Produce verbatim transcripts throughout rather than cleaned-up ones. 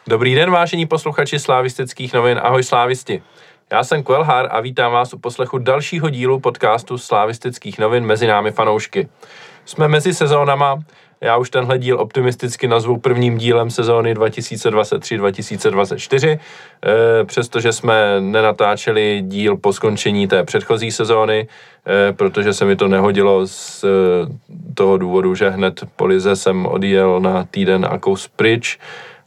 Dobrý den, vážení posluchači Slavistických novin, ahoj slávisti. Já jsem Kvelhar a vítám vás u poslechu dalšího dílu podcastu Slavistických novin Mezi námi fanoušky. Jsme mezi sezónama, já už tenhle díl optimisticky nazvu prvním dílem sezóny dva tisíce dvacet tři dva tisíce dvacet čtyři, e, přestože jsme nenatáčeli díl po skončení té předchozí sezóny, e, protože se mi to nehodilo z e, toho důvodu, že hned po lize jsem odjel na týden a kous pryč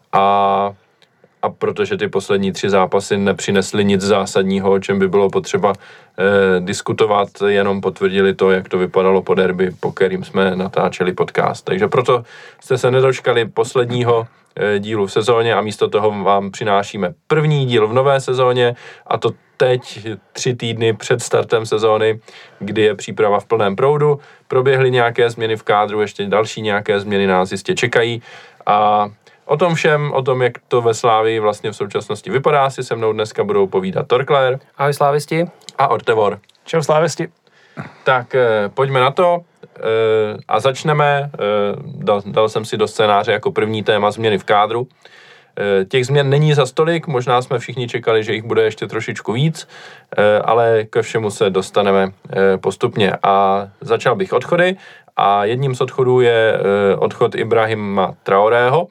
a A protože ty poslední tři zápasy nepřinesly nic zásadního, o čem by bylo potřeba eh, diskutovat, jenom potvrdili to, jak to vypadalo po derby, po kterým jsme natáčeli podcast. Takže proto jste se nedočkali posledního eh, dílu v sezóně a místo toho vám přinášíme první díl v nové sezóně, a to teď tři týdny před startem sezóny, kdy je příprava v plném proudu. Proběhly nějaké změny v kádru, ještě další nějaké změny nás jistě čekají a o tom všem, o tom, jak to ve Slávii vlastně v současnosti vypadá, si se mnou dneska budou povídat Torkler. Ahoj slávisti. A Ortevor. Čau slávisti. Tak eh, pojďme na to eh, a začneme. Eh, dal, dal jsem si do scénáře jako první téma změny v kádru. Eh, těch změn není za stolik, možná jsme všichni čekali, že jich bude ještě trošičku víc, eh, ale ke všemu se dostaneme eh, postupně. A začal bych odchody a jedním z odchodů je eh, odchod Ibrahima Traorého,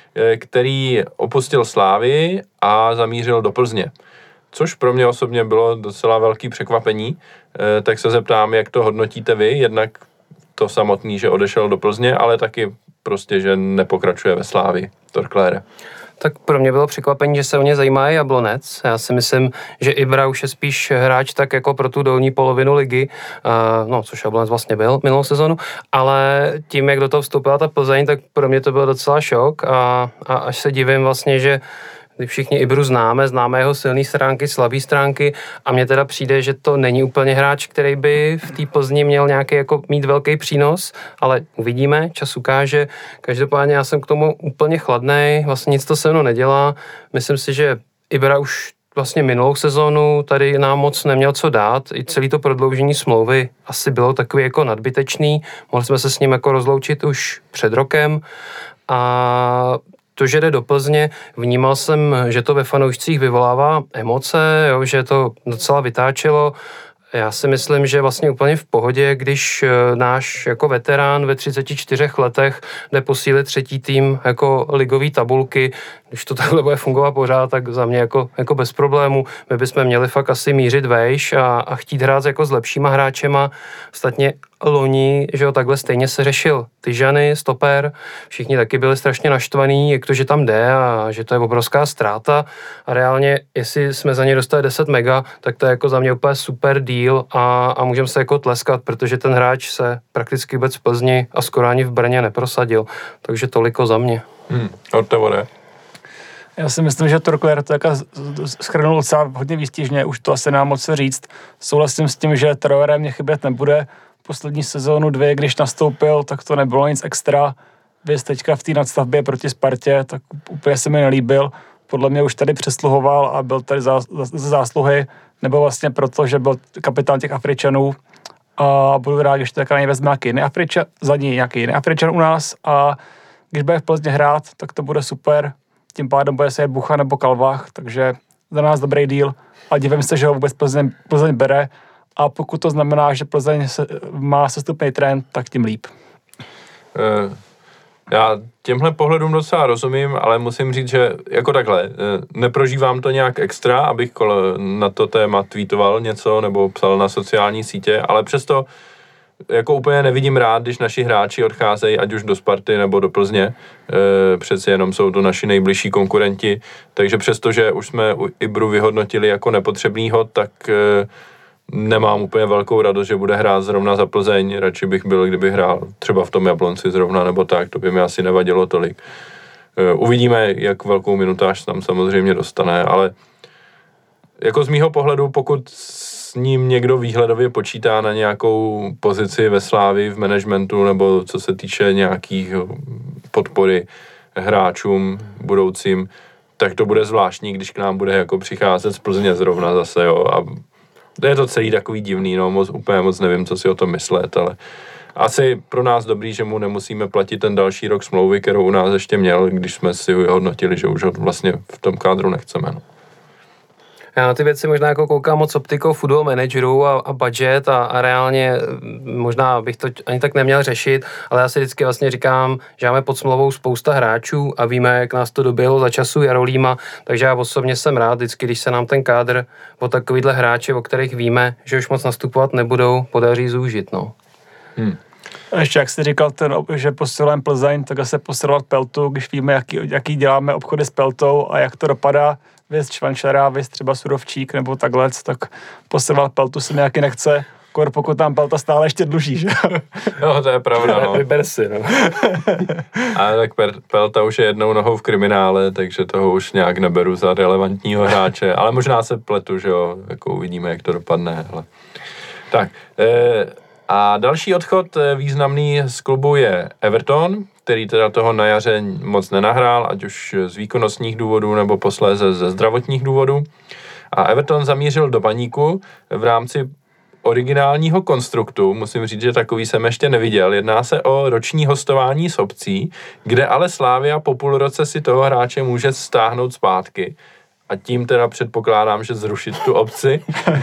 který opustil Slávii a zamířil do Plzně. Což pro mě osobně bylo docela velký překvapení, tak se zeptám, jak to hodnotíte vy, jednak to samotný, že odešel do Plzně, ale taky prostě, že nepokračuje ve Slávii. Torklére. Tak pro mě bylo překvapení, že se o ně zajímá Jablonec. Já si myslím, že Ibra už je spíš hráč tak jako pro tu dolní polovinu ligy, uh, no, což Jablonec vlastně byl minulou sezonu, ale tím, jak do toho vstoupila ta Plzeň, tak pro mě to byl docela šok a, a až se divím vlastně, že kdy všichni Ibru známe, známe jeho silné stránky, slabé stránky a mně teda přijde, že to není úplně hráč, který by v té Plzni měl nějaký jako mít velký přínos, ale uvidíme, čas ukáže. Každopádně já jsem k tomu úplně chladnej, vlastně nic to se mnou nedělá. Myslím si, že Ibra už vlastně minulou sezónu tady nám moc neměl co dát. I celé to prodloužení smlouvy asi bylo takový jako nadbytečný. Mohli jsme se s ním jako rozloučit už před rokem a to, že jde do Plzně, vnímal jsem, že to ve fanoušcích vyvolává emoce, jo, že to docela vytáčelo. Já si myslím, že vlastně úplně v pohodě, když náš jako veterán ve třiceti čtyřech letech jde posílit třetí tým jako ligový tabulky. Když to takhle bude fungovat pořád, tak za mě jako, jako bez problémů. My bychom měli fakt asi mířit vejš a, a chtít hrát jako s lepšíma hráčema. Ostatně loni, že jo, takhle stejně se řešil Tyžany, stoper. Všichni taky byli strašně naštvaní, jak to, že tam jde a že to je obrovská ztráta. A reálně, jestli jsme za ně dostali deset mega, tak to je jako za mě úplně super deal a, a můžeme se jako tleskat, protože ten hráč se prakticky vůbec v Plzni a skoro ani v Brně neprosadil. Takže toliko za mě. Hmm, Ortevore. Já si myslím, že Torkler to jako schrnul docela hodně výstižně, už to asi nemá moc co říct. Souhlasím s tím, že Traoré mě chybět nebude. Poslední sezónu dvě, když nastoupil, tak to nebylo nic extra. Věc teďka v té nadstavbě proti Spartě, tak úplně se mi nelíbil. Podle mě už tady přesluhoval a byl tady za, za zásluhy, nebo vlastně proto, že byl kapitán těch Afričanů. A budu rád, když to taky nejvezme nějaký jiný Afričan, za ní nějaký jiný Afričan u nás. A když bude v Plzně hrát, tak to bude super. Tím pádem bude se jet Bucha nebo Kalvách, takže za nás dobrý díl. A divím se, že ho vůbec Plzeň, Plzeň bere. A pokud to znamená, že Plzeň se, má sestupný trend, tak tím líp. Uh, já těmhle pohledům docela rozumím, ale musím říct, že jako takhle, neprožívám to nějak extra, abych na to téma tweetoval něco nebo psal na sociální sítě, ale přesto jako úplně nevidím rád, když naši hráči odcházejí, ať už do Sparty nebo do Plzně. E, přeci jenom jsou to naši nejbližší konkurenti, takže přesto, že už jsme Ibru vyhodnotili jako nepotřebnýho, tak e, nemám úplně velkou radost, že bude hrát zrovna za Plzeň. Radši bych byl, kdyby hrál třeba v tom Jablonci zrovna nebo tak, to by mi asi nevadilo tolik. E, uvidíme, jak velkou minutáž tam samozřejmě dostane, ale jako z mýho pohledu, pokud s ním někdo výhledově počítá na nějakou pozici ve Slávii, v managementu, nebo co se týče nějakých podpory hráčům budoucím, tak to bude zvláštní, když k nám bude jako přicházet z Plzně zrovna zase, jo, a je to celý takový divný, no, moc, úplně moc nevím, co si o tom myslet, ale asi pro nás dobrý, že mu nemusíme platit ten další rok smlouvy, kterou u nás ještě měl, když jsme si hodnotili, že už ho vlastně v tom kádru nechceme. No. Já na ty věci možná jako koukám moc optikou football managerů a, a budget a, a reálně možná bych to ani tak neměl řešit, ale já si vždycky vlastně říkám, že máme pod smlouvou spousta hráčů a víme, jak nás to doběhlo za času Jarolíma, takže já osobně jsem rád vždycky, když se nám ten kádr o takovýhle hráči, o kterých víme, že už moc nastupovat nebudou, podaří zúžit. No. Hmm. A ještě jak jsi říkal, ten, že posilujeme Plzeň, tak asi posilovat Peltu, když víme, jaký, jaký děláme obchody s Peltou a jak to dopadá, věc Švančara, věc třeba Surovčík nebo takhle, tak posilovat Peltu se nějaký nechce, kor pokud tam Pelta stále ještě dluží, že? No, to je pravda, no. Vyber si, no. A tak Pelta už je jednou nohou v kriminále, takže toho už nějak neberu za relevantního hráče, ale možná se pletu, že jo, jako uvidíme, jak to dopadne, hele. Tak, eh, a další odchod významný z klubu je Everton, který teda toho na jaře moc nenahrál, ať už z výkonnostních důvodů nebo posléze ze zdravotních důvodů. A Everton zamířil do Baníku v rámci originálního konstruktu, musím říct, že takový jsem ještě neviděl. Jedná se o roční hostování s obcí, kde ale Slavia po půl roce si toho hráče může stáhnout zpátky. A tím teda předpokládám, že zrušit tu obci.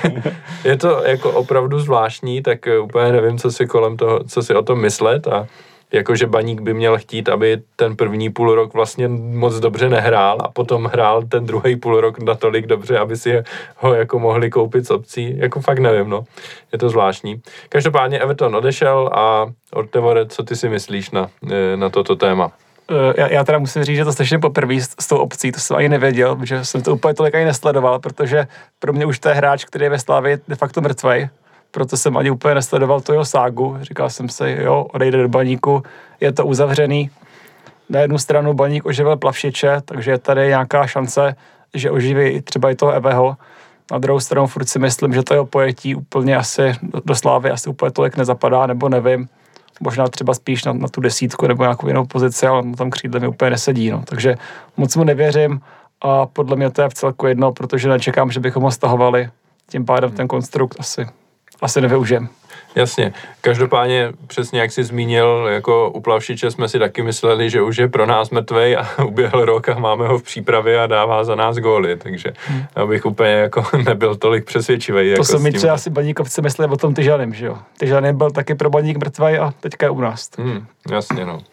Je to jako opravdu zvláštní, tak úplně nevím, co si kolem toho, co si o tom myslet a jakože Baník by měl chtít, aby ten první půl rok vlastně moc dobře nehrál a potom hrál ten druhý půl rok natolik dobře, aby si ho jako mohli koupit z obcí. Jako fakt nevím, no. Je to zvláštní. Každopádně Everton odešel a Ortevore, co ty si myslíš na, na toto téma? Já, já teda musím říct, že to strašně poprvé s, s tou obcí, to jsem ani nevěděl, že jsem to úplně tolik ani nesledoval, protože pro mě už to je hráč, který je ve Slavii de facto mrtvej, proto jsem ani úplně nesledoval tu jeho ságu. Říkal jsem si, jo, odejde do Baníku, je to uzavřený. Na jednu stranu Baník oživil Plavšiče, takže je tady nějaká šance, že oživí třeba i toho Eveho. Na druhou stranu furt si myslím, že to jeho pojetí úplně asi do Slávy asi úplně tolik nezapadá, nebo nevím. Možná třeba spíš na, na tu desítku nebo nějakou jinou pozici, ale tam křídle mi úplně nesedí. No. Takže moc mu nevěřím a podle mě to je v celku jedno, protože nečekám, že bychom ho stahovali. Tím pádem ten konstrukt asi, asi nevyužijem. Jasně. Každopádně přesně jak jsi zmínil, jako u Plavšiče jsme si taky mysleli, že už je pro nás mrtvej a uběhl rok a máme ho v přípravě a dává za nás góly, takže hmm. abych úplně jako nebyl tolik přesvědčivý. To jako se mi třeba asi Baníkovci mysleli o tom Tyžanem, že jo. Tyžanem byl taky pro Baník mrtvej a teďka je u nás. Hmm, jasně, no.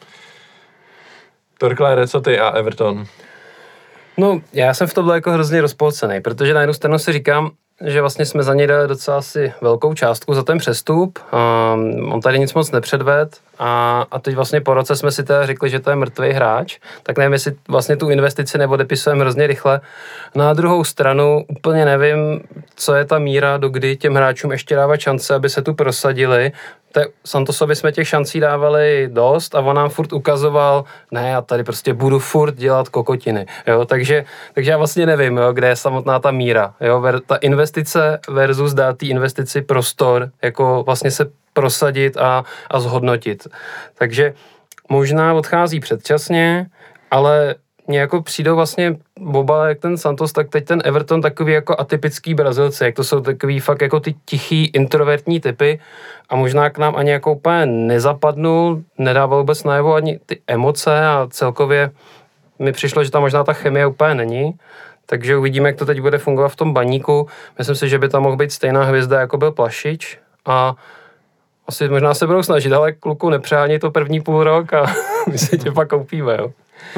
Torklére, co ty a Everton? No, já jsem v tomhle jako hrozně rozpolcený, protože na jednu stranu si říkám, že vlastně jsme za něj dali docela asi velkou částku za ten přestup. Um, on tady nic moc nepředved a, a teď vlastně po roce jsme si teda řekli, že to je mrtvý hráč, tak nevím, jestli vlastně tu investici neodepisujeme hrozně rychle. Na druhou stranu úplně nevím, co je ta míra, do kdy těm hráčům ještě dávat šance, aby se tu prosadili. Tak Santosovi jsme těch šancí dávali dost a on nám furt ukazoval, ne, já tady prostě budu furt dělat kokotiny, jo, takže, takže já vlastně nevím, jo, kde je samotná ta míra, jo, ver, ta investice versus dát té investici prostor, jako vlastně se prosadit a, a zhodnotit. Takže možná odchází předčasně, ale mně jako přijdou vlastně oba, jak ten Santos, tak teď ten Everton takový jako atypický Brazilci, jak to jsou takový fakt jako ty tichý, introvertní typy a možná k nám ani jako úplně nezapadnul, nedával vůbec najevo ani ty emoce a celkově mi přišlo, že tam možná ta chemie úplně není, takže uvidíme, jak to teď bude fungovat v tom Baníku. Myslím si, že by tam mohl být stejná hvězda, jako byl Plašič a asi možná se budou snažit, ale kluku nepřehání to první půl rok a my se tě pak koupíme, jo.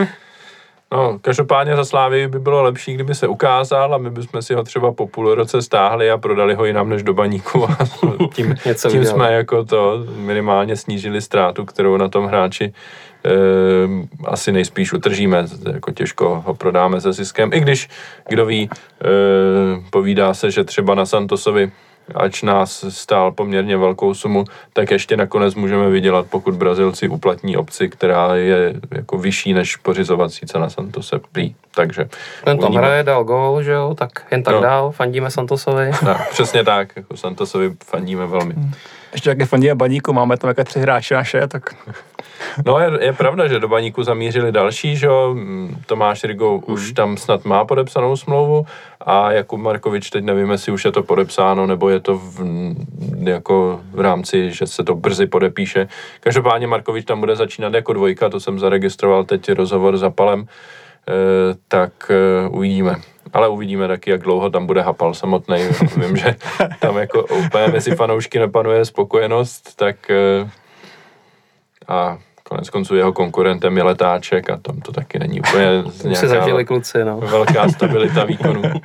No, každopádně za Slávii by bylo lepší, kdyby se ukázal a my bychom si ho třeba po půl roce stáhli a prodali ho jinam než do Baníku a tím, tím jsme jako to minimálně snížili ztrátu, kterou na tom hráči e, asi nejspíš utržíme, jako těžko ho prodáme se ziskem, i když, kdo ví, e, povídá se, že třeba na Santosovi, ač nás stál poměrně velkou sumu, tak ještě nakonec můžeme vydělat, pokud Brazilci uplatní opci, která je jako vyšší než pořizovací cena Santose prý. Takže ten tam hraje, dal gól, že jo, tak jen tak no. dál, fandíme Santosovi. No, přesně tak, jako Santosovi fandíme velmi. Ještě jak je fandí Baníku, máme tam jaké tři hráče naše, tak... No je, je pravda, že do Baníku zamířili další, že jo, Tomáš Rigo mm. už tam snad má podepsanou smlouvu a Jakub Markovič, teď nevím, jestli už je to podepsáno, nebo je to v, jako v rámci, že se to brzy podepíše. Každopádně Markovič tam bude začínat jako dvojka, to jsem zaregistroval teď rozhovor s Hapalem, e, tak e, uvidíme. Ale uvidíme taky, jak dlouho tam bude Hapal samotnej. Vím, že tam jako úplně mezi fanoušky nepanuje spokojenost, tak e, a konec konců jeho konkurentem je Letáček a tam to taky není úplně nějaká zažili kluci, no. velká stabilita výkonu. E,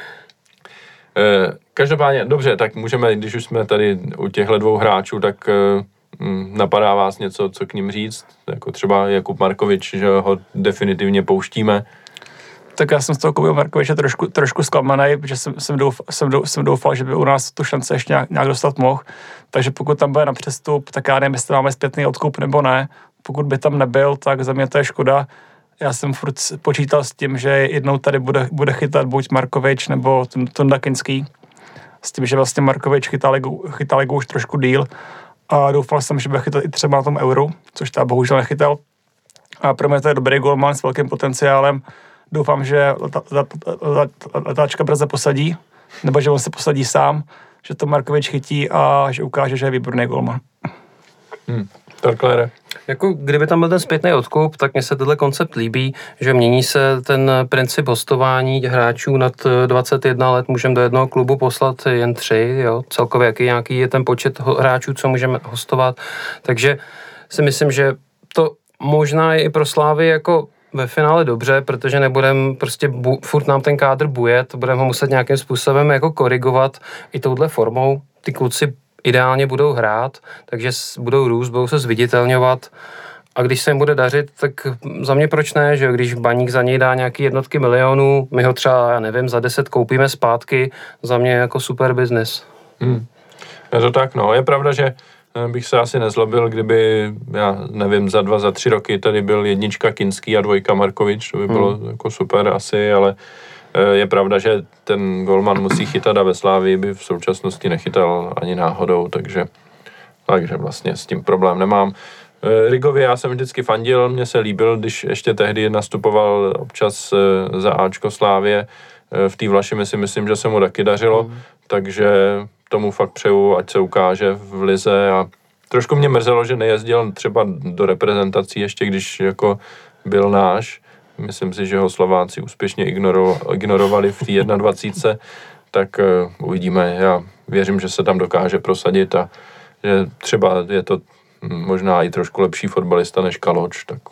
každopádně, dobře, tak můžeme, když už jsme tady u těchto dvou hráčů, tak e, napadá vás něco, co k ním říct? Jako třeba Jakub Markovič, že ho definitivně pouštíme. Tak já jsem z toho Kuby Markoviče trošku, trošku zklamaný, protože jsem, jsem, doufal, jsem, doufal, jsem doufal, že by u nás tu šance ještě nějak, nějak dostat mohl. Takže pokud tam bude na přestup, tak já nevím, jestli máme zpětný odkup nebo ne. Pokud by tam nebyl, tak za mě to je škoda. Já jsem furt počítal s tím, že jednou tady bude, bude chytat buď Markovič nebo Tonda Kinský. S tím, že vlastně Markovič chytal ligu, chytal ligu už trošku díl. A doufal jsem, že bude chytat i třeba na tom Euru, což ta bohužel nechytal. A pro mě to je dobrý golman s velkým potenciálem. Doufám, že Letáčka brze posadí, nebo že on se posadí sám, že to Markovič chytí a že ukáže, že je výborný golman. Hmm. Torklére. Jako kdyby tam byl ten zpětný odkup, tak mně se tenhle koncept líbí, že mění se ten princip hostování hráčů nad dvacet jedna let, můžeme do jednoho klubu poslat jen tři, jo, celkově jaký nějaký je ten počet hráčů, co můžeme hostovat, takže si myslím, že to možná je i pro Slávy jako ve finále dobře, protože nebudem prostě, bu, furt nám ten kádr bujet, budeme ho muset nějakým způsobem jako korigovat i touhle formou. Ty kluci ideálně budou hrát, takže budou růst, budou se zviditelňovat a když se jim bude dařit, tak za mě proč ne, že když Baník za něj dá nějaký jednotky milionů, my ho třeba, já nevím, za deset koupíme zpátky, za mě jako super business. Hmm. Je to tak, no, je pravda, že bych se asi nezlobil, kdyby, já nevím, za dva, za tři roky tady byl jednička Kinský a dvojka Markovič, to by bylo hmm. jako super asi, ale je pravda, že ten golman musí chytat a ve Slávii by v současnosti nechytal ani náhodou, takže, takže vlastně s tím problém nemám. Rigovi já jsem vždycky fandil, mně se líbil, když ještě tehdy nastupoval občas za Ačko Slávie, v té Vlašimi si myslím, že se mu taky dařilo, hmm. takže tomu fakt přeju, ať se ukáže v lize a trošku mě mrzelo, že nejezdil třeba do reprezentací ještě, když jako byl náš. Myslím si, že ho Slováci úspěšně ignoro, ignorovali v té dvacítce jedna, tak uh, uvidíme. Já věřím, že se tam dokáže prosadit a že třeba je to možná i trošku lepší fotbalista než Kaloč, tak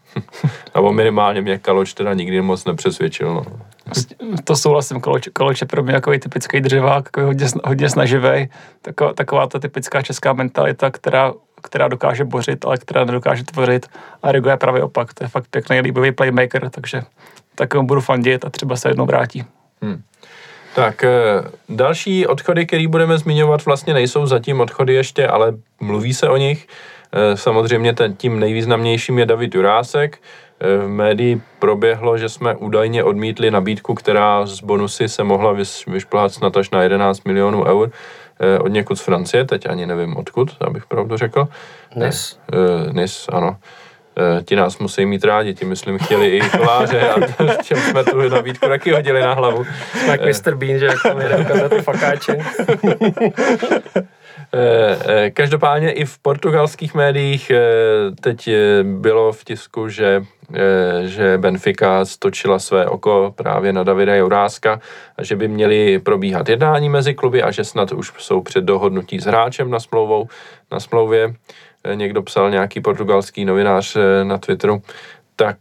nebo minimálně mě Kaloč teda nikdy moc nepřesvědčil. No. To souhlasím, Kaloč, Kaloč je pro mě takový typický dřevák, takový hodně, hodně snaživý, taková, taková ta typická česká mentalita, která, která dokáže bořit, ale která nedokáže tvořit. A Rigo je pravý opak, to je fakt pěkný, líbivý playmaker, takže takovému budu fandit a třeba se jednou vrátí. Hmm. Tak další odchody, které budeme zmiňovat, vlastně nejsou zatím odchody ještě, ale mluví se o nich. Samozřejmě ten, tím nejvýznamnějším je David Jurásek. V médii proběhlo, že jsme údajně odmítli nabídku, která z bonusy se mohla vyšplhat snad až na jedenáct milionů eur od někud z Francie, teď ani nevím odkud, abych pravdu řekl. Nice. Nice, ano. Ti nás musí mít rádi, ti myslím chtěli i koláře a čem jsme tu nabídku taky hodili na hlavu. Tak mister Bean, že jak tam jde ukázat ty fakáče. Každopádně i v portugalských médiích teď bylo v tisku, že, že Benfica stočila své oko právě na Davida Juráska a že by měly probíhat jednání mezi kluby a že snad už jsou před dohodnutí s hráčem na smlouvou, na smlouvě. Někdo psal, nějaký portugalský novinář na Twitteru. Tak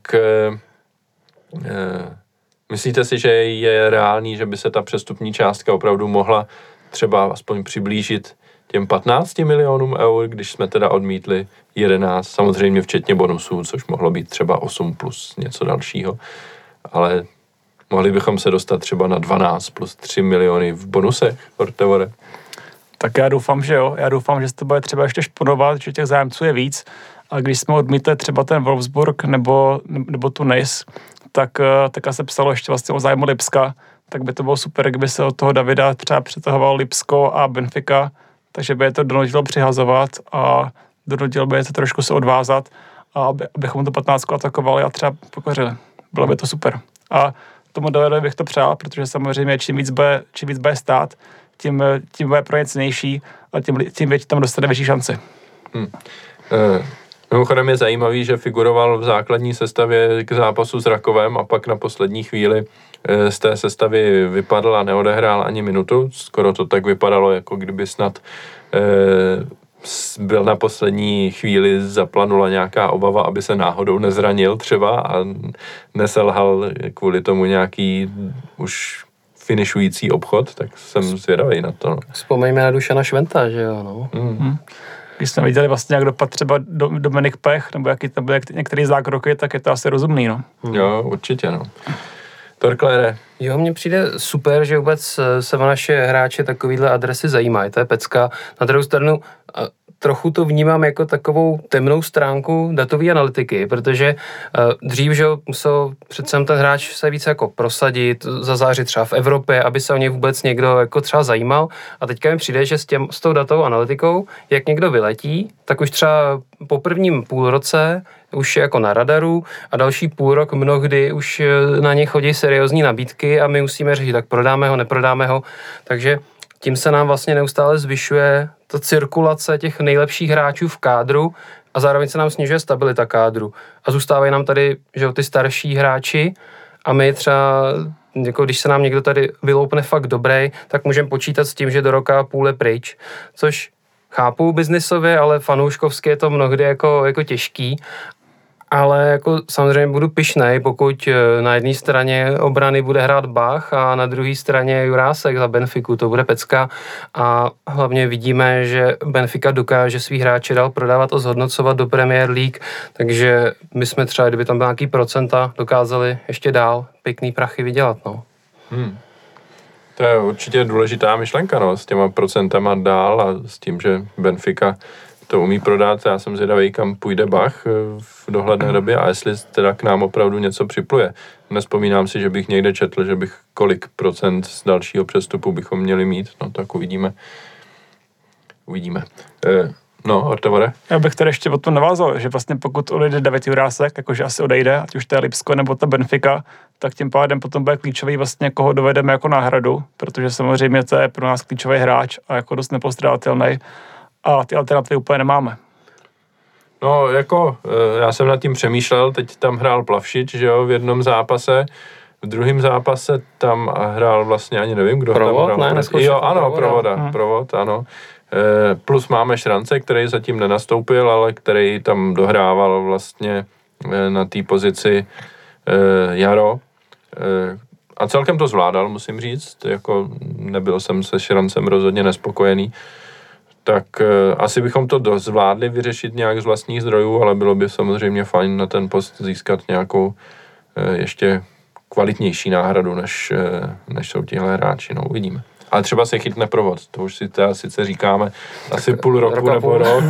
myslíte si, že je reálný, že by se ta přestupní částka opravdu mohla třeba aspoň přiblížit těm patnácti milionům eur, když jsme teda odmítli jedenáct, samozřejmě včetně bonusů, což mohlo být třeba osm plus něco dalšího, ale mohli bychom se dostat třeba na dvanáct plus tři miliony v bonusech, Ortevore? Tak já doufám, že jo. Já doufám, že se to bude třeba ještě šponovat, že těch zájemců je víc. A když jsme odmítli třeba ten Wolfsburg nebo, nebo tu Nice, tak, tak se psalo ještě vlastně o zájmu Lipska, tak by to bylo super, kdyby se od toho Davida třeba přetahoval Lipsko a Benfica, takže by je to donutilo přihazovat a donutilo by je to trošku se odvázat, a aby, abychom to patnáctku atakovali a třeba pokořili. Bylo by to super. A tomu Dovedovi bych to přál, protože samozřejmě čím víc bude, čím víc bude stát, tím, tím bude pro ně cenější a tím, tím větší tam dostane větší šanci. Hmm. Uh. Mimochodem je zajímavý, že figuroval v základní sestavě k zápasu s Rakovem a pak na poslední chvíli z té sestavy vypadl a neodehrál ani minutu. Skoro to tak vypadalo, jako kdyby snad byl na poslední chvíli zaplanula nějaká obava, aby se náhodou nezranil třeba a neselhal kvůli tomu nějaký už finišující obchod, tak jsem zvědavý na to. No. Vzpomeňme na Dušana Šventa, že jo, no. Mm. Hmm. Když jsme viděli vlastně, jak dopad třeba Dominik Pech, nebo jaký tam byly některé zákroky, tak je to asi rozumný, no. Jo, určitě, no. Torklére. Jo, mně přijde super, že vůbec se o naše hráče takovýhle adresy zajímají, to je pecka. Na druhou stranu trochu to vnímám jako takovou temnou stránku datové analytiky, protože uh, dřív, že musel přece ten hráč se více jako prosadit, zazářit třeba v Evropě, aby se o něj vůbec někdo jako třeba zajímal. A teďka mi přijde, že s, těm, s tou datovou analytikou, jak někdo vyletí, tak už třeba po prvním půlroce už je jako na radaru a další půl rok mnohdy už na ně chodí seriózní nabídky a my musíme řešit, tak prodáme ho, neprodáme ho. Takže tím se nám vlastně neustále zvyšuje ta cirkulace těch nejlepších hráčů v kádru a zároveň se nám snižuje stabilita kádru. A zůstávají nám tady, že jo, ty starší hráči a my třeba, jako když se nám někdo tady vyloupne fakt dobrý, tak můžeme počítat s tím, že do roka půl je pryč, což chápu biznisově, ale fanouškovsky je to mnohdy jako, jako těžký. Ale jako samozřejmě budu pyšnej, pokud na jedné straně obrany bude hrát Bach a na druhé straně Jurásek za Benfiku, to bude pecka. A hlavně vidíme, že Benfica dokáže svý hráče dál prodávat a zhodnocovat do Premier League, takže my jsme třeba, kdyby tam byl nějaký procenta, dokázali ještě dál pěkný prachy vydělat. No. Hmm. To je určitě důležitá myšlenka, no, s těma procentama dál a s tím, že Benfica to umí prodat. Já jsem zvědavý, kam půjde Bach v dohledné době a jestli teda k nám opravdu něco připluje. Nespomínám si, že bych někde četl, že bych kolik procent z dalšího přestupu bychom měli mít. No tak uvidíme. Uvidíme. E, no, Ortevore? Já bych tady ještě o tom navázal, že vlastně pokud odejde David Jurásek, jakože asi odejde, ať už to je Lipsko nebo ta Benfica, tak tím pádem potom bude klíčový vlastně, koho dovedeme jako náhradu, protože samozřejmě to je pro nás klíčový hráč a jako dost nepostradatelný. A ty alternativy úplně nemáme. No, jako, já jsem nad tím přemýšlel, teď tam hrál Plavšič, že jo, v jednom zápase, v druhém zápase tam hrál vlastně, ani nevím, kdo Provod, tam hrál. Ne, jo, ano, Provoda. Provoda, hmm. Provod, ano. E, plus máme Šrance, který zatím nenastoupil, ale který tam dohrával vlastně na té pozici e, Jaro. E, a celkem to zvládal, musím říct, jako nebyl jsem se Šrancem rozhodně nespokojený. Tak e, asi bychom to zvládli vyřešit nějak z vlastních zdrojů, ale bylo by samozřejmě fajn na ten post získat nějakou e, ještě kvalitnější náhradu, než, e, než jsou tihle hráči. No, uvidíme. Ale třeba se chytne Provod, to už si teda sice říkáme asi půl roku Roka nebo půl. rok.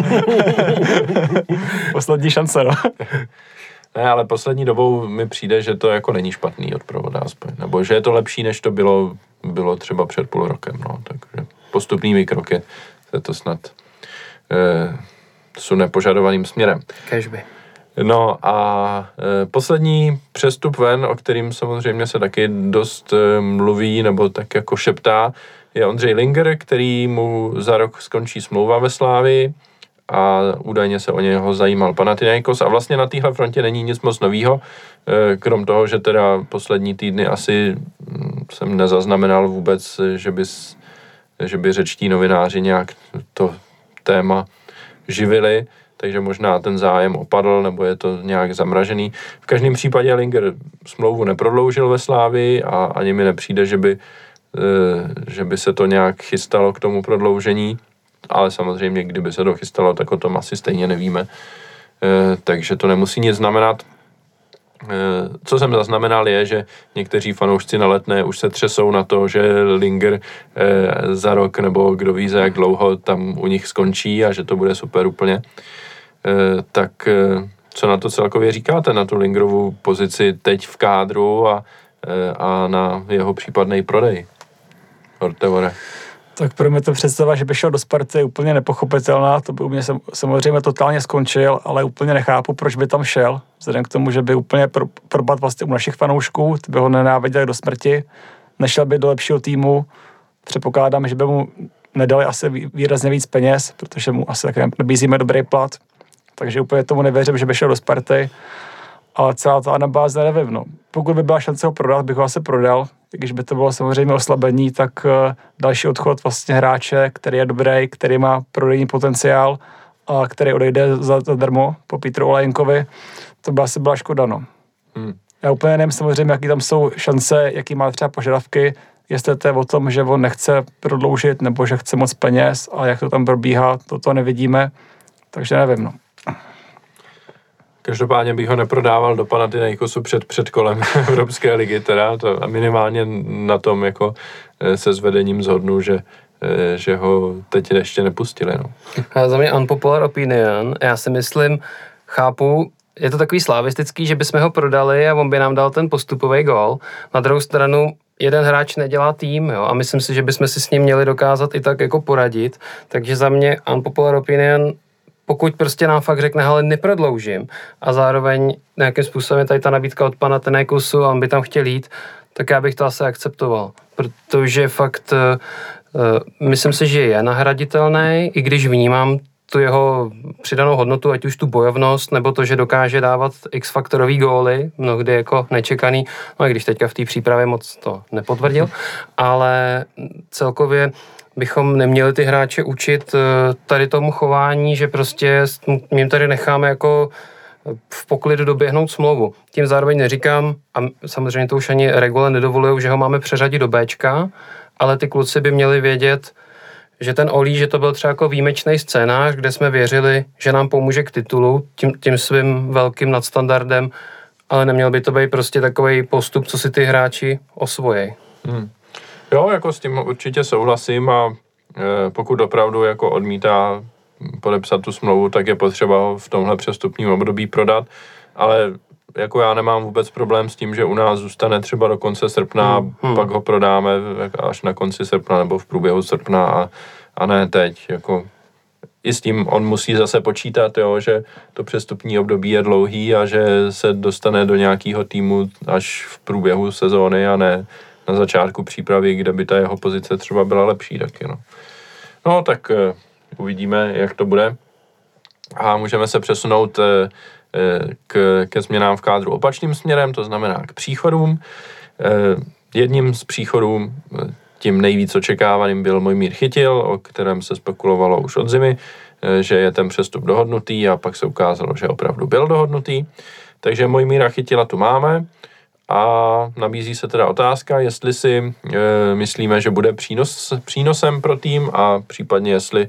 Poslední šance, no. Ne, ale poslední dobou mi přijde, že to jako není špatný od Provoda aspoň, nebo že je to lepší, než to bylo, bylo třeba před půl rokem, no, takže postupnými kroky se to snad e, sune požadovaným směrem. Kežby. No a e, poslední přestup ven, o kterým samozřejmě se taky dost e, mluví, nebo tak jako šeptá, je Ondřej Linger, který mu za rok skončí smlouva ve Slávii a údajně se o něho zajímal Panathinaikos a vlastně na téhle frontě není nic moc novýho, e, krom toho, že teda poslední týdny asi m, jsem nezaznamenal vůbec, že by, že by řečtí novináři nějak to téma živili, takže možná ten zájem opadl, nebo je to nějak zamražený. V každém případě Linger smlouvu neprodloužil ve Slávii a ani mi nepřijde, že by, že by se to nějak chystalo k tomu prodloužení, ale samozřejmě, kdyby se to chystalo, tak o tom asi stejně nevíme. Takže to nemusí nic znamenat. Co jsem zaznamenal je, že někteří fanoušci na Letné už se třesou na to, že Linger za rok nebo kdo ví za jak dlouho tam u nich skončí a že to bude super úplně. Tak co na to celkově říkáte, na tu Lingerovu pozici teď v kádru a, a na jeho případný prodej? Ortevore. Tak pro mě to představa, že by šel do Sparty, je úplně nepochopitelná, to by u mě samozřejmě totálně skončil, ale úplně nechápu, proč by tam šel, vzhledem k tomu, že by úplně pro, probat vlastně u našich fanoušků, ty by ho nenáviděli do smrti, nešel by do lepšího týmu, předpokládám, že by mu nedali asi výrazně víc peněz, protože mu asi také nabízíme dobrý plat, takže úplně tomu nevěřím, že by šel do Sparty, ale celá ta anabáze nevím, no. Pokud by byla šance ho prodat, bych ho asi prodal, když by to bylo samozřejmě oslabení, tak další odchod vlastně hráče, který je dobrý, který má prodejní potenciál a který odejde za, za darmo po Petru Olejnkovi, to by asi byla škoda, no. Hmm. Já úplně nevím samozřejmě, jaký tam jsou šance, jaký má třeba požadavky, jestli to je o tom, že on nechce prodloužit, nebo že chce moc peněz a jak to tam probíhá, to, to nevidíme, takže nevím, no. Každopádně bych ho neprodával do Panathinaikosu před, před kolem Evropské ligy, teda to, a minimálně na tom jako se s vedením zhodnu, že, že ho teď ještě nepustili. No. A za mě unpopular opinion, já si myslím, chápu, je to takový slavistický, že bychom ho prodali a on by nám dal ten postupový gól. Na druhou stranu jeden hráč nedělá tým, jo, a myslím si, že bychom si s ním měli dokázat i tak jako poradit, takže za mě unpopular opinion, pokud prostě nám fakt řekne, hele, neprodloužím a zároveň nějakým způsobem tady ta nabídka od pana Tenékusu a on by tam chtěl jít, tak já bych to asi akceptoval, protože fakt uh, myslím si, že je nahraditelný, i když vnímám tu jeho přidanou hodnotu, ať už tu bojovnost, nebo to, že dokáže dávat x-faktorový góly, mnohdy jako nečekaný, no i když teďka v té přípravě moc to nepotvrdil, ale celkově bychom neměli ty hráče učit tady tomu chování, že prostě jim tady necháme jako v poklidu doběhnout smlouvu. Tím zároveň neříkám, a samozřejmě to už ani regule nedovolují, že ho máme přeřadit do Bčka, ale ty kluci by měli vědět, že ten Olí, že to byl třeba jako výjimečný scénář, kde jsme věřili, že nám pomůže k titulu tím, tím svým velkým nadstandardem, ale neměl by to být prostě takový postup, co si ty hráči osvojí. Hmm. Jo, jako s tím určitě souhlasím a e, pokud opravdu jako odmítá podepsat tu smlouvu, tak je potřeba ho v tomhle přestupním období prodat, ale jako já nemám vůbec problém s tím, že u nás zůstane třeba do konce srpna, hmm. Hmm. pak ho prodáme až na konci srpna nebo v průběhu srpna a, a ne teď. Jako, i s tím on musí zase počítat, jo, že to přestupní období je dlouhý a že se dostane do nějakého týmu až v průběhu sezóny a ne na začátku přípravy, kde by ta jeho pozice třeba byla lepší taky. No, no tak uh, uvidíme, jak to bude. A můžeme se přesunout uh, K, ke změnám v kádru opačným směrem, to znamená k příchodům. Jedním z příchodů, tím nejvíc očekávaným, byl Mojmír Chytil, o kterém se spekulovalo už od zimy, že je ten přestup dohodnutý a pak se ukázalo, že opravdu byl dohodnutý. Takže Mojmíra Chytila tu máme a nabízí se teda otázka, jestli si e, myslíme, že bude přínos, přínosem pro tým a případně jestli,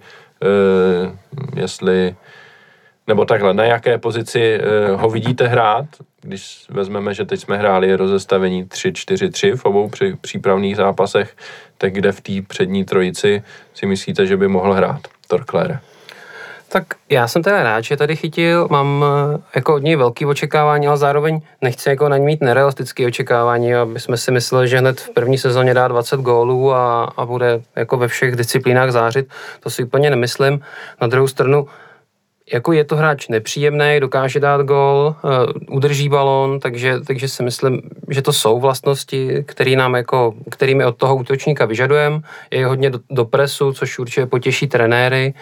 e, jestli nebo takhle, na jaké pozici uh, ho vidíte hrát, když vezmeme, že teď jsme hráli rozestavení tři čtyři tři v obou při, přípravných zápasech, tak kde v té přední trojici si myslíte, že by mohl hrát Torklére? Tak já jsem teda rád, že tady Chytil, mám jako od něj velký očekávání, ale zároveň nechci jako na ní mít nerealistické očekávání, aby jsme si mysleli, že hned v první sezóně dá dvacet gólů a, a bude jako ve všech disciplínách zářit, to si úplně nemyslím. Na druhou stranu, jako je to hráč nepříjemný, dokáže dát gól, udrží balón, takže, takže si myslím, že to jsou vlastnosti, který nám jako, kterými od toho útočníka vyžadujeme. Je hodně do, do presu, což určitě potěší trenéry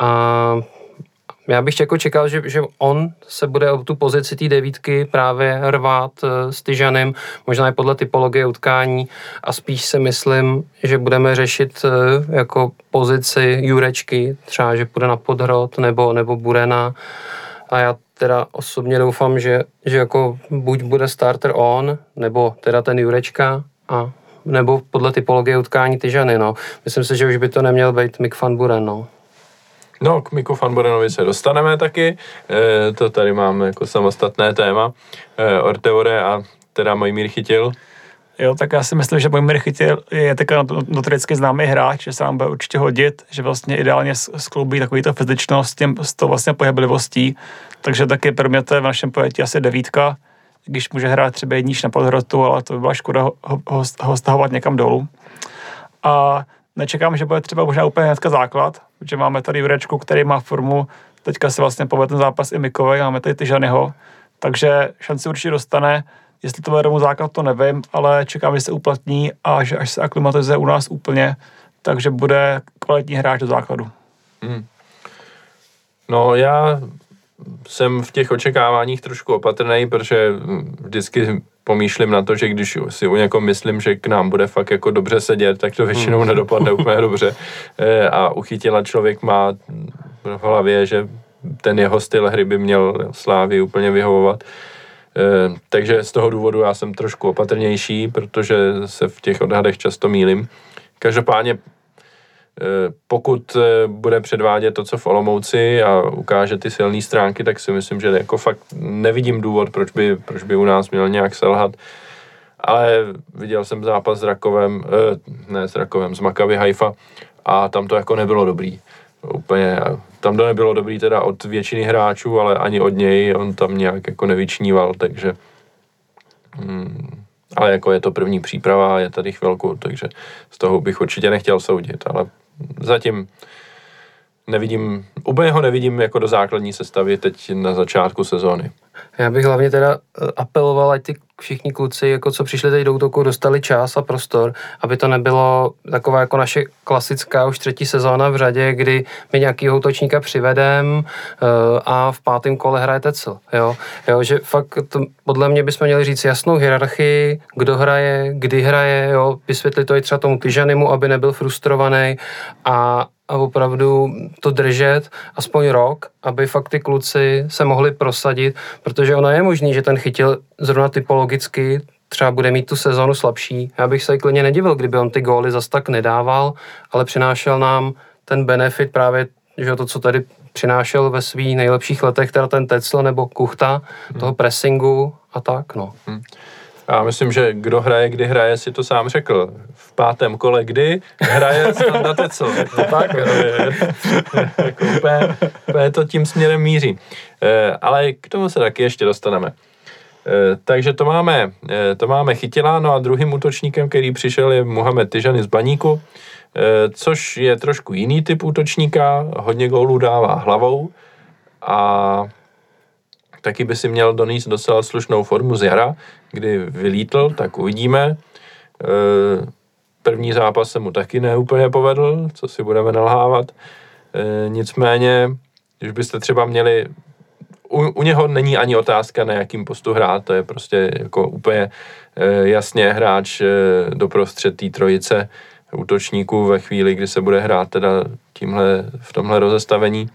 a já bych jako čekal, že, že on se bude o tu pozici té devítky právě rvát s Tyžanem, možná i podle typologie utkání a spíš si myslím, že budeme řešit jako pozici Jurečky, třeba, že půjde na Podhrot nebo, nebo Burena a já teda osobně doufám, že, že jako buď bude starter on, nebo teda ten Jurečka a nebo podle typologie utkání Tyžany, no. Myslím si, že už by to neměl být Mick van Buren, no. No, k Miku van Burenovi se dostaneme taky, e, to tady máme jako samostatné téma, e, Orteore a teda Mojmír Chytil. Jo, tak já si myslím, že Mojmír Chytil je takový notoricky známý hráč, že se nám bude určitě hodit, že vlastně ideálně skloubí takovýto fyzičnost s, tím, s tou vlastně pohyblivostí, takže taky pro mě to je v našem pojetí asi devítka, když může hrát třeba jedníž na Podhrotu, ale to by byla škoda ho, ho, ho stahovat někam dolů. A Nečekám, že bude třeba možná úplně hnedka základ, protože máme tady Jurečku, který má formu, teďka se vlastně povedl ten zápas i Mikovi, máme tady Tyžanyho, takže šanci určitě dostane. Jestli to bude rovnou základ, to nevím, ale čekám, že se uplatní a že až se aklimatizuje u nás úplně, takže bude kvalitní hráč do základu. Hmm. No já jsem v těch očekáváních trošku opatrný, protože vždycky pomýšlím na to, že když si u někom myslím, že k nám bude fakt jako dobře sedět, tak to většinou nedopadne úplně dobře. A u Chytila člověk má v hlavě, že ten jeho styl hry by měl Slávii úplně vyhovovat. Takže z toho důvodu já jsem trošku opatrnější, protože se v těch odhadech často mýlím. Každopádně pokud bude předvádět to, co v Olomouci a ukáže ty silné stránky, tak si myslím, že jako fakt nevidím důvod, proč by, proč by u nás měl nějak selhat. Ale viděl jsem zápas s Rakovem, ne s Rakovem, s Maccabi Haifa a tam to jako nebylo dobrý. Úplně, tam to nebylo dobrý teda od většiny hráčů, ale ani od něj, on tam nějak jako nevyčníval, takže hmm, ale jako je to první příprava, je tady chvilku, takže z toho bych určitě nechtěl soudit, ale zatím nevidím, úplně ho nevidím jako do základní sestavy teď na začátku sezóny. Já bych hlavně teda apeloval, ať ty všichni kluci, jako co přišli teď do útoku, dostali čas a prostor, aby to nebylo taková jako naše klasická už třetí sezóna v řadě, kdy my nějakýho útočníka přivedem uh, a v pátém kole hraje Tecl. Jo? Jo, že fakt to, podle mě bychom měli říct jasnou hierarchii, kdo hraje, kdy hraje, jo? Vysvětlit to i třeba tomu Tyžanymu, aby nebyl frustrovaný a a opravdu to držet aspoň rok, aby fakt ty kluci se mohli prosadit, protože ono je možný, že ten Chytil zrovna typologicky třeba bude mít tu sezonu slabší. Já bych se i klidně nedivil, kdyby on ty góly zas tak nedával, ale přinášel nám ten benefit právě, že to, co tady přinášel ve svých nejlepších letech, teda ten Tecl nebo Kuchta, hmm. toho pressingu a tak, no. Hmm. Já myslím, že kdo hraje, kdy hraje, si to sám řekl. V pátém kole kdy hraje Standa Tecl. To tak, jako úplně, úplně to tím směrem míří. E, ale k tomu se taky ještě dostaneme. E, takže to máme, e, to máme Chytila, no a druhým útočníkem, který přišel, je Mohamed Tyžany z Baníku, e, což je trošku jiný typ útočníka, hodně gólů dává hlavou a taky by si měl donést docela slušnou formu z jara, kdy vylítl, tak uvidíme. První zápas se mu taky neúplně povedl, co si budeme nalhávat. Nicméně, když byste třeba měli, u, u něho není ani otázka, na jakým postu hrát, to je prostě jako úplně jasně hráč doprostřed té trojice útočníků ve chvíli, kdy se bude hrát teda tímhle, v tomhle rozestavení.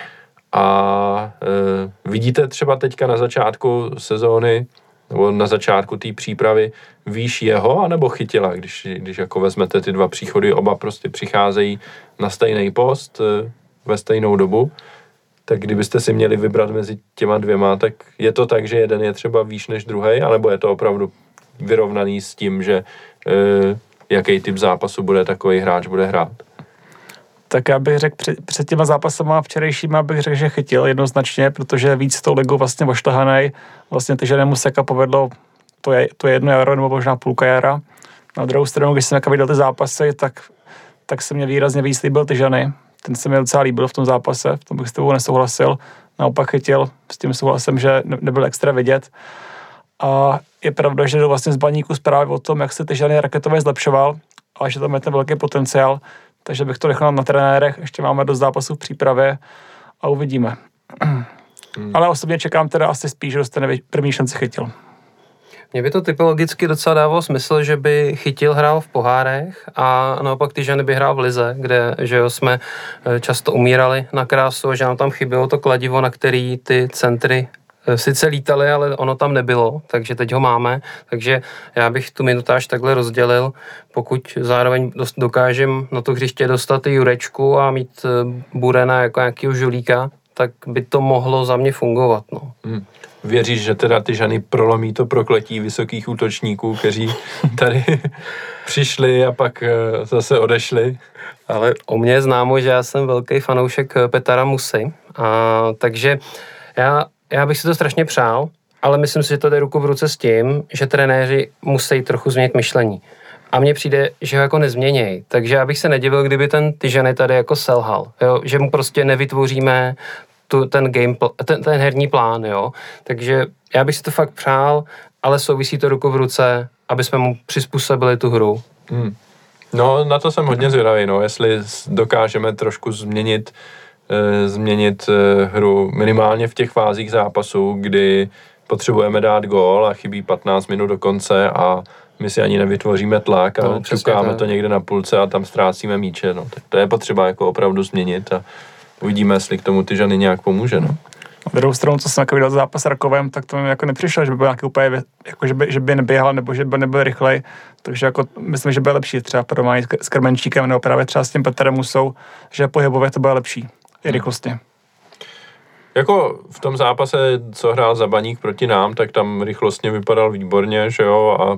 A e, vidíte třeba teďka na začátku sezóny nebo na začátku té přípravy výš jeho anebo Chytila, když, když jako vezmete ty dva příchody, oba prostě přicházejí na stejný post e, ve stejnou dobu, tak kdybyste si měli vybrat mezi těma dvěma, tak je to tak, že jeden je třeba výš než druhej, anebo je to opravdu vyrovnaný s tím, že e, jaký typ zápasu bude takový hráč bude hrát? Tak já bych řekl před, před těma zápasama včerejšíma bych řekl, že Chytil jednoznačně, protože víc tou ligou vlastně oštahanej. Vlastně Tyžanému Seka povedlo to, je, to jedno jaro nebo možná půlka jara. Na druhou stranu, když jsem viděl ty zápasy, tak, tak se mě výrazně víc líbil Tyžany. Ten se mi docela líbil v tom zápase, v tom bych s tebou nesouhlasil. Naopak Chytil, s tím souhlasím, že nebyl extra vidět. A je pravda, že vlastně z Baníku zprávy o tom, jak se Tyžany raketově zlepšoval, ale že tam je ten velký potenciál. Takže bych to nechal na trenérech, ještě máme dost zápasů v přípravě a uvidíme. Hmm. Ale osobně čekám teda asi spíš, že dostane první šanci Chytil. Mně by to typologicky docela dávalo smysl, že by Chytil hrál v pohárech a naopak Tyžany by hrál v lize, kde že jo, jsme často umírali na krásu a že nám tam chybělo to kladivo, na který ty centry sice lítali, ale ono tam nebylo, takže teď ho máme, takže já bych tu minutáž takhle rozdělil, pokud zároveň dokážem na to hřiště dostat i Jurečku a mít Burena jako nějakýho žulíka, tak by to mohlo za mě fungovat. No. Hmm. Věříš, že teda Tyžany prolomí to prokletí vysokých útočníků, kteří tady přišli a pak zase odešli? Ale o mě je známo, že já jsem velký fanoušek Petara Musy, a takže já Já bych si to strašně přál, ale myslím si, že to jde ruku v ruce s tím, že trenéři musí trochu změnit myšlení. a mně přijde, že ho jako nezměněj. Takže já bych se nedivil, kdyby ten Tyžany tady jako selhal, jo? Že mu prostě nevytvoříme tu, ten, game, ten, ten herní plán, jo. Takže já bych si to fakt přál, ale souvisí to ruku v ruce, aby jsme mu přizpůsobili tu hru. Hmm. No, na to jsem hodně zvědavý, no, jestli dokážeme trošku změnit, e, změnit e, hru minimálně v těch fázích zápasu, kdy potřebujeme dát gól a chybí patnáct minut do konce a my si ani nevytvoříme tlak a no, čukáme to někde na půlce a tam ztrácíme míče, no. Tak to je potřeba jako opravdu změnit a uvidíme, jestli k tomu Tyžany nějak pomůže, no. Na druhou stranu, co jsem jako viděl zápas s Rakovem, tak to mi jako nepřišlo, že by byl nějaký úplně, jako že by, že by neběhal nebo že by nebyl rychlej, takže jako myslím, že by lepší třeba porovnání s Krmenčíkem nebo právě třeba s tím Petrem Musou, že pohybově to bylo lepší i rychlostně. Jako v tom zápase, co hrál Zabaník proti nám, tak tam rychlostně vypadal výborně, že jo, a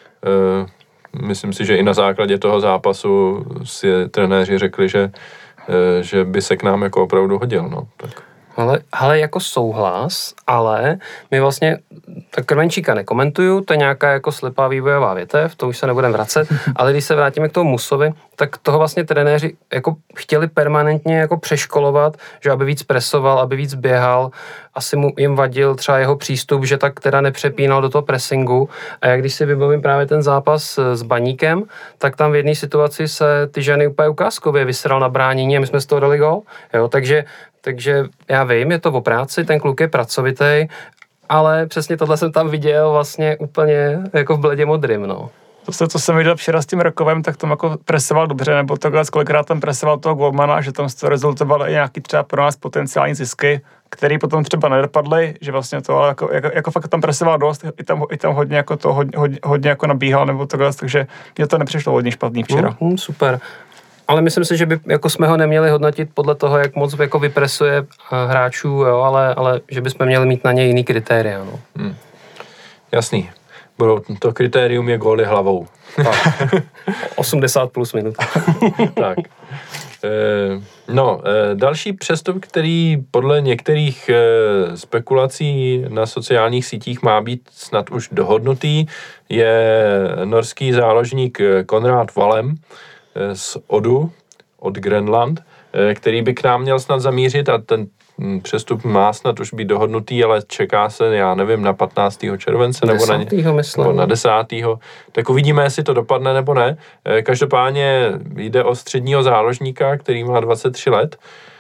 e, myslím si, že i na základě toho zápasu si trenéři řekli, že, e, že by se k nám jako opravdu hodil, no, tak. Ale, ale jako souhlas, ale my vlastně tak Krmenčíka nekomentuju, to je nějaká jako slepá vývojová větev, to už se nebudeme vracet, ale když se vrátíme k tomu Musovi, tak toho vlastně trenéři jako chtěli permanentně jako přeškolovat, že aby víc presoval, aby víc běhal, asi mu jim vadil třeba jeho přístup, že tak teda nepřepínal do toho pressingu a jak když si vybavím právě ten zápas s Baníkem, tak tam v jedné situaci se Tyžany úplně ukázkově vysral na bránění a my jsme z toho dali gól, jo, takže Takže já vím, je to o práci, ten kluk je pracovitý, ale přesně tohle jsem tam viděl vlastně úplně jako v bledě modrým, no. To, se, co jsem viděl včera s tím Rakovem, tak tam jako presoval dobře, nebo takhle kolikrát tam presoval toho golmana, že tam z toho rezultoval i nějaký třeba pro nás potenciální zisky, který potom třeba nedopadly, že vlastně to, ale jako, jako, jako fakt tam presoval dost, i tam, i tam hodně jako to, hodně, hodně, hodně jako nabíhal, nebo takhle, takže mně to nepřišlo hodně špatný včera. Mm, mm, super. Ale myslím si, že by jako jsme ho neměli hodnotit podle toho, jak moc jako vypresuje hráčů, jo, ale, ale že bychom měli mít na něj jiný kritéria. No. Hmm. Jasný. Budou, to kritérium je góly hlavou. Tak. osmdesát plus minut. Tak. E, no, e, další přestup, který podle některých e, spekulací na sociálních sítích má být snad už dohodnutý, je norský záložník Konrad Valem z Odu, od Grenland, který by k nám měl snad zamířit a ten přestup má snad už být dohodnutý, ale čeká se, já nevím, na patnáctého července nebo na, nebo na desátého Tak uvidíme, jestli to dopadne nebo ne. Každopádně jde o středního záložníka, který má dvacet tři let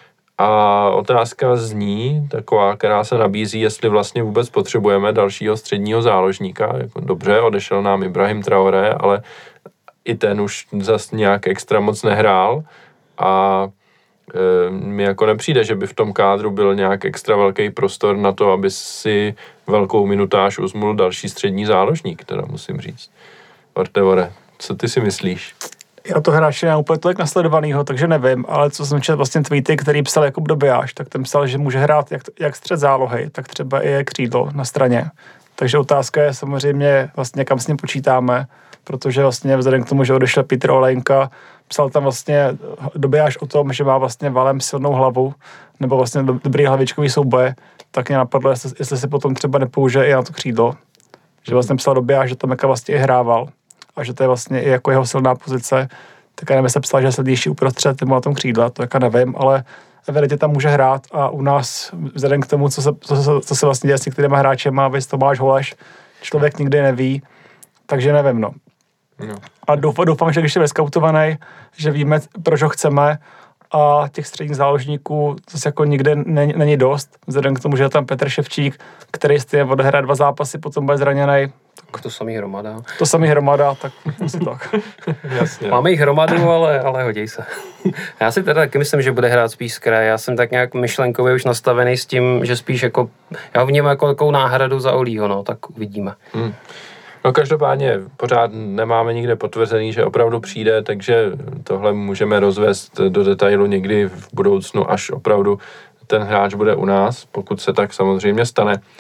a otázka zní, taková, která se nabízí, jestli vlastně vůbec potřebujeme dalšího středního záložníka. Jako dobře, odešel nám Ibrahim Traoré, ale i ten už zas nějak extra moc nehrál a e, mi jako nepřijde, že by v tom kádru byl nějak extra velký prostor na to, aby si velkou minutáž uzmul další střední záložník, teda musím říct. Ortevore, co ty si myslíš? Já to hráče nemám úplně tolik nasledovanýho, takže nevím, ale co jsem četl vlastně tweety, který psal Jakub Dobijáš, tak ten psal, že může hrát jak, jak střed zálohy, tak třeba i křídlo na straně. Takže otázka je samozřejmě vlastně, kam s ním počítáme, protože vlastně vzhledem k tomu, že odešel Petr Olejnka, psal tam vlastně Dobijáš o tom, že má vlastně Valem silnou hlavu, nebo vlastně dobrý hlavičkový souboje, tak mě napadlo, jestli, jestli se potom třeba nepoužije i na to křídlo. Že vlastně psal Dobijáš, že tam jako vlastně i hrával a že to je vlastně i jako jeho silná pozice, tak já nevím, se psal, že je silnější uprostřed nebo na tom křídle, to jako nevím, ale evidentně tam může hrát a u nás vzhledem k tomu, co se, co se, co se vlastně děje s některýma hráčema, vys Tomáš Holeš, člověk nikdy neví, takže nevím, no. No. A doufám, doufám, že když je vyskautovaný, že víme, proč ho chceme a těch středních záložníků zase jako nikde není, není dost, vzhledem k tomu, že je tam Petr Ševčík, který stejně odehraje dva zápasy, potom bude zraněný. To samý hromada. To samý hromada, tak asi tak. Jasně. Máme jich hromadu, ale, ale hodí se. Já si teda taky myslím, že bude hrát spíš z kraje. Já jsem tak nějak myšlenkově už nastavený s tím, že spíš jako, já ho vnímám jako takovou náhradu za Olího, no, tak uvidíme. Hmm. No každopádně pořád nemáme nikde potvrzený, že opravdu přijde, takže tohle můžeme rozvést do detailu někdy v budoucnu, až opravdu ten hráč bude u nás, pokud se tak samozřejmě stane.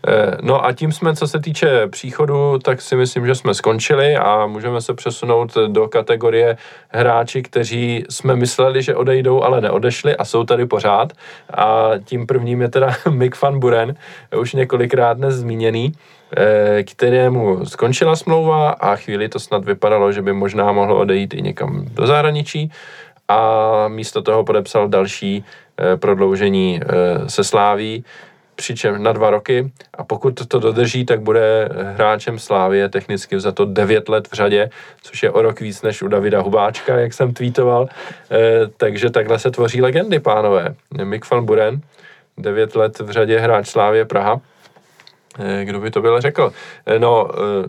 No a tím jsme, co se týče příchodu, tak si myslím, že jsme skončili a můžeme se přesunout do kategorie hráči, kteří jsme mysleli, že odejdou, ale neodešli a jsou tady pořád. A tím prvním je teda Mick van Buren, už několikrát dnes zmíněný, kterému skončila smlouva a chvíli to snad vypadalo, že by možná mohlo odejít i někam do zahraničí a místo toho podepsal další prodloužení se Sláví, přičem na dva roky a pokud to dodrží, tak bude hráčem Slávie technicky vzato devět let v řadě, což je o rok víc než u Davida Hubáčka, jak jsem tweetoval, takže takhle se tvoří legendy, pánové. Mick van Buren, devět let v řadě hráč Slávie Praha. Kdo by to byl řekl? No,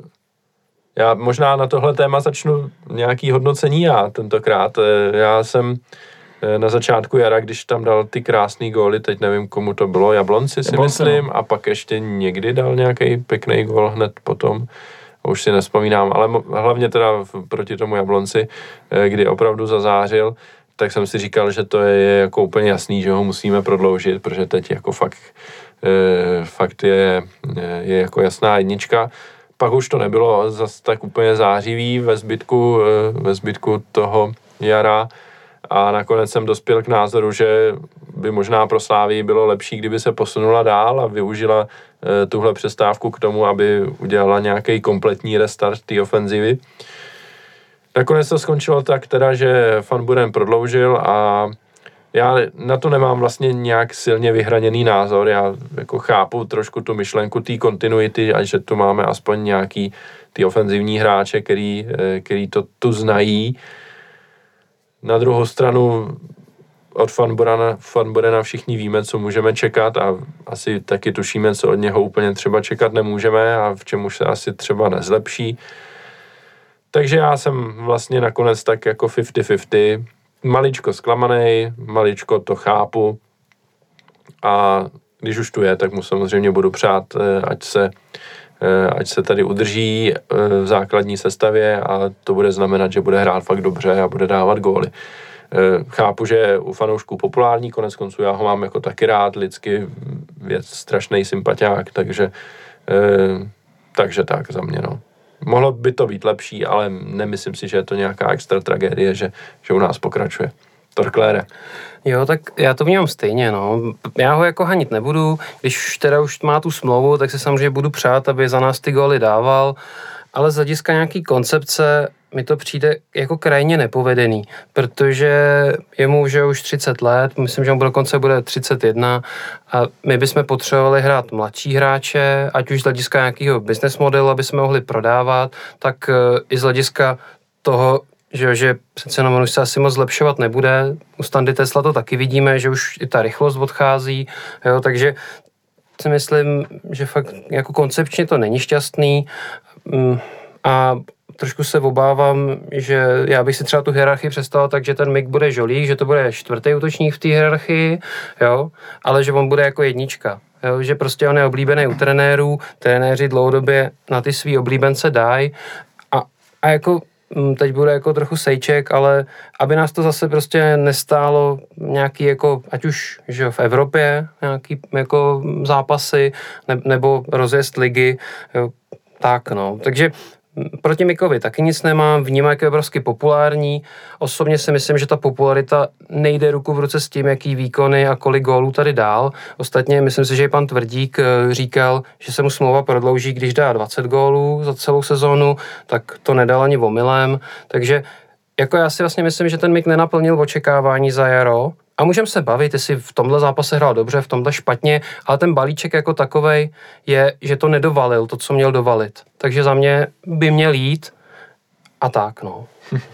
já možná na tohle téma začnu nějaký hodnocení já tentokrát. Já jsem na začátku jara, když tam dal ty krásný góly, teď nevím, komu to bylo, Jablonci si Jablonci, myslím, no. A pak ještě někdy dal nějaký pěkný gól hned potom, už si nespomínám, ale hlavně teda proti tomu Jablonci, kdy opravdu zazářil, tak jsem si říkal, že to je jako úplně jasný, že ho musíme prodloužit, protože teď jako fakt, fakt je, je jako jasná jednička. Pak už to nebylo zase tak úplně zářivý ve zbytku, ve zbytku toho jara a nakonec jsem dospěl k názoru, že by možná pro Slávii bylo lepší, kdyby se posunula dál a využila tuhle přestávku k tomu, aby udělala nějaký kompletní restart té ofenzivy. Nakonec to skončilo tak teda, že Van Buren prodloužil a já na to nemám vlastně nějak silně vyhraněný názor. Já jako chápu trošku tu myšlenku té kontinuity a že tu máme aspoň nějaký ty ofenzivní hráče, který, který to tu znají. Na druhou stranu od Van Burena, Van Burena všichni víme, co můžeme čekat a asi taky tušíme, co od něho úplně třeba čekat nemůžeme a v čem už se asi třeba nezlepší. Takže já jsem vlastně nakonec tak jako padesát na padesát, maličko zklamanej, maličko to chápu a když už tu je, tak mu samozřejmě budu přát, ať se, ať se tady udrží v základní sestavě a to bude znamenat, že bude hrát fakt dobře a bude dávat góly. Chápu, že je u fanoušků populární, konec konců já ho mám jako taky rád, lidsky věc strašnej sympatiák, takže, takže tak za mě, no. Mohlo by to být lepší, ale nemyslím si, že je to nějaká extra tragédie, že, že u nás pokračuje. Torklére. Jo, tak já to vnímám stejně, no. Já ho jako hanit nebudu, když teda už má tu smlouvu, tak si samozřejmě budu přát, aby za nás ty góly dával, ale z hlediska nějaký koncepce mi to přijde jako krajně nepovedený, protože je mu už, už třicet let, myslím, že mu dokonce bude třicet jedna a my bychom potřebovali hrát mladší hráče, ať už z hlediska nějakého business modelu, aby jsme mohli prodávat, tak i z hlediska toho, že, že přece jenom už se asi moc zlepšovat nebude. U Standy Tesla to taky vidíme, že už i ta rychlost odchází, jo, takže si myslím, že fakt jako koncepčně to není šťastný a trošku se obávám, že já bych si třeba tu hierarchii představil tak, že ten Mick bude žolík, že to bude čtvrtý útočník v té hierarchii, jo, ale že on bude jako jednička. Jo, že prostě on je oblíbený u trenérů, trenéři dlouhodobě na ty svý oblíbence dají a, a jako teď bude jako trochu sejček, ale aby nás to zase prostě nestálo nějaký jako, ať už že v Evropě nějaký jako zápasy ne, nebo rozjezd ligy, jo, tak no, takže proti Mickovi taky nic nemám, vnímám, jak je obrovsky populární. Osobně si myslím, že ta popularita nejde ruku v ruce s tím, jaký výkony a kolik gólů tady dál. Ostatně myslím si, že i pan Tvrdík říkal, že se mu smlouva prodlouží, když dá dvacet gólů za celou sezónu, tak to nedal ani omylem. Takže jako já si vlastně myslím, že ten Mick nenaplnil očekávání za jaro. A můžeme se bavit, jestli v tomhle zápase hrál dobře, v tomhle špatně, ale ten balíček jako takovej je, že to nedovalil, to, co měl dovalit. Takže za mě by měl jít a tak, no.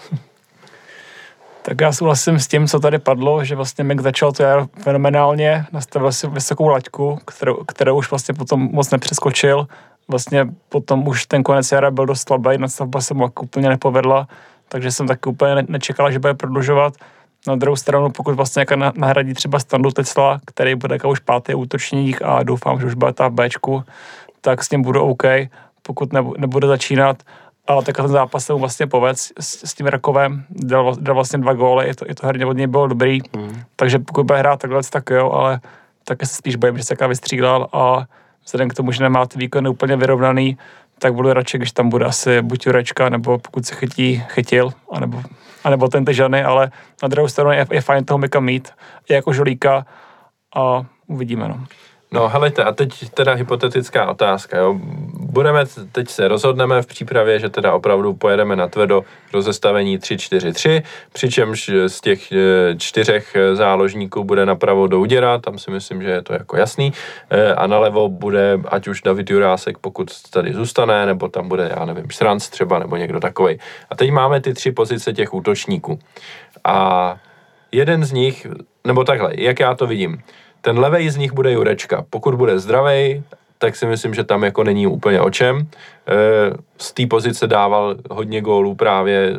Tak já souhlasím s tím, co tady padlo, že vlastně Mick začal to jaro fenomenálně, nastavil si vysokou laťku, kterou, kterou už vlastně potom moc nepřeskočil. Vlastně potom už ten konec jara byl dost slabý, nastavba se mu úplně nepovedla, takže jsem taky úplně nečekala, že bude prodlužovat. Na druhou stranu, pokud vlastně nahradí třeba Standu Tesla, který bude jako už pátý útočník a doufám, že už bude ta v Bčku, tak s ním budu OK, pokud nebude začínat. Ale tak ten zápas se mu vlastně povedl s, s tím Rakovem, dal, dal vlastně dva góly, je to, je to herně od něj bylo dobrý, mm. takže pokud bude hrát takhle, tak jo, ale taky se spíš bojím, že se jaká vystřídal a vzhledem k tomu, že nemá ty výkony úplně vyrovnaný, tak budu radši, když tam bude asi buď Jurečka, nebo pokud se chytí, chytil, anebo, anebo ten Težany, ale na druhou stranu je, je fajn toho Mika mít, je jako Žolíka a uvidíme, no. No helejte, a teď teda hypotetická otázka, jo. Budeme, teď se rozhodneme v přípravě, že teda opravdu pojedeme na tvrdo rozestavení tři čtyři tři, přičemž z těch čtyřech záložníků bude napravo Douděra, tam si myslím, že je to jako jasný, a nalevo bude ať už David Jurásek, pokud tady zůstane, nebo tam bude, já nevím, Šranc třeba, nebo někdo takovej. A teď máme ty tři pozice těch útočníků. A jeden z nich, nebo takhle, jak já to vidím, ten levej z nich bude Jurečka. Pokud bude zdravej, tak si myslím, že tam jako není úplně o čem. Z té pozice dával hodně gólů právě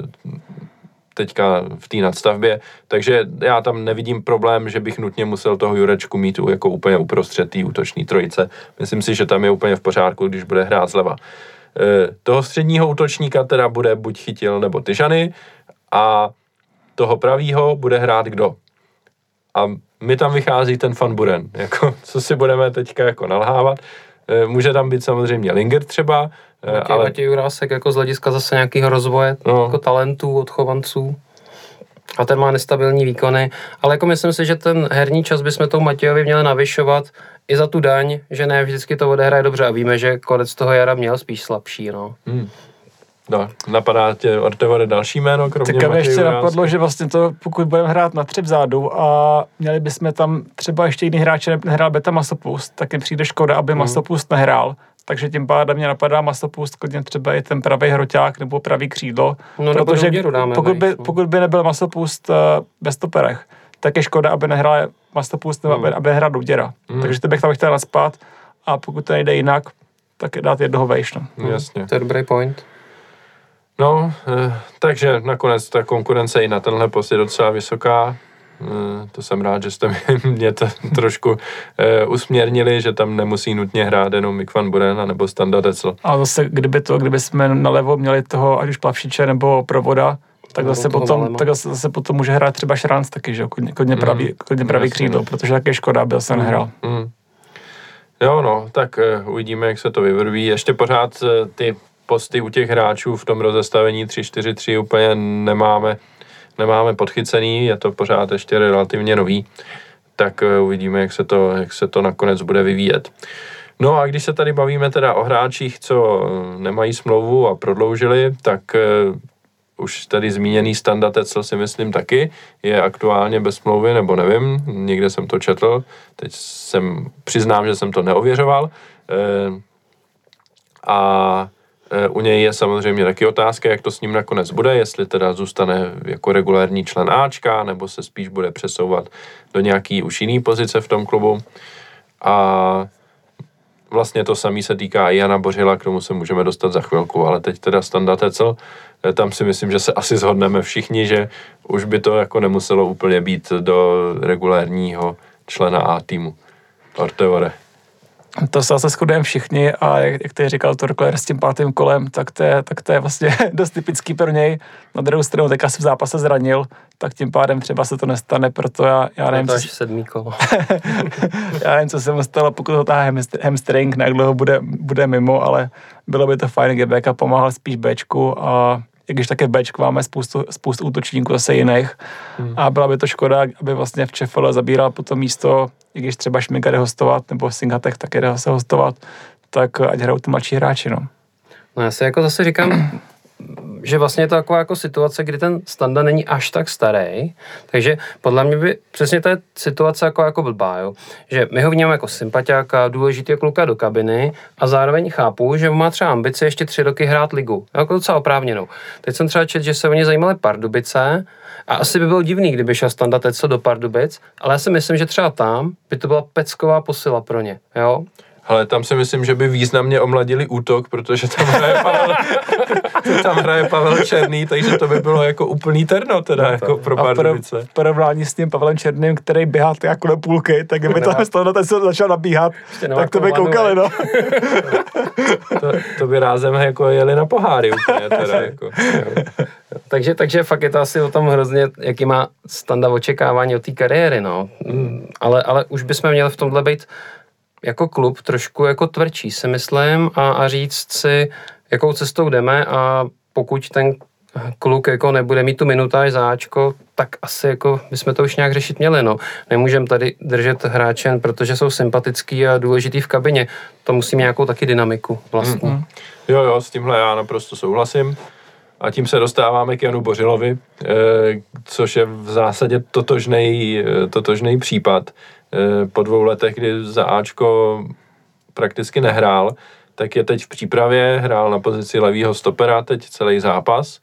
teďka v té nadstavbě, takže já tam nevidím problém, že bych nutně musel toho Jurečku mít jako úplně uprostřed té útočné trojice. Myslím si, že tam je úplně v pořádku, když bude hrát zleva. Toho středního útočníka teda bude buď Chytil nebo Tyžany a toho pravýho bude hrát kdo? A mi tam vychází ten Van Buren, jako, co si budeme teďka jako nalhávat. E, může tam být samozřejmě Linger třeba, e, Matěj, ale... Matěj Jurásek jako z hlediska zase nějakého rozvoje, no. Jako talentů, odchovanců. A ten má nestabilní výkony, ale jako myslím si, že ten herní čas bychom tou Matějovi měli navyšovat i za tu daň, že ne vždycky to odehraje dobře a víme, že konec toho jara měl spíš slabší, no. Hmm. No, napadá tě Ortevore další jméno, kromě Matěje Matěje ještě Jurásky? napadlo, že vlastně to, pokud budeme hrát na tři vzadu a měli bychom tam třeba ještě jiný hráče, nehrál Beta Masopust, tak mi přijde škoda, aby hmm. Masopust nehrál. Takže tím pádem mě napadá Masopust, klidně třeba i ten pravý hroťák nebo pravý křídlo. No, protože dáme, pokud, by, no. pokud by nebyl Masopust uh, bez stoperech, tak je škoda, aby nehrál Masopust nebo hmm. aby, aby nehrál Douděra. Hmm. Takže to bych tam chtěl naspat a pokud to nejde jinak, tak dát jednoho vejš. No. Hmm. Jasně. To je dobrý point. No, eh, takže nakonec ta konkurence i na tenhle post je docela vysoká. Eh, to jsem rád, že jste mě to trošku eh, usměrnili, že tam nemusí nutně hrát jenom Mick van Buren nebo Standa Tecl. A zase, kdyby to, kdyby jsme nalevo měli toho, ať už Plavšiče nebo Provoda, tak zase potom, tak zase, zase potom může hrát třeba Šranc taky, že jo, kodně, kodně pravý, mm, kodně pravý křídlo, no. Protože taky škoda, aby se nehrál. Mm. Jo, no, tak uh, uvidíme, jak se to vyvrví. Ještě pořád uh, ty posty u těch hráčů v tom rozestavení tři čtyři tři úplně nemáme, nemáme podchycený, je to pořád ještě relativně nový, tak uh, uvidíme, jak se, to, jak se to nakonec bude vyvíjet. No a když se tady bavíme teda o hráčích, co nemají smlouvu a prodloužili, tak uh, už tady zmíněný Standa Tecl si myslím taky je aktuálně bez smlouvy, nebo nevím, někde jsem to četl, teď jsem přiznám, že jsem to neověřoval. Uh, a u něj je samozřejmě taky otázka, jak to s ním nakonec bude, jestli teda zůstane jako regulární člen Ačka, nebo se spíš bude přesouvat do nějaký už jiný pozice v tom klubu. A vlastně to samé se týká i Jana Bořila, k tomu se můžeme dostat za chvilku, ale teď teda Standa Tecl, tam si myslím, že se asi shodneme všichni, že už by to jako nemuselo úplně být do regulárního člena A týmu. Ortevore. To se zase shodujeme všichni a jak, jak tady říkal Torkler s tím pátým kolem, tak to je, tak to je vlastně dost typický pro něj. Na druhou stranu teďka se v zápase zranil, tak tím pádem třeba se to nestane, proto já, já nevím, to co, sedmý kolo. já nevím, co se mu stalo, pokud ho táhne hamstring, na jak dlouho bude, bude mimo, ale bylo by to fajn, kdyby Beka pomáhal spíš Bčku a i když také v Bčku máme spoustu, spoustu útočníků zase jiných hmm. a byla by to škoda, aby vlastně v ČFL zabíral potom místo, i když třeba Šmiga jde hostovat, nebo Singatek taky jde se hostovat, tak ať hrajou ty mladší hráči, no. No já si jako zase říkám, že vlastně je to taková jako situace, kdy ten Standa není až tak starý, takže podle mě by přesně ta situace jako, jako blbá, jo? Že my ho vnímáme jako sympatiáka, důležitý kluka do kabiny a zároveň chápu, že má třeba ambice ještě tři roky hrát ligu, jako docela oprávněnou. Teď jsem třeba četl, že se o ně zajímaly Pardubice a asi by bylo divný, kdyby šel Standa Tecl do Pardubic, ale já si myslím, že třeba tam by to byla pecková posila pro ně, jo? Ale tam si myslím, že by významně omladili útok, protože tam hraje Pavel, tam hraje Pavel Černý, takže to by bylo jako úplný terno teda, no, jako pro Pardubice. V porovnání s tím Pavlem Černým, který běhá jako do půlky, tak kdyby tam Standa Tecl začal nabíhat, tak to by koukali, no. to, to by rázem jako jeli na poháry úplně teda, jako. takže, takže fakt je to asi o tom hrozně, jaký má Standa očekávání od té kariéry, no. Mm. Ale, ale už bychom měli v tomhle být jako klub trošku jako tvrdší, si myslím, a, a říct si, jakou cestou jdeme, a pokud ten kluk jako nebude mít tu minutáž za Ačko, tak asi jako bychom to už nějak řešit měli, no. Nemůžeme tady držet hráče jen protože jsou sympatický a důležitý v kabině. To musí mít nějakou taky dynamiku vlastně. Mm-hmm. Jo, jo, s tímhle já naprosto souhlasím. A tím se dostáváme k Janu Bořilovi, eh, což je v zásadě totožnej, totožnej případ. Eh, po dvou letech, kdy za Ačko prakticky nehrál, tak je teď v přípravě, hrál na pozici levýho stopera teď celý zápas.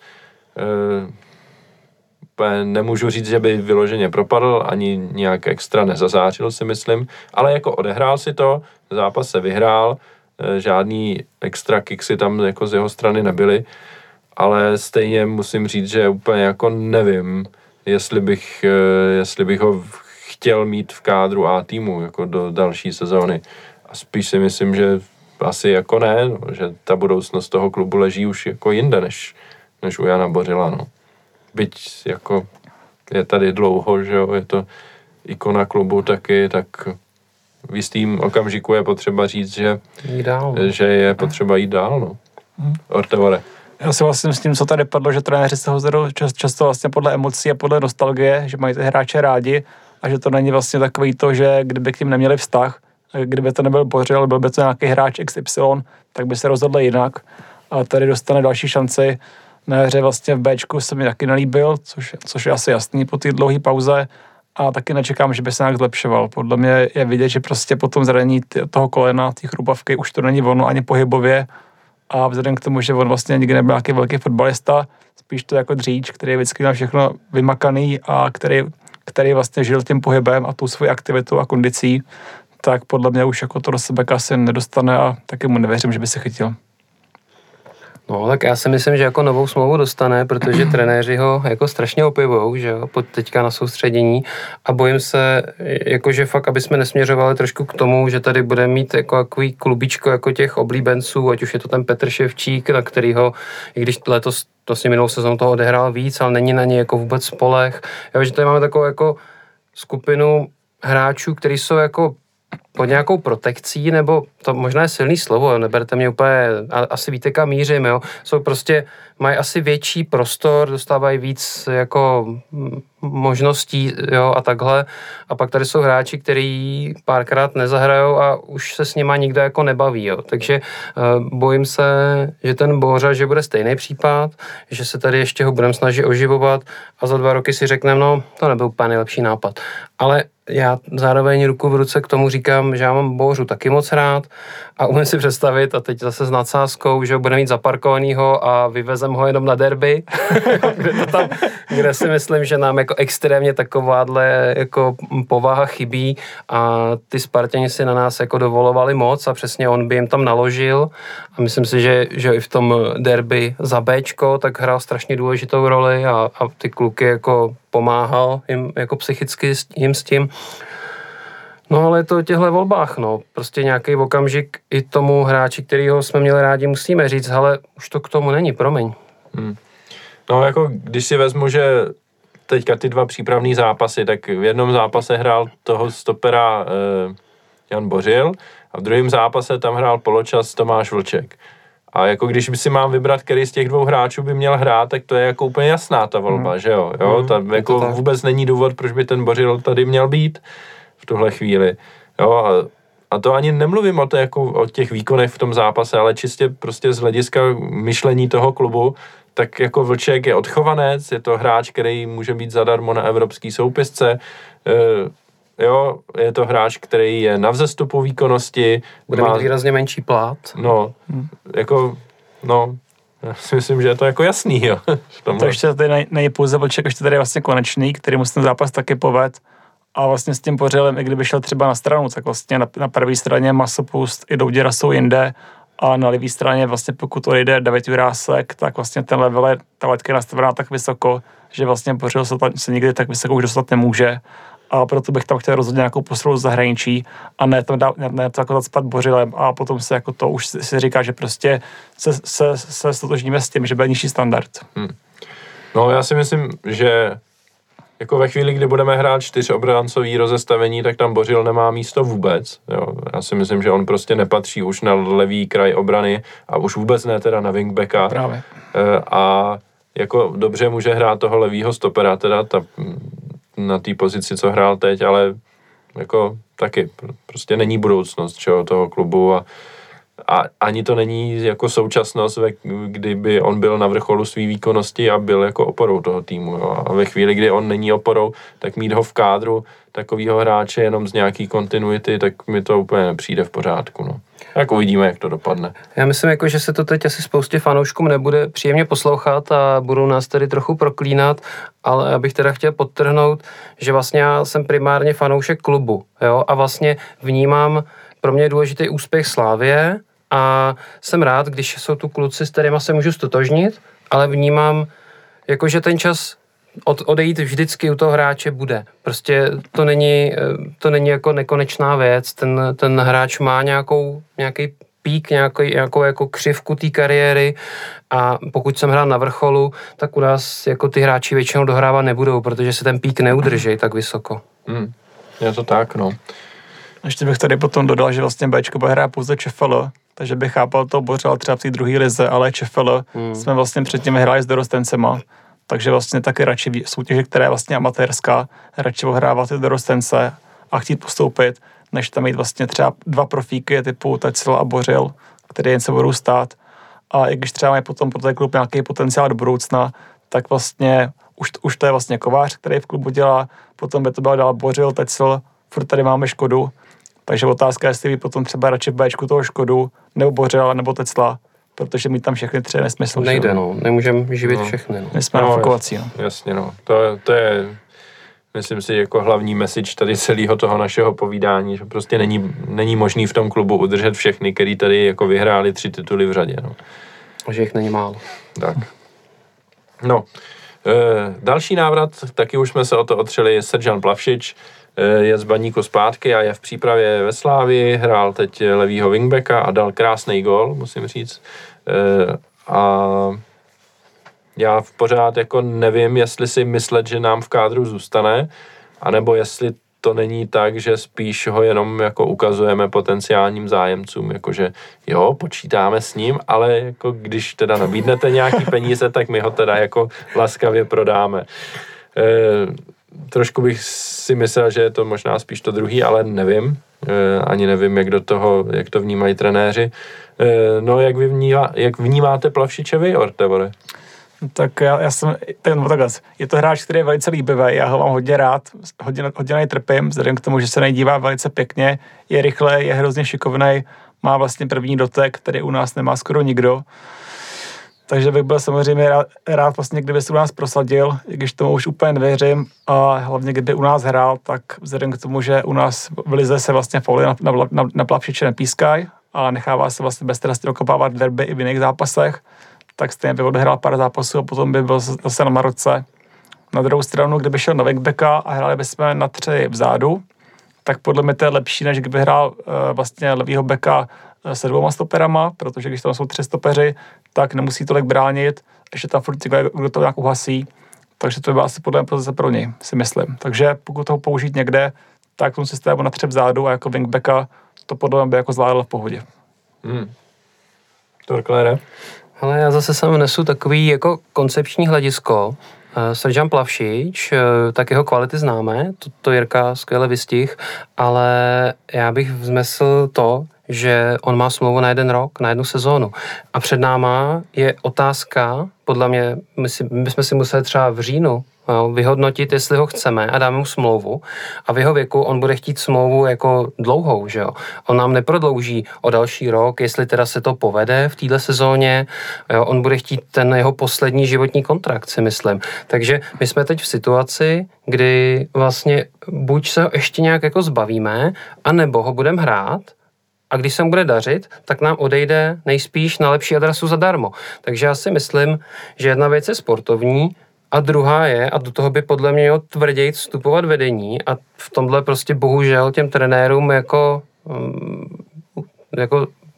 E, nemůžu říct, že by vyloženě propadl, ani nějak extra nezazářil, si myslím, ale jako odehrál si to, zápas se vyhrál, e, žádný extra kiksy tam jako z jeho strany nebyly, ale stejně musím říct, že úplně jako nevím, jestli bych, e, jestli bych ho chtěl mít v kádru A týmu jako do další sezóny. A spíš si myslím, že asi jako ne, no, že ta budoucnost toho klubu leží už jako jinde, než, než u Jana Bořila, no. Byť jako je tady dlouho, že jo, je to ikona klubu taky, tak v jistým okamžiku je potřeba říct, že, dál, no. že je potřeba jít dál, no. Hmm. Ortevore. Já si vlastně s tím, co tady padlo, že trenéři se ho zvedou často vlastně podle emocí a podle nostalgie, že mají ty hráče rádi a že to není vlastně takový to, že kdyby k tím neměli vztah, kdyby to nebyl Bořil, byl by to nějaký hráč X Y, tak by se rozhodl jinak. A tady dostane další šanci. Na hře vlastně v Bčku se mi taky nelíbil, což, což je asi jasný po té dlouhé pauze. A taky nečekám, že by se nějak zlepšoval. Podle mě je vidět, že prostě po tom zranění toho kolena, té chrupavky, už to není ono ani pohybově. A vzhledem k tomu, že on vlastně nikdy nebyl nějaký velký fotbalista, spíš to jako dříč, který je vždycky na všechno vymakaný a který, který vlastně žil tím pohybem a tou svojí aktivitou a kondicí, tak podle mě už jako to do sebe asi nedostane a taky mu nevěřím, že by se chytil. No, tak já si myslím, že jako novou smlouvu dostane, protože trenéři ho jako strašně opivou, že jo, pod teďka na soustředění, a bojím se, jakože fakt, aby jsme nesměřovali trošku k tomu, že tady bude mít jako takový klubičko jako těch oblíbenců, ať už je to ten Petr Ševčík, na kterýho, i když letos to si minulou sezónu toho odehrál víc, ale není na něj jako vůbec spoleh. Jo, že tady máme takovou jako skupinu hráčů, kteří jsou jako pod nějakou protekcí, nebo to možná je silný slovo, neberte mě úplně, asi víte, kam mířím, jo. Jsou prostě, mají asi větší prostor, dostávají víc jako možností, jo, a takhle. A pak tady jsou hráči, kteří párkrát nezahrajou a už se s nima nikdo jako nebaví, jo. Takže uh, bojím se, že ten Bořa, že bude stejný případ, že se tady ještě ho budeme snažit oživovat a za dva roky si řekneme, no, to nebyl úplně nejlepší nápad. Ale já zároveň ruku v ruce k tomu říkám, že já mám Bořu taky moc rád a umím si představit, a teď zase s nadsázkou, že ho bude mít zaparkovanýho a vyvezem ho jenom na derby, kde, to tam, kde si myslím, že nám jako extrémně takováhle jako povaha chybí a ty Spartěni si na nás jako dovolovali moc a přesně on by jim tam naložil a myslím si, že, že i v tom derby za Bčko tak hrál strašně důležitou roli a, a ty kluky jako pomáhal jim jako psychicky jim s tím. No ale je to o těchto volbách, no. Prostě nějaký okamžik i tomu hráči, kterýho jsme měli rádi, musíme říct, hele, už to k tomu není, promiň. Hmm. No jako, když si vezmu, že teďka ty dva přípravný zápasy, tak v jednom zápase hrál toho stopera eh, Jan Bořil a v druhém zápase tam hrál poločas Tomáš Vlček. A jako když by si mám vybrat, který z těch dvou hráčů by měl hrát, tak to je jako úplně jasná ta volba, mm. že jo? jo? Mm, tam jako vůbec není důvod, proč by ten Bořil tady měl být v tuhle chvíli. Jo? A, a to ani nemluvím o, to, jako, o těch výkonech v tom zápase, ale čistě prostě z hlediska myšlení toho klubu, tak jako Vlček je odchovanec, je to hráč, který může být zadarmo na evropský soupisce, e, jo, je to hráč, který je na vzestupu výkonnosti. Bude má, mít výrazně menší plát. No, hmm. jako, no, já si myslím, že je to jako jasný, jo. To ještě tady není pouze Vlček, ještě tady je vlastně Konečný, který mu ten zápas taky poved. A vlastně s tím Bořilem, i kdyby šel třeba na stranu, tak vlastně na, na první straně Masopust i Douděra jsou jinde a na levé straně vlastně pokud odejde David Jurásek, tak vlastně ten level je, ta letka je nastavená tak vysoko, že vlastně Bořil se, tam, se nikdy tak vysoko už dostat nemůže. A proto bych tam chtěl rozhodně nějakou posilu z zahraničí a ne tam dá, ne, ne to jako zacpat Bořilem a potom se jako to už si říká, že prostě se, se, se stotožníme s tím, že bude nižší standard. Hmm. No já si myslím, že jako ve chvíli, kdy budeme hrát čtyřobrancový rozestavení, tak tam Bořil nemá místo vůbec. Jo. Já si myslím, že on prostě nepatří už na levý kraj obrany a už vůbec ne teda na wingbacka. Právě. A jako dobře může hrát toho levýho stopera, teda ta, na té pozici, co hrál teď, ale jako taky prostě není budoucnost čeho, toho klubu a, a ani to není jako současnost, ve, kdyby on byl na vrcholu své výkonnosti a byl jako oporou toho týmu. Jo. A ve chvíli, kdy on není oporou, tak mít ho v kádru takovýho hráče jenom z nějaký kontinuity, tak mi to úplně nepřijde v pořádku. No. Tak uvidíme, jak to dopadne. Já myslím, jako, že se to teď asi spoustě fanouškům nebude příjemně poslouchat a budou nás tady trochu proklínat, ale já bych teda chtěl podtrhnout, že vlastně já jsem primárně fanoušek klubu, jo, a vlastně vnímám, pro mě je důležitý úspěch Slavie a jsem rád, když jsou tu kluci, s kterýma se můžu stotožnit, ale vnímám, jako, že ten čas od, odejít vždycky u toho hráče bude. Prostě to není, to není jako nekonečná věc. Ten, ten hráč má nějakou, nějaký pík, nějakou, nějakou jako křivku té kariéry a pokud jsem hrál na vrcholu, tak u nás jako ty hráči většinou dohrávat nebudou, protože se ten pík neudrží tak vysoko. Hmm. Je to tak, no. Ještě bych tady potom dodal, že vlastně Bčko bude hrát pouze ČFL, takže bych chápal to Bořila třeba v té druhé lize, ale ČFL hmm. jsme vlastně předtím hráli s dorostencema. Takže vlastně taky radši soutěže, která je vlastně amatérská, radši ohrávat ty dorostence a chtít postoupit, než tam mít vlastně třeba dva profíky typu Tecel a Bořil, které jen se budou stát. A i když třeba mají potom pro ten klub nějaký potenciál do budoucna, tak vlastně už, už to je vlastně Kovář, který v klubu dělá, potom by to byl dál Bořil, Tecel, furt tady máme Škodu. Takže otázka je, jestli by potom třeba radši v Bčku toho Škodu, nebo Bořila, nebo Tecla, protože mít tam všechny tři je nesmysl. Nejde, no. Nemůžeme živit no. všechny. No. My jsme no, nafukovací, no. Jasně, no. To, to je, myslím si, jako hlavní message tady celého toho našeho povídání, že prostě není, není možný v tom klubu udržet všechny, který tady jako vyhráli tři tituly v řadě, no. Že jich není málo. Tak. No. E, další návrat, taky už jsme se o to otřeli, je Seržan Plavšič, je z Baníku zpátky a je v přípravě ve Slávii, hrál teď levýho wingbacka a dal krásný gól, musím říct. A já v pořád jako nevím, jestli si myslet, že nám v kádru zůstane, anebo jestli to není tak, že spíš ho jenom jako ukazujeme potenciálním zájemcům, jakože jo, počítáme s ním, ale jako když teda nabídnete nějaký peníze, tak my ho teda jako laskavě prodáme. Trošku bych si myslel, že je to možná spíš to druhý, ale nevím. E, ani nevím, jak do toho, jak to vnímají trenéři. E, no, jak, vy vnímá, jak vnímáte Plavšiče vy, Ortevore? Tak já, já jsem, ten, no takhle, je to hráč, který je velice líbivý, já ho mám hodně rád, hodně, hodně nejtrpím, vzhledem k tomu, že se nejdívá velice pěkně, je rychle, je hrozně šikovnej, má vlastně první dotek, který u nás nemá skoro nikdo. Takže bych byl samozřejmě rád, rád vlastně, kdyby se u nás prosadil, i když tomu už úplně nevěřím, a hlavně kdyby u nás hrál, tak vzhledem k tomu, že u nás v lize se vlastně fauly na, na, na, na Plavšiče nepískají a nechává se vlastně beztrestně okopávat derby i v jiných zápasech, tak stejně by odehrál pár zápasů a potom by byl zase na Maroce. Na druhou stranu, kdyby šel na wingbacka a hráli bychom na tři vzadu, tak podle mě to je lepší, než kdyby hrál uh, vlastně levýho beka se dvouma stoperama, protože když tam jsou tři stopeři, tak nemusí tolik bránit, ještě tam furt kdo to nějak uhasí, takže to by asi podle mě pozice pro něj, si myslím. Takže pokud toho použít někde, tak v tom systému na tři vzadu a jako wingbacka to podle mě by jako zvládl v pohodě. Hmm. Torklére? Ale já zase sem nesu takový jako koncepční hledisko. Seržan Plavšič, tak jeho kvality známe, to, to Jirka skvěle vystih, ale já bych vzmysl to, že on má smlouvu na jeden rok, na jednu sezónu. A před náma je otázka, podle mě, my, si, my bychom si museli třeba v říjnu jo, vyhodnotit, jestli ho chceme a dáme mu smlouvu. A v jeho věku on bude chtít smlouvu jako dlouhou, že jo. On nám neprodlouží o další rok, jestli teda se to povede v této sezóně. Jo, on bude chtít ten jeho poslední životní kontrakt, si myslím. Takže my jsme teď v situaci, kdy vlastně buď se ho ještě nějak jako zbavíme, anebo ho budeme hrát, a když se mu bude dařit, tak nám odejde nejspíš na lepší adresu zadarmo. Takže já si myslím, že jedna věc je sportovní a druhá je, a do toho by podle mě mělo tvrději vstupovat vedení a v tomhle prostě bohužel těm trenérům jako, jako je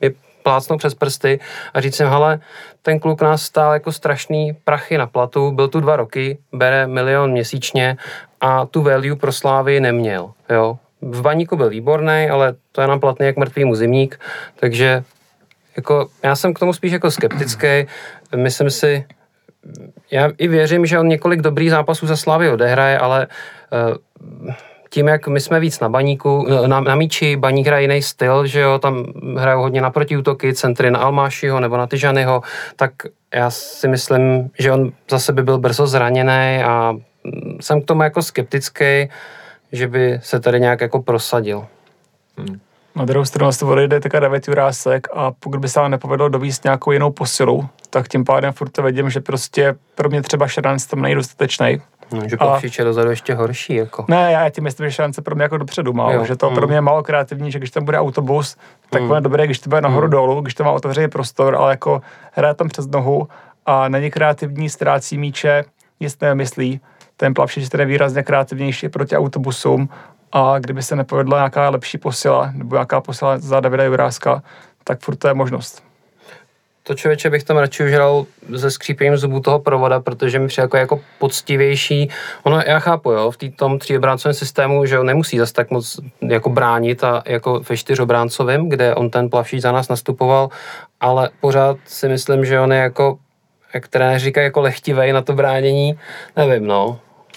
plácnout přes prsty a říct jim, hele, ten kluk nás stál jako strašný prachy na platu, byl tu dva roky, bere milion měsíčně a tu value pro Slávy neměl, jo. V Baníku byl výborný, ale to je nám platný jak mrtvýmu zimník, takže jako, já jsem k tomu spíš jako skeptický. Myslím si, já i věřím, že on několik dobrých zápasů za Slávy odehraje, ale uh, tím, jak my jsme víc na Baníku, na, na míči, Baník hraje jiný styl, že jo, tam hrajou hodně na protiútoky, centry na Almášiho nebo na Tyžanyho, tak já si myslím, že on zase by byl brzo zraněný a jsem k tomu jako skeptický, že by se tady nějak jako prosadil. Hmm. Na druhou stranu se odejde taká David Jurásek a pokud by se vám nepovedlo dovíst nějakou jinou posilu, tak tím pádem furt to vidím, že prostě pro mě třeba Šranc tam není dostatečný. No, že Plavšič je dozadu ještě horší, jako. Ne, já tím myslím, že Šrance pro mě jako dopředu má, jo. Že to mm. pro mě je málo kreativní, že když tam bude autobus, tak mm. je dobré, když to bude nahoru mm. dolů, když to má otevřený prostor, ale jako hraje tam přes nohu a není kreativní, ztrácí míče, nic nemyslí. Ten Plavšič je výrazně kreativnější proti autobusům a kdyby se nepovedla nějaká lepší posila, nebo nějaká posila za Davida Juráska, tak furt to je možnost. To člověče bych tam radši už hrál se skřípěním zubů toho provoda, protože mi přijde jako, jako poctivější. Ono, já chápu, jo, v tý, tom tříobráncovém systému, že on nemusí zase tak moc jako bránit a jako ve čtyřobráncovém, kde on ten Plavšič za nás nastupoval, ale pořád si myslím, že on je jako, jak trenéři říkají, jako lehtivej na to bránění, nevím, no.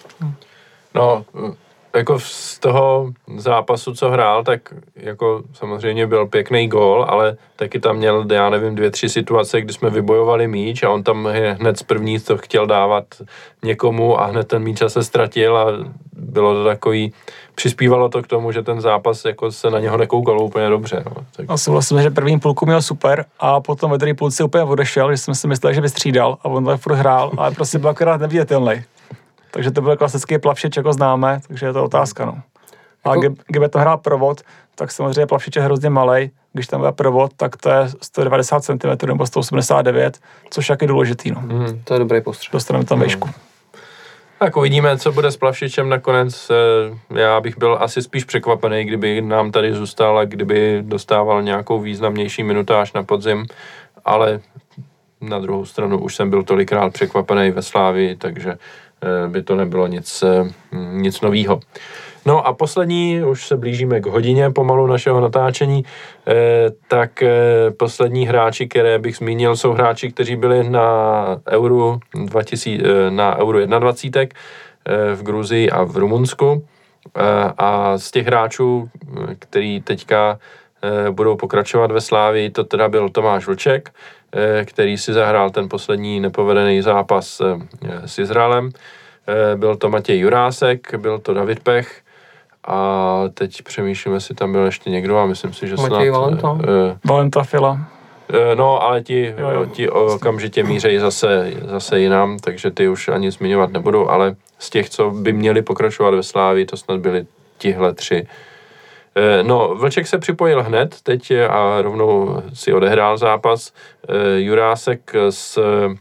No, jako z toho zápasu, co hrál, tak jako samozřejmě byl pěkný gól, ale taky tam měl, já nevím, dvě, tři situace, kdy jsme vybojovali míč a on tam hned z první to chtěl dávat někomu a hned ten míč se ztratil a bylo to takový, přispívalo to k tomu, že ten zápas jako se na něho nekoukalo úplně dobře. No. Tak... A souhlasím, že první půlku měl super a potom ve druhé půlce úplně odešel, že jsem si myslel, že vystřídal a on furt hrál, ale prostě byl akorát neviditelný. Takže to byl klasický Plavšič, jako známe, takže je to otázka, no. A jako... kdyby to hrál provod, tak samozřejmě Plavšič je hrozně malej. Když tam bude provod, tak to je sto devadesát centimetrů nebo sto osmdesát devět, což je důležitý, no. Mm, to je dobrý postřeh. Dostaneme tam výšku. Mm. Tak uvidíme, co bude s Plavšičem nakonec. Já bych byl asi spíš překvapený, kdyby nám tady zůstal a kdyby dostával nějakou významnější minutáž na podzim, ale na druhou stranu už jsem byl tolikrát překvapený ve Slávii, takže by to nebylo nic, nic novýho. No a poslední, už se blížíme k hodině pomalu našeho natáčení, tak poslední hráči, které bych zmínil, jsou hráči, kteří byli na Euro, dva tisíce, na Euro dvacet jedna v Gruzii a v Rumunsku. A z těch hráčů, který teďka budou pokračovat ve Slávii, to teda byl Tomáš Vlček, který si zahrál ten poslední nepovedený zápas s Izraelem. Byl to Matěj Jurásek, byl to David Pech a teď přemýšlím, jestli tam byl ještě někdo a myslím si, že snad... Matěj Valenta. Uh, Valenta Fila. No, ale ti, jo, ti okamžitě mířejí zase, zase jinam, takže ty už ani zmiňovat nebudu, ale z těch, co by měli pokračovat ve Slávii, to snad byli tihle tři. No, Vlček se připojil hned teď a rovnou si odehrál zápas. Jurásek s,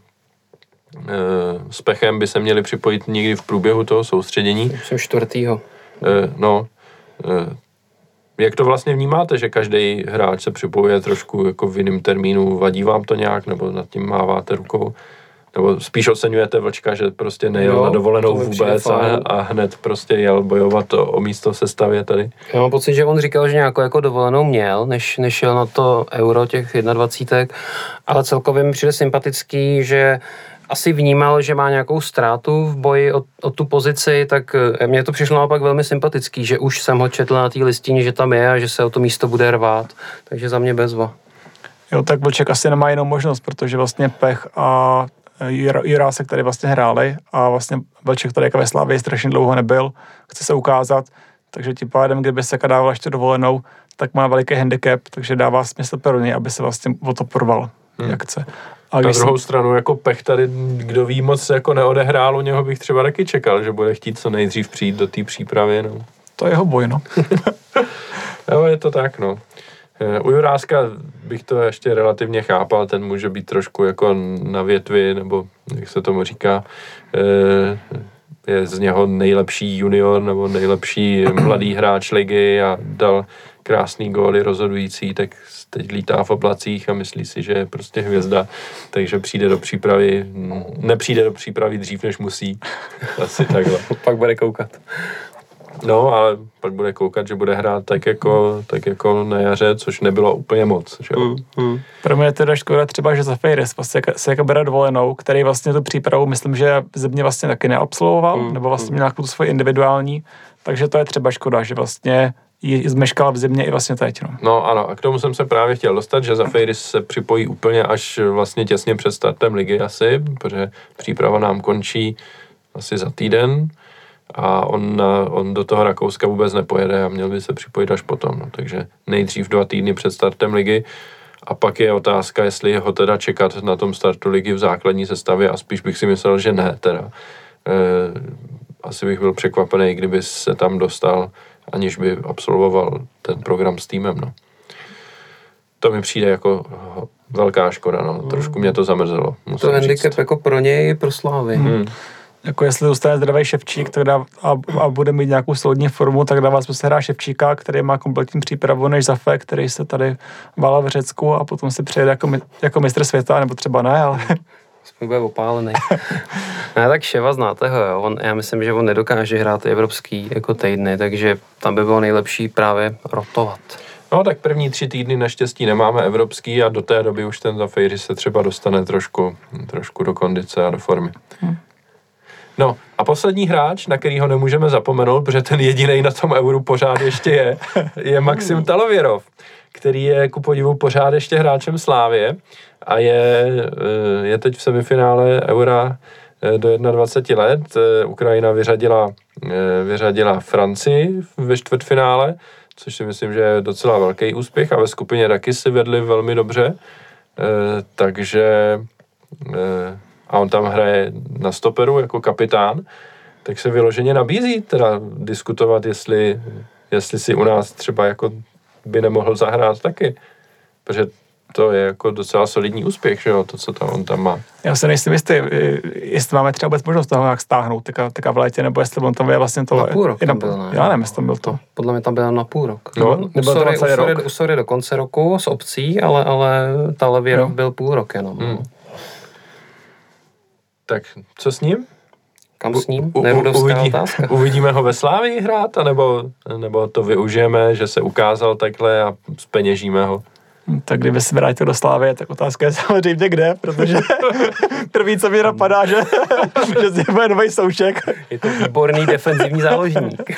s Pechem by se měli připojit někdy v průběhu toho soustředění. Jsem čtvrtýho. No, jak to vlastně vnímáte, že každý hráč se připojuje trošku jako v jiném termínu? Vadí vám to nějak, nebo nad tím máváte rukou? Nebo spíš oceňujete Vlčka, že prostě nejel jo, na dovolenou vůbec a, a hned prostě jel bojovat o, o místo sestavě tady? Já mám pocit, že on říkal, že nějakou jako dovolenou měl, než, než jel na to Euro těch dvacet jedna, ale celkově mi přijde sympatický, že asi vnímal, že má nějakou ztrátu v boji o, o tu pozici, tak mně to přišlo naopak velmi sympatický, že už jsem ho četl na té listině, že tam je a že se o to místo bude rvát, takže za mě bezva. Jo, tak Vlček asi nemá jinou možnost, protože vlastně Pech a Jurásek tady vlastně hráli a vlastně Vlček tady jako ve Slávii strašně dlouho nebyl, chce se ukázat, takže tím pádem, kdyby se dával ještě dovolenou, tak má veliký handicap, takže dává smysl pro něj, aby se vlastně o to porval, hmm. jak chce. A na druhou si... stranu, jako Pech tady, kdo ví, moc jako neodehrál, u něho bych třeba taky čekal, že bude chtít co nejdřív přijít do té přípravy, no. To je jeho boj, no. Jo, je to tak, no. U Juráska bych to ještě relativně chápal, ten může být trošku jako na větvi, nebo jak se tomu říká, je z něho nejlepší junior nebo nejlepší mladý hráč ligy a dal krásný góly rozhodující, tak teď lítá v oblacích a myslí si, že je prostě hvězda, takže přijde do přípravy, nepřijde do přípravy dřív, než musí. Asi takhle. Pak bude koukat. No, ale pak bude koukat, že bude hrát tak jako, tak jako na jaře, což nebylo úplně moc. Že? Mm, mm. Pro mě je teda škoda třeba, že Zafiris vlastně se jako bere dovolenou, který vlastně tu přípravu, myslím, že země vlastně taky neabsolvoval, mm, nebo vlastně měl nějakou tu svoji individuální, takže to je třeba škoda, že vlastně ji zmeškala v zimě i vlastně teď. No. no ano, a k tomu jsem se právě chtěl dostat, že Zafiris se připojí úplně až vlastně těsně před startem ligy asi, protože příprava nám končí asi za týden. A on, on do toho Rakouska vůbec nepojede a měl by se připojit až potom. No. Takže nejdřív dva týdny před startem ligy a pak je otázka, jestli ho teda čekat na tom startu ligy v základní sestavě a spíš bych si myslel, že ne teda. E, asi bych byl překvapený, kdyby se tam dostal, aniž by absolvoval ten program s týmem. No. To mi přijde jako velká škoda. No. Trošku mě to zamrzelo. To handicap jako pro něj i pro Slávy. Hmm. Jako jestli dostane zdravý Ševčík tak dá, a, a bude mít nějakou solidní formu, tak dává smysl hrát Ševčíka, který má kompletní přípravu než Zafe, který se tady válel v Řecku a potom si přijede jako, jako mistr světa, nebo třeba ne, ale... Aspoň bude opálený. Ne, tak Ševa znáte ho, jo. On, já myslím, že on nedokáže hrát evropský jako týdny, takže tam by bylo nejlepší právě rotovat. No tak první tři týdny naštěstí nemáme evropský a do té doby už ten Zafiris se třeba dostane trošku, trošku do kondice a do formy. Hmm. No a poslední hráč, na kterýho nemůžeme zapomenout, protože ten jedinej na tom euru pořád ještě je, je Maxim Talověrov, který je ku podivu pořád ještě hráčem Slávie a je, je teď v semifinále eura do dvacet jedna let. Ukrajina vyřadila, vyřadila Francii ve čtvrtfinále, což si myslím, že je docela velký úspěch a ve skupině taky si vedli velmi dobře, takže... a on tam hraje na stoperu jako kapitán, tak se vyloženě nabízí teda diskutovat, jestli, jestli si u nás třeba jako by nemohl zahrát taky. Protože to je jako docela solidní úspěch, že jo, to, co tam on tam má. Já se nejsem jistý, jestli máme třeba vůbec možnost toho nějak stáhnout, taka v létě, nebo jestli on tam je vlastně to... Na půl rok na, byl, ne? Já nevím, jestli tam byl to. Podle mě tam byl na půl rok. No, nebyl to na celý rok. Usory do konce roku s obcí, ale, ale Talověrov byl půl rok jenom. Hmm. Tak co s ním? Kam s ním? Nerudovská uvidí, otázka. Uvidíme ho ve Slávii hrát, anebo, nebo to využijeme, že se ukázal takhle a zpeněžíme ho? Tak kdyby se vrátil do Slávie, tak otázka je samozřejmě kde, protože první, co mi napadá, že, že z něj bude nový Souček. Je to výborný defenzivní záložník.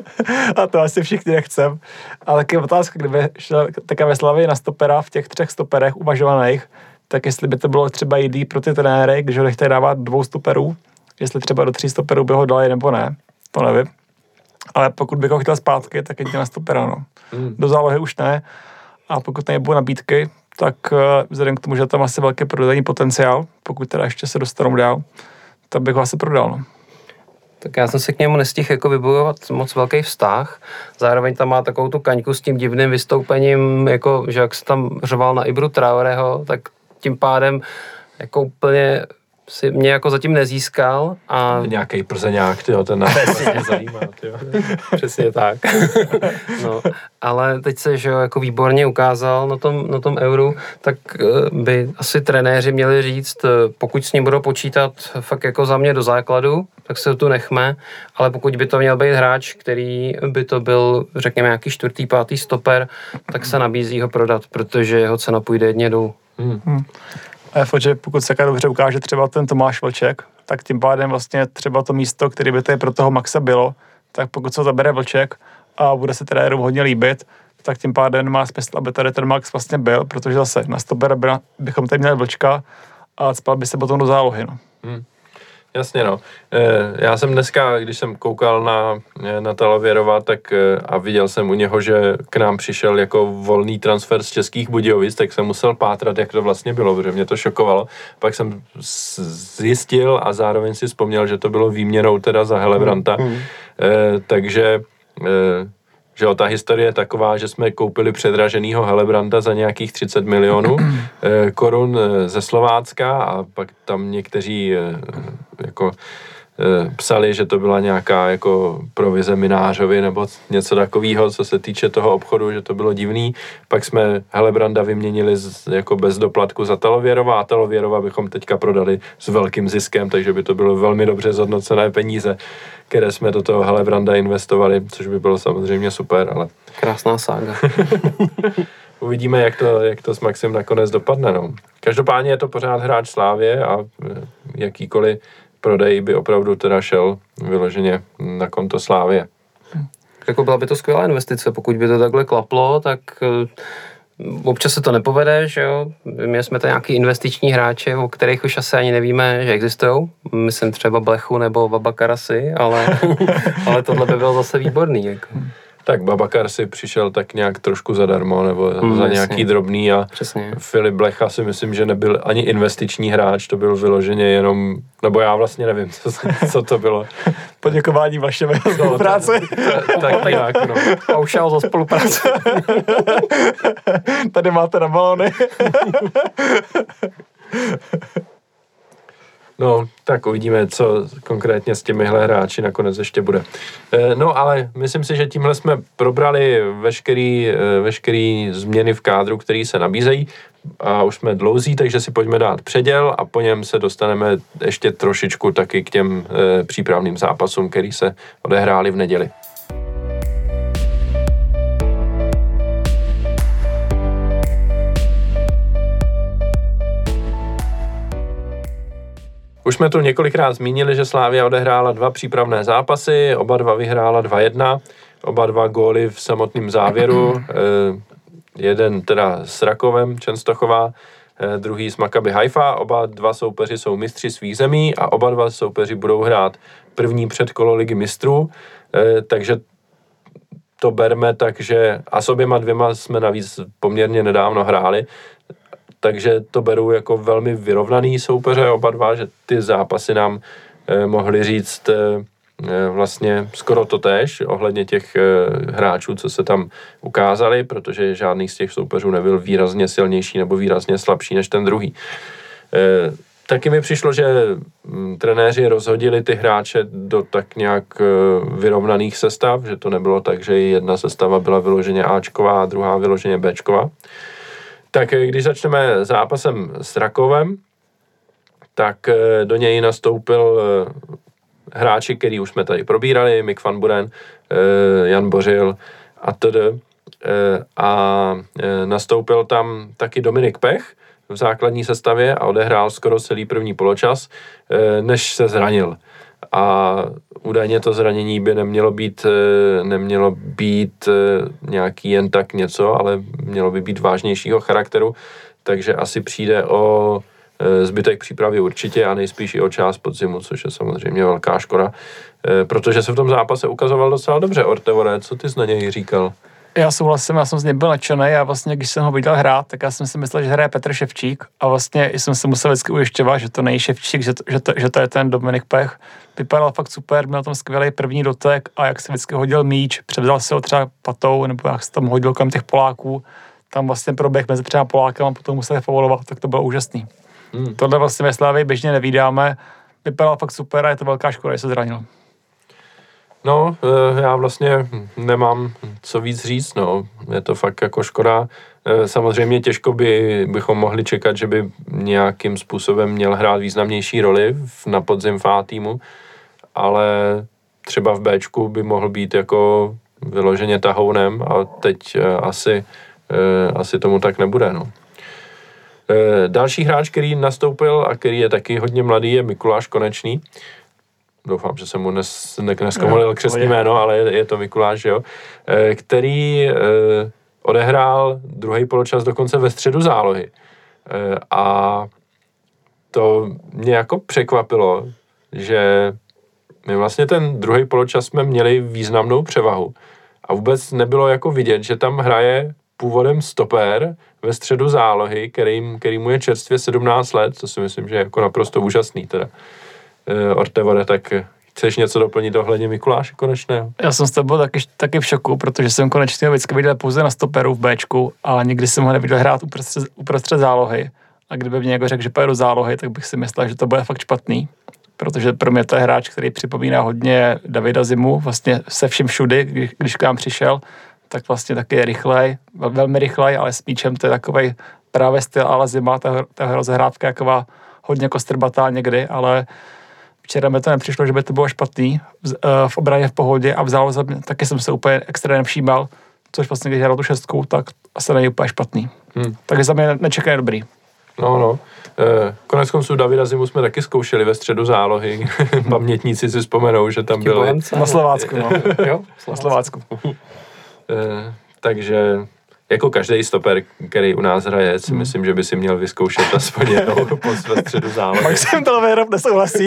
A to asi všichni nechcem. Ale taky otázka, kdyby šel také ve Slávii na stopera v těch třech stoperech uvažovaných, tak jestli by to bylo třeba jít pro ty trenéry, když ho nechtějí dávat dvou stoperů, jestli třeba do tří stoperů by ho dali nebo ne, to nevím. Ale pokud bych ho chtěl zpátky, tak jedině na stopera, no. Hmm. Do zálohy už ne. A pokud nebudou nabídky, tak vzhledem k tomu, že tam asi velký prodejní potenciál, pokud teda ještě se dostanou dál, tak bych ho asi prodal, no. Tak já jsem se k němu nestihl jako vybudovat moc velký vztah. Zároveň tam má takovou tu kaňku s tím divným vystoupením, jako, že jak se tam řval na Ibru Traoreho, tak tím pádem jako úplně si mě jako zatím nezískal. A... Nějaký Plzeňák, tyjo, ten nás vlastně zajímá, tyjo. Přesně tak. No, ale teď se, že jo, jako výborně ukázal na tom, na tom euru, tak by asi trenéři měli říct, pokud s ním budou počítat fakt jako za mě do základu, tak se tu nechme, ale pokud by to měl být hráč, který by to byl, řekněme, nějaký čtvrtý, pátý stoper, tak se nabízí ho prodat, protože jeho cena půjde jedně dolů. Hmm. Hmm. A je fakt, že pokud se dobře ukáže třeba ten Tomáš Vlček, tak tím pádem vlastně třeba to místo, které by tady pro toho Maxa bylo, tak pokud se zabere Vlček a bude se trenérům hodně líbit, tak tím pádem má smysl, aby tady ten Max vlastně byl, protože zase na stopera bychom tady měli Vlčka a spal by se potom do zálohy. No. Hmm. Jasně, no. Já jsem dneska, když jsem koukal na, na Talověrova, tak a viděl jsem u něho, že k nám přišel jako volný transfer z Českých Budějovic, tak jsem musel pátrat, jak to vlastně bylo, protože mě to šokovalo. Pak jsem zjistil a zároveň si vzpomněl, že to bylo výměnou teda za Helebranta. Mm. E, takže e, že jo, ta historie je taková, že jsme koupili předraženýho Helebranta za nějakých třicet milionů e, korun ze Slovácka a pak tam někteří e, jako psali, že to byla nějaká jako provize Minářovi nebo něco takového, co se týče toho obchodu, že to bylo divný. Pak jsme Helebranda vyměnili z, jako bez doplatku za Talověrova a Talověrova bychom teďka prodali s velkým ziskem, takže by to bylo velmi dobře zhodnocené peníze, které jsme do toho Helebranda investovali, což by bylo samozřejmě super, ale... Krásná sága. Uvidíme, jak to, jak to s Maxim nakonec dopadne. No. Každopádně je to pořád hráč Slávie a jakýkoliv prodej by opravdu teda šel vyloženě na konto Slávie. Jako byla by to skvělá investice, pokud by to takhle klaplo, tak občas se to nepovede, že jo. My jsme to nějaký investiční hráče, o kterých už asi ani nevíme, že existují. Myslím třeba Blechu nebo Babakarasi, ale, ale tohle by bylo zase výborný. Jako. Tak Babakar si přišel tak nějak trošku zadarmo, nebo hmm, za nějaký jasně. drobný a Přesně. Filip Blecha si myslím, že nebyl ani investiční hráč, to byl vyloženě jenom, nebo já vlastně nevím, co, co to bylo. Poděkování vašemu za spolupráci. No, tak nějak, no. Paušál za spolupráci. Tady máte na balony. No, tak uvidíme, co konkrétně s těmihle hráči nakonec ještě bude. No, ale myslím si, že tímhle jsme probrali veškerý, veškerý změny v kádru, které se nabízejí a už jsme dlouzí, takže si pojďme dát předěl a po něm se dostaneme ještě trošičku taky k těm e, přípravným zápasům, který se odehráli v neděli. Už jsme tu několikrát zmínili, že Slavia odehrála dva přípravné zápasy, oba dva vyhrála dva jedna, oba dva góly v samotném závěru, jeden teda s Rakovem Čenstochová, druhý s Maccabi Haifa, oba dva soupeři jsou mistři svých zemí a oba dva soupeři budou hrát první předkolo Ligy mistrů, takže to berme tak, že a s oběma dvěma jsme navíc poměrně nedávno hráli, takže to beru jako velmi vyrovnaný soupeře oba dva, že ty zápasy nám eh, mohli říct eh, vlastně skoro totéž ohledně těch eh, hráčů, co se tam ukázali, protože žádný z těch soupeřů nebyl výrazně silnější nebo výrazně slabší než ten druhý. Eh, taky mi přišlo, že m, trenéři rozhodili ty hráče do tak nějak eh, vyrovnaných sestav, že to nebylo tak, že jedna sestava byla vyloženě Ačková a druhá vyloženě Bčková. Tak když začneme zápasem s Rakovem, tak do něj nastoupil hráči, který už jsme tady probírali, Mick van Buren, Jan Bořil a td. A nastoupil tam taky Dominik Pech v základní sestavě a odehrál skoro celý první poločas, než se zranil. A údajně to zranění by nemělo být, nemělo být nějaký jen tak něco, ale mělo by být vážnějšího charakteru, takže asi přijde o zbytek přípravy určitě a nejspíš i o část podzimu, což je samozřejmě velká škoda, protože se v tom zápase ukazoval docela dobře. Ortevore, co ty jsi na něj říkal? Já souhlasím, já jsem z něj byl nadšený a vlastně, když jsem ho viděl hrát, tak já jsem si myslel, že hraje Petr Ševčík a vlastně jsem se musel vždycky ujišťovat, že to není Ševčík, že to, že to, že to je ten Dominik Pech. Vypadal fakt super, měl tam skvělý první dotek a jak se vždycky hodil míč, převzal si ho třeba patou, nebo jak se tam hodil kolem těch Poláků, tam vlastně proběh mezi třeba Polákem a potom museli faulovat, tak to bylo úžasný. Hmm. Tohle vlastně ve Slavii běžně nevídáme, vypadal fakt super a je to velká škoda, že se zranil. No, já vlastně nemám co víc říct, no. Je to fakt jako škoda. Samozřejmě těžko by, bychom mohli čekat, že by nějakým způsobem měl hrát významnější roli na podzim v A týmu, ale třeba v Bčku by mohl být jako vyloženě tahounem a teď asi, asi tomu tak nebude, no. Další hráč, který nastoupil a který je taky hodně mladý, je Mikuláš Konečný. Doufám, že jsem mu nes, ne, neskomolil křestní jméno, ale je, je to Mikuláš, jo, e, který e, odehrál druhý poločas dokonce ve středu zálohy. E, a to mě jako překvapilo, že my vlastně ten druhý poločas jsme měli významnou převahu a vůbec nebylo jako vidět, že tam hraje původem stopér ve středu zálohy, který, který mu je čerstvě sedmnáct let, to si myslím, že je jako naprosto úžasný teda. Ortevore, tak chceš něco doplnit ohledně Mikuláše Konečného? Já jsem s tebou taky, taky v šoku, protože jsem Konečného vždycky viděl pouze na stoperu v Bčku, ale nikdy jsem ho neviděl hrát uprostřed, uprostřed zálohy. A kdyby mě někdo řekl, že pojedu zálohy, tak bych si myslel, že to bude fakt špatný. protože pro mě to je hráč, který připomíná hodně Davida Zimu, vlastně se vším všudy, když, když k nám přišel, tak vlastně taky je rychlej, velmi rychlej, ale s míčem to je takovej právě styl ale Zima, ta, ta rozehrávka je taková hodně kostrbatá někdy, ale včera mi to nepřišlo, že by to bylo špatný v, v obraně v pohodě a v záloze taky jsem se úplně extra nevšímal, což vlastně když hrál tu šestku, tak asi není úplně špatný. Hmm. Takže za mě nečekají dobrý. No, no. E, konec konců Davida Zimu jsme taky zkoušeli ve středu zálohy. Pamětníci si vzpomenou, že tam byl... Na Slovácku, no. Jo, na Slovácku. E, takže jako každý stoper, který u nás hraje, si hmm. myslím, že by si měl vyzkoušet aspoň jednou post ve středu zálohy. Maxim Telvérob nesouhlasí.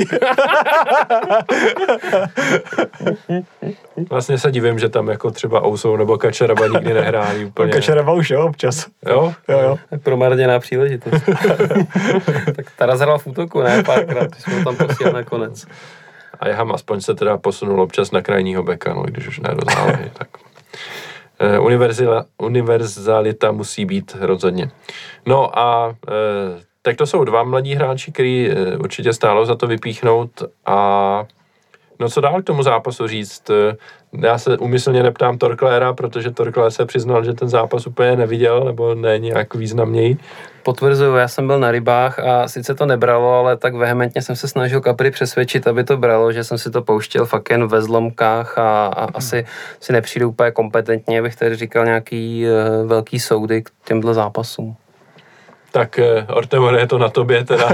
Vlastně se divím, že tam jako třeba Ousou nebo Kačaraba nikdy nehráli úplně. Kačaraba už jo, občas. Jo? Jo, jo. Promarněná příležitost. Tak Taras hrál v útoku, ne? Párkrát, když jsme tam posílali nakonec. A Jeham aspoň se teda posunul občas na krajního beka, no, když už ne do zálohy, tak... Univerzila, univerzalita musí být rozhodně. No a e, tak to jsou dva mladí hráči, který e, určitě stálo za to vypíchnout a no co dál k tomu zápasu říct? Já se úmyslně neptám Torkléra, protože Torklér se přiznal, že ten zápas úplně neviděl, nebo ne nějak významněji. Potvrzuju, já jsem byl na rybách a sice to nebralo, ale tak vehementně jsem se snažil Capri přesvědčit, aby to bralo, že jsem si to pouštěl fakt jen ve zlomkách a, a hmm. asi si nepřijdu úplně kompetentně, abych tady říkal nějaký uh, velký soudy k těmhle zápasům. Tak uh, Ortevore, je to na tobě teda.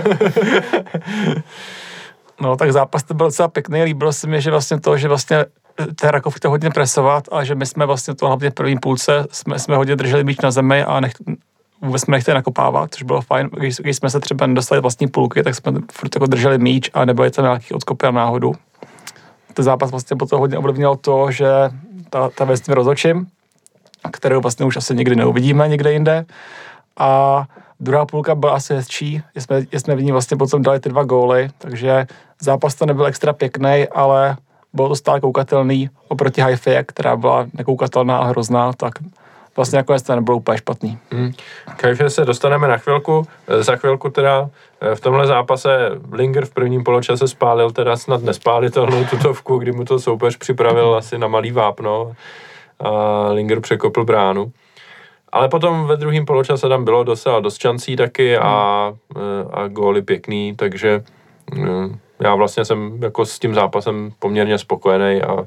No tak zápas to byl docela pěkný, líbilo se mi, že vlastně to, že vlastně ten Rakov chtěl hodně presovat a že my jsme vlastně to hlavně v prvním půlce jsme, jsme hodně drželi míč na zemi a nech, vůbec jsme nechtěli nakopávat, což bylo fajn. Když, když jsme se třeba nedostali vlastní půlky, tak jsme furt jako drželi míč a nebyly tam nějaký odkopy na náhodu. Ten zápas vlastně potom hodně ovlivnil to, že ta, ta věc mi rozhodčím, kterou vlastně už asi nikdy neuvidíme někde jinde. A druhá půlka byla asi hezčí, jsme, jsme v ní vlastně potom dali ty dva góly, takže zápas to nebyl extra pěkný, ale bylo to stále koukatelný oproti Haifě, která byla nekoukatelná a hrozná, tak vlastně nakonec to nebylo úplně špatný. Hmm. K Haifě se dostaneme na chvilku, za chvilku teda v tomhle zápase Linger v prvním poločase spálil teda snad nespálitelnou tutovku, kdy mu to soupeř připravil asi na malý vápno a Linger překopl bránu. Ale potom ve druhém poločase tam bylo docela dost šancí taky a, a góly pěkný, takže já vlastně jsem jako s tím zápasem poměrně spokojený a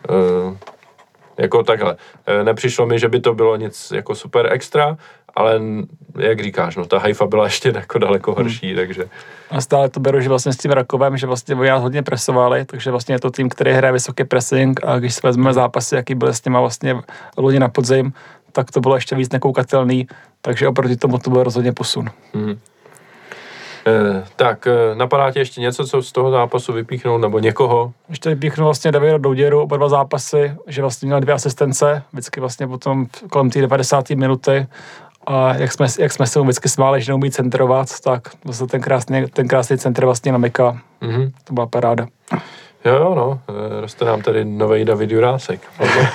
jako takhle. Nepřišlo mi, že by to bylo nic jako super extra, ale jak říkáš, no ta Haifa byla ještě jako daleko horší, hmm. takže... A stále to beru, že vlastně s tím Rakovem, že vlastně oni nás hodně presovali, takže vlastně je to tým, který hraje vysoký pressing a když si vezmeme zápasy, jaký byly s těma vlastně loni na podzim, tak to bylo ještě víc nekoukatelný, takže oproti tomu to byl rozhodně posun. Hmm. Eh, tak, napadá tě ještě něco, co z toho zápasu vypíchnout, nebo někoho? Ještě vypíchnu vlastně Davida Douděru, oba dva zápasy, že vlastně měl dvě asistence, vždycky vlastně potom kolem té devadesáté minuty a jak jsme, jak jsme se mu vždycky smáli, že neumí centrovat, tak vlastně ten krásný, ten krásný centr vlastně na Mika, mm-hmm. To byla paráda. Jo, jo, no, roste nám tady novej David Jurásek.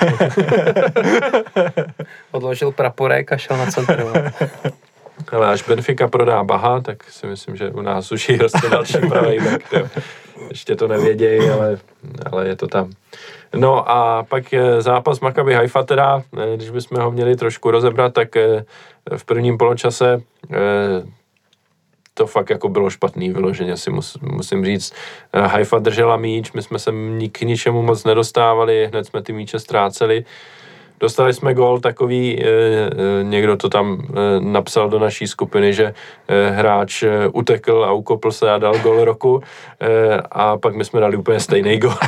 Odložil praporek a šel na centrovat. Ale až Benfica prodá Baha, tak si myslím, že u nás už je roste další pravej back. Ještě to nevědějí, ale, ale je to tam. No a pak je zápas Maccabi Haifa teda, když bychom ho měli trošku rozebrat, tak v prvním poločase to fakt jako bylo špatný vyloženě, si mus, musím říct. Haifa držela míč, my jsme se k ničemu moc nedostávali, hned jsme ty míče ztráceli. Dostali jsme gól takový, někdo to tam napsal do naší skupiny, že hráč utekl a ukopl se a dal gól roku a pak my jsme dali úplně stejný gól.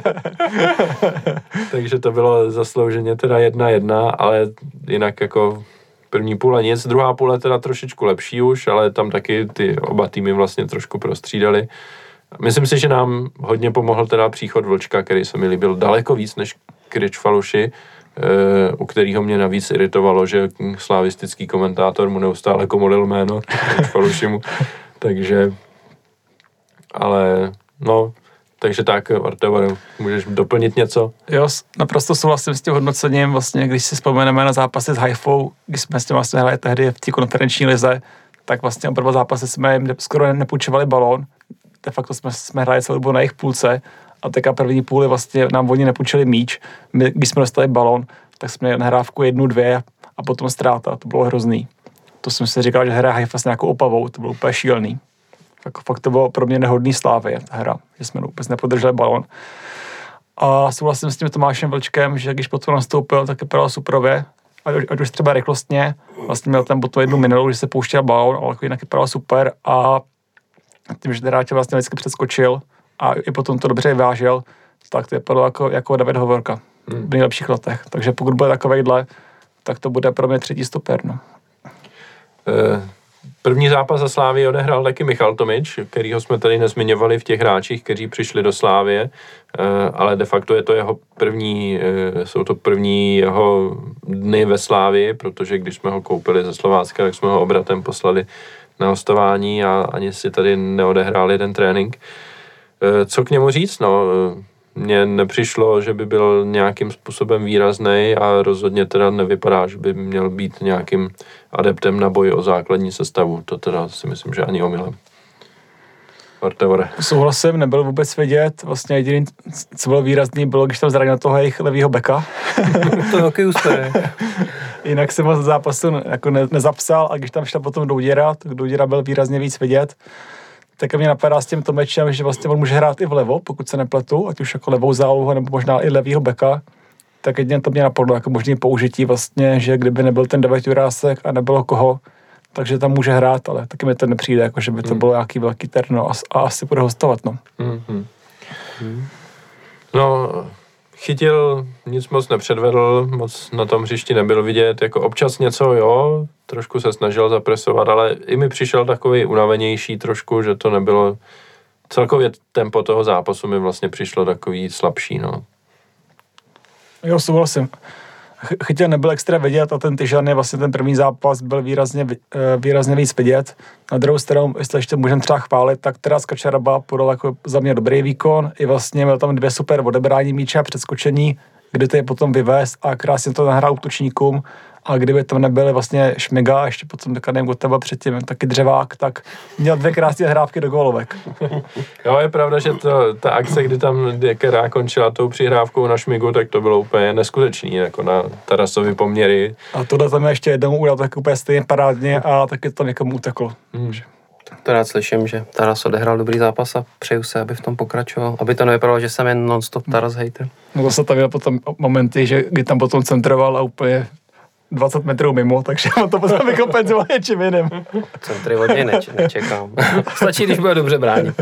Takže to bylo zaslouženě teda jedna jedna, ale jinak jako první půle nic, druhá půle teda trošičku lepší už, ale tam taky ty oba týmy vlastně trošku prostřídali. Myslím si, že nám hodně pomohl teda příchod Vlčka, který se mi líbil daleko víc než Krič Faluši, u kterého mě navíc iritovalo, že slavistický komentátor mu neustále komolil jméno Falušimu, takže ale no, takže tak, Ortevore, můžeš doplnit něco? Jo, naprosto souhlasím s tím hodnocením, vlastně, když si vzpomeneme na zápasy s Haifou, když jsme s tím vlastně hráli tehdy v té konferenční lize, tak vlastně oba zápasy jsme jim skoro nepůjčovali balón, de facto jsme, jsme hráli celou dobu na jejich půlce a teďka první půli vlastně nám oni nepůjčili míč. My, když jsme dostali balón, tak jsme měli nahrávku jednu, dvě a potom ztráta. To bylo hrozný. To jsem si říkal, že hra Haifa s nějakou Opavou, to bylo úplně šílený. Fakt, fakt to bylo pro mě nehodný Slávy, ta hra, že jsme vůbec nepodrželi balón. A souhlasím s tím Tomášem Vlčkem, že když potom nastoupil, tak vypadal superově. Ať už třeba rychlostně, vlastně měl tam potom jednu minulou, že se pouštěl balón, ale jako jinak vypadal super a tím, že teda tě vlastně vždycky přeskočil a i potom to dobře vážil, tak to vypadalo jako, jako David Hovorka v nejlepších letech. Takže pokud bude takovejhle, tak to bude pro mě třetí stoper. No. První zápas za Slávii odehrál taky Michal Tomič, kterýho jsme tady nezmiňovali v těch hráčích, kteří přišli do Slávie, ale de facto je to jeho první, jsou to první jeho dny ve Slávii, protože když jsme ho koupili ze Slovácka, tak jsme ho obratem poslali na hostování a ani si tady neodehrál jeden trénink. Co k němu říct? No, mně nepřišlo, že by byl nějakým způsobem výrazný a rozhodně teda nevypadá, že by měl být nějakým adeptem na boj o základní sestavu. To teda si myslím, že ani omylem. Artevore. Souhlasím, nebyl vůbec vidět. Vlastně jediný, co bylo výrazný, bylo, když tam zranil toho jejich levýho beka. To je taky úspěch. Jinak jsem ho z zápasu jako ne, nezapsal a když tam šla potom Douděra, tak Douděra byl výrazně víc vidět. Tak mě napadá s tím Tomečem, že vlastně on může hrát i vlevo, pokud se nepletu, ať už jako levou zálohu, nebo možná i levýho beka. Tak jedině to mě napadlo jako možný použití vlastně, že kdyby nebyl ten David Jurásek a nebylo koho, takže tam může hrát, ale taky mi to nepřijde, jako že by to bylo nějaký velký terno a, a asi bude hostovat, no. Mm-hmm. Mm. No, chytil, nic moc nepředvedl, moc na tom hřišti nebyl vidět, jako občas něco, jo, trošku se snažil zapresovat, ale i mi přišel takový unavenější trošku, že to nebylo, celkově tempo toho zápasu mi vlastně přišlo takový slabší, no. Jo, souhlasím. Chytil nebyl extra vidět a ten Tyžan je vlastně ten první zápas byl výrazně, výrazně víc vidět. Na druhou stranu, jestli ještě můžeme třeba chválit, tak teda Kačaraba podal jako za mě dobrý výkon. I vlastně měl tam dvě super odebrání míče a předskočení, kdy to je potom vyvést a krásně to nahrál útočníkům. A kdyby tam nebyly vlastně Šmiga a ještě potom taky nevím, kdo tam předtím, taky Dřevák, tak měl dvě krásné hrávky do gólovek. Jo, je pravda, že to, ta akce, kdy tam Dekera končila tou přihrávkou na Šmigu, tak to bylo úplně neskutečný, jako na Tarasovy poměry. A tohle tam ještě jednou udal tak úplně stejně parádně a taky to někomu uteklo. Hmm. To rád slyším, že Taras odehrál dobrý zápas a přeju se, aby v tom pokračoval. Aby to nevypadalo, že jsem jen non-stop Taras hater. No to se tam měl potom momenty, že kdy tam potom centroval a úplně dvacet metrů mimo, takže on to potom vykompenzoval něčím jiným. Centry od něj neč, nečekám. Stačí, když bude dobře bránit.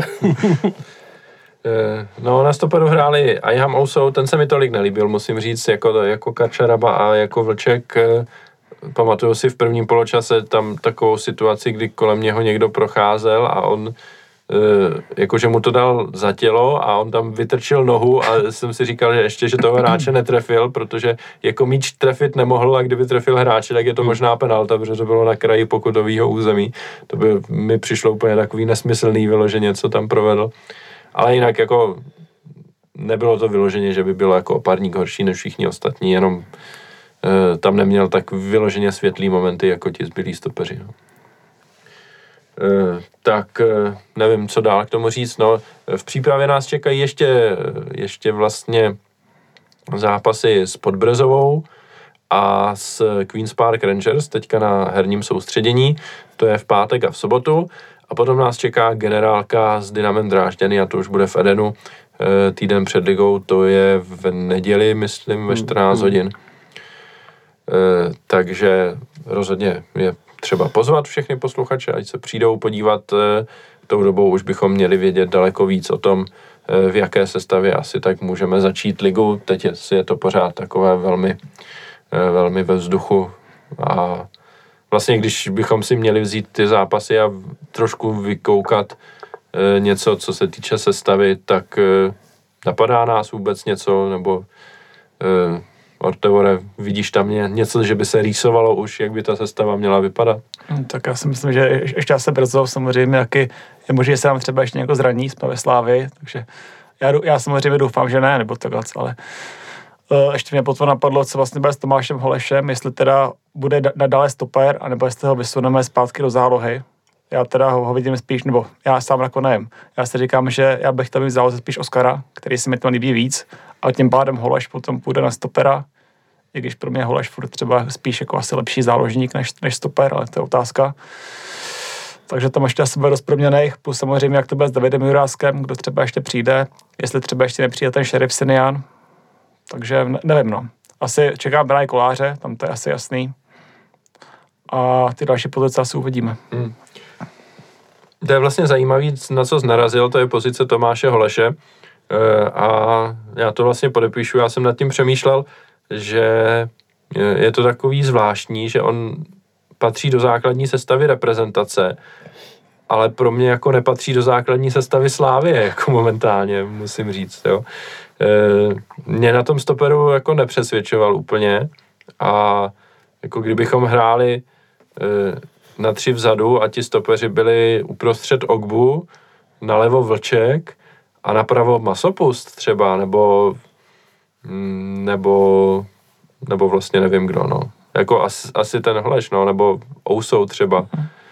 No, na stoperu hráli Ayham Ousou, ten se mi tolik nelíbil, musím říct, jako, jako Kačaraba a jako Vlček. Pamatuju si v prvním poločase tam takovou situaci, kdy kolem něho někdo procházel a on jakože mu to dal za tělo a on tam vytrčil nohu a jsem si říkal, že ještě, že toho hráče netrefil, protože jako míč trefit nemohl a kdyby trefil hráče, tak je to možná penalta, protože to bylo na kraji pokutového území. To by mi přišlo úplně takový nesmyslný vyloženě, co tam provedl. Ale jinak jako nebylo to vyloženě, že by bylo jako opárník horší než všichni ostatní, jenom e, tam neměl tak vyloženě světlý momenty jako ti zbylí stopeři. No. E, tak e, nevím, co dál k tomu říct. No, v přípravě nás čekají ještě, ještě vlastně zápasy s Podbrezovou a s Queen's Park Rangers, teďka na herním soustředění. To je v pátek a v sobotu. A potom nás čeká generálka s Dynamem Drážďany a to už bude v Edenu e, týden před ligou. To je v neděli, myslím, ve čtrnáct hodin. E, takže rozhodně je třeba pozvat všechny posluchače, ať se přijdou podívat. E, tou dobou už bychom měli vědět daleko víc o tom, e, v jaké sestavě asi tak můžeme začít ligu. Teď je, je to pořád takové velmi, e, velmi ve vzduchu a vlastně, když bychom si měli vzít ty zápasy a trošku vykoukat e, něco, co se týče sestavy, tak e, napadá nás vůbec něco, nebo e, Ortevore, vidíš tam ně, něco, že by se rýsovalo už, jak by ta sestava měla vypadat? Tak já si myslím, že ještě asi brzo, samozřejmě, jaký je možné, že se nám třeba ještě někdo zraní, jsme ve Slávii, takže já, já samozřejmě doufám, že ne, nebo takhle, ale Uh, ještě mě potom napadlo, co vlastně bude s Tomášem Holešem, jestli teda bude nadále stoper, anebo jestli ho vysuneme zpátky do zálohy. Já teda ho, ho vidím spíš, nebo já sám jako nevím. Já si říkám, že já bych tam vzal spíš Oskara, který si mi to líbí víc, a tím pádem Holeš potom půjde na stopera, i když pro mě Holeš furt třeba spíš jako asi lepší záložník než, než stoper, ale to je otázka. Takže tam ještě asi bude dost proměnejch, plus samozřejmě, jak to bude s Davidem Juráskem, kdo třeba ještě přijde, jestli třeba ještě nepřijde ten šerif Sinian. Takže nevím, no. Asi čekám Brana Koláře, tam to je asi jasný. A ty další pozice asi uvidíme. Hmm. To je vlastně zajímavý, na co jsi narazil, to je pozice Tomáše Holeše. E, a já to vlastně podepíšu, já jsem nad tím přemýšlel, že je to takový zvláštní, že on patří do základní sestavy reprezentace, ale pro mě jako nepatří do základní sestavy Slávie, jako momentálně, musím říct, jo. E, mě na tom stoperu jako nepřesvědčoval úplně a jako kdybychom hráli e, na tři vzadu a ti stopeři byli uprostřed Ogbu, nalevo Vlček a napravo Masopust třeba, nebo nebo nebo vlastně nevím kdo, no. Jako asi, asi ten Holeš, no, nebo Ousou třeba.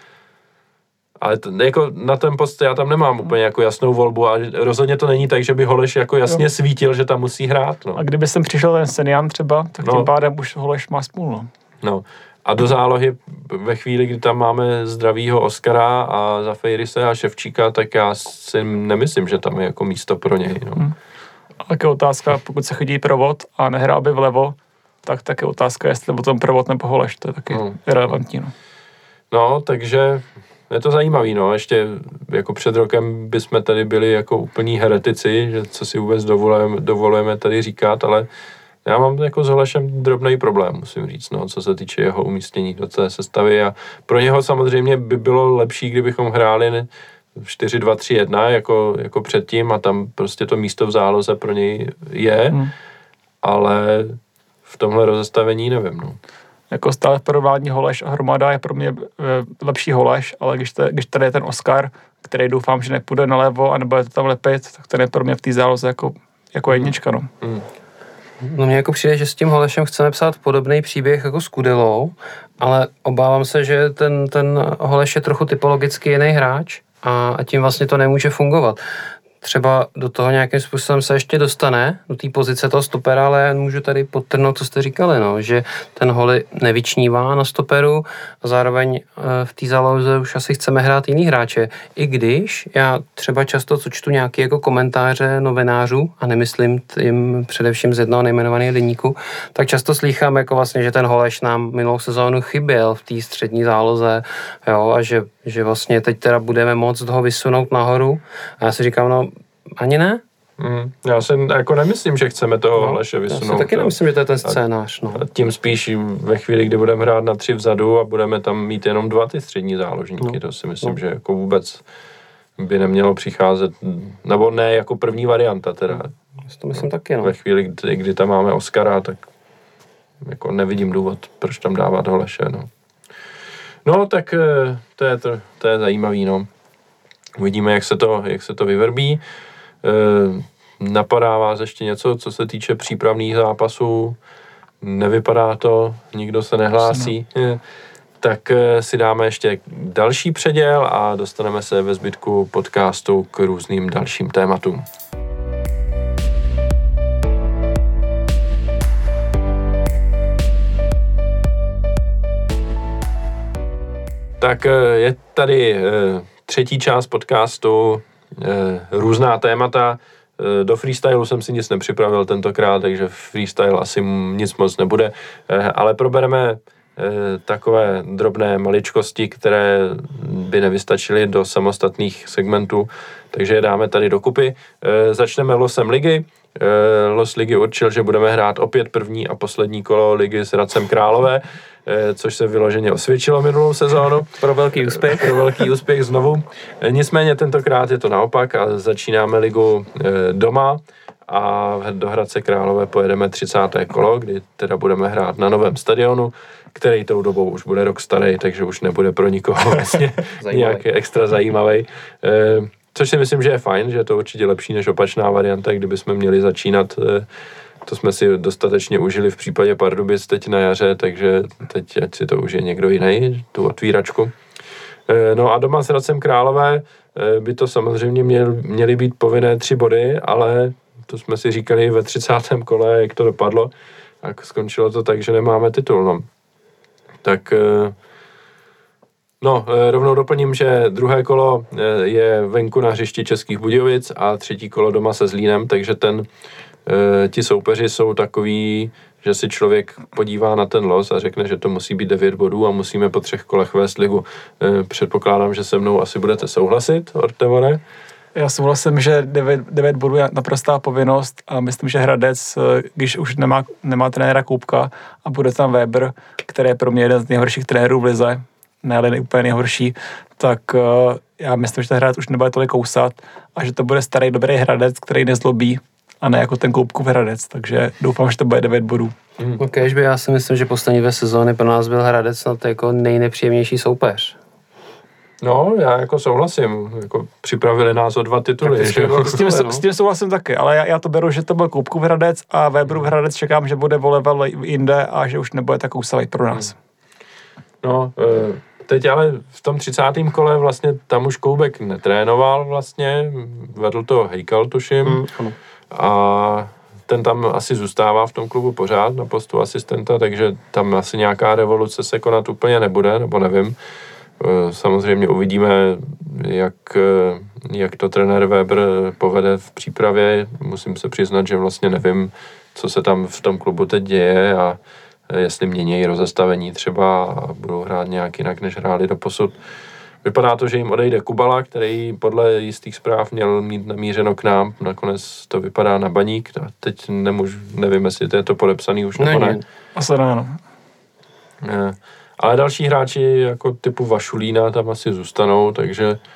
Ale to, jako na ten post já tam nemám úplně jako jasnou volbu a rozhodně to není tak, že by Holeš jako jasně svítil, že tam musí hrát, no. A kdyby sem přišel ten Senian třeba, tak tím no. pádem už Holeš má smůl, no. No. A do zálohy ve chvíli, kdy tam máme zdravýho Oskara a Zafejrise a Ševčíka, tak já si nemyslím, že tam je jako místo pro něj, no. Hmm. Ale je otázka, pokud se chodí provod a nehrál by vlevo, tak také otázka, jestli o tom provod nebo Holeš, to je taky no. relevantní. No. no, takže je to zajímavý, no, ještě jako před rokem bychom tady byli jako úplní heretici, že co si vůbec dovolujeme, dovolujeme tady říkat, ale já mám jako s Holešem drobný problém, musím říct, no, co se týče jeho umístění do té sestavy a pro něho samozřejmě by bylo lepší, kdybychom hráli čtyři dva tři jedna jako, jako předtím a tam prostě to místo v záloze pro něj je, hmm. ale v tomhle rozestavení nevím, no. Jako stále v porovnání Holeš a Hromada je pro mě lepší Holeš, ale když, te, když tady je ten Oskar, který doufám, že nepůjde nalevo a nebude to tam lepit, tak ten je pro mě v té záloze jako, jako jednička, no. Hmm. No mně jako přijde, že s tím Holešem chceme psát podobný příběh jako s Kudelou, ale obávám se, že ten, ten Holeš je trochu typologicky jiný hráč a, a tím vlastně to nemůže fungovat. Třeba do toho nějakým způsobem se ještě dostane, do té pozice toho stopera, ale můžu tady podtrhnout, co jste říkali, no, že ten Holi nevyčnívá na stoperu a zároveň v té záloze už asi chceme hrát jiný hráče. I když já třeba často co čtu nějaké jako komentáře novinářů, a nemyslím tím především z jednoho nejmenovaného deníku, tak často slýchám jako vlastně, že ten Holeš nám minulou sezónu chyběl v té střední záloze, jo, a že, že vlastně teď teda budeme moct ho vysunout nahoru. A já si říkám, no ani ne? Mm, já si jako nemyslím, že chceme toho no, Holeše vysunout. Já si taky nemyslím, že to je ten scénář. No. A tím spíš ve chvíli, kdy budeme hrát na tři vzadu a budeme tam mít jenom dva ty střední záložníky, no. to si myslím, no. že jako vůbec by nemělo přicházet, nebo ne jako první varianta teda. Já to myslím no. taky, no. Ve chvíli, kdy, kdy tam máme Oskara, tak jako nevidím důvod, proč tam dávat Holeše, no. No, tak to je, to, to je zajímavý, no. Uvidíme, jak se to, jak se to vyvrbí. E, napadá vás ještě něco, co se týče přípravných zápasů? Nevypadá to, nikdo se nehlásí. E, tak si dáme ještě další předěl a dostaneme se ve zbytku podcastu k různým dalším tématům. Tak je tady třetí část podcastu, různá témata. Do freestylu jsem si nic nepřipravil tentokrát, takže freestyle asi nic moc nebude, ale probereme takové drobné maličkosti, které by nevystačily do samostatných segmentů, takže je dáme tady dokupy. Začneme losem ligy. Los ligy určil, že budeme hrát opět první a poslední kolo ligy s Hradcem Králové, což se vyloženě osvědčilo minulou sezónu. Pro velký úspěch. Pro velký úspěch znovu. Nicméně tentokrát je to naopak a začínáme ligu doma a do Hradce Králové pojedeme třicáté kolo, kdy teda budeme hrát na novém stadionu, který tou dobou už bude rok starý, takže už nebude pro nikoho vlastně nějaký extra zajímavý. Což si myslím, že je fajn, že je to určitě lepší než opačná varianta, kdybychom měli začínat. To jsme si dostatečně užili v případě Pardubic teď na jaře, takže teď ať si to užije někdo jiný, tu otvíračku. No a doma s Hradcem Králové by to samozřejmě měl, měly být povinné tři body, ale to jsme si říkali ve třicátém kole, jak to dopadlo. Tak skončilo to tak, že nemáme titul. No. Tak no, rovnou doplním, že druhé kolo je venku na hřišti Českých Budějovic a třetí kolo doma se Zlínem, takže ten, ti soupeři jsou takový, že si člověk podívá na ten los a řekne, že to musí být devět bodů a musíme po třech kolech vést ligu. Předpokládám, že se mnou asi budete souhlasit, Ortevore? Já souhlasím, že devět bodů je naprostá povinnost a myslím, že Hradec, když už nemá, nemá trenéra Koupka a bude tam Weber, který je pro mě jeden z nejhorších trenérů v lize, ne, ale úplně nejhorší, tak uh, já myslím, že ten Hradec už nebude tolik kousat a že to bude starý, dobrý Hradec, který nezlobí a ne jako ten Koupkův Hradec, takže doufám, že to bude devět bodů. Hmm. Ok, by já si myslím, že poslední dvě sezóny pro nás byl Hradec snad jako nejnepříjemnější soupeř. No, já jako souhlasím, jako připravili nás o dva tituly. S tím, s, tím, s tím souhlasím taky, ale já, já to beru, že to byl Koupkův Hradec a Weberův Hradec čekám, že bude o level jinde a že už nebude tak kousavý pro nás. No, teď ale v tom třicátém kole vlastně tam už Koubek netrénoval vlastně, vedl to Hejkal, tuším, mm, a ten tam asi zůstává v tom klubu pořád na postu asistenta, takže tam asi nějaká revoluce se konat úplně nebude, nebo nevím. Samozřejmě uvidíme, jak, jak to trenér Weber povede v přípravě. Musím se přiznat, že vlastně nevím, co se tam v tom klubu teď děje a jestli mění rozestavení třeba a budou hrát nějak jinak, než hráli doposud. Vypadá to, že jim odejde Kubala, který podle jistých zpráv měl mít namířeno k nám. Nakonec to vypadá na Baník. A teď nemůžu, nevím, jestli to je to podepsaný už nebo ne. ne. Asi ne, no. Ne. Ale další hráči jako typu Vašulína tam asi zůstanou, takže e,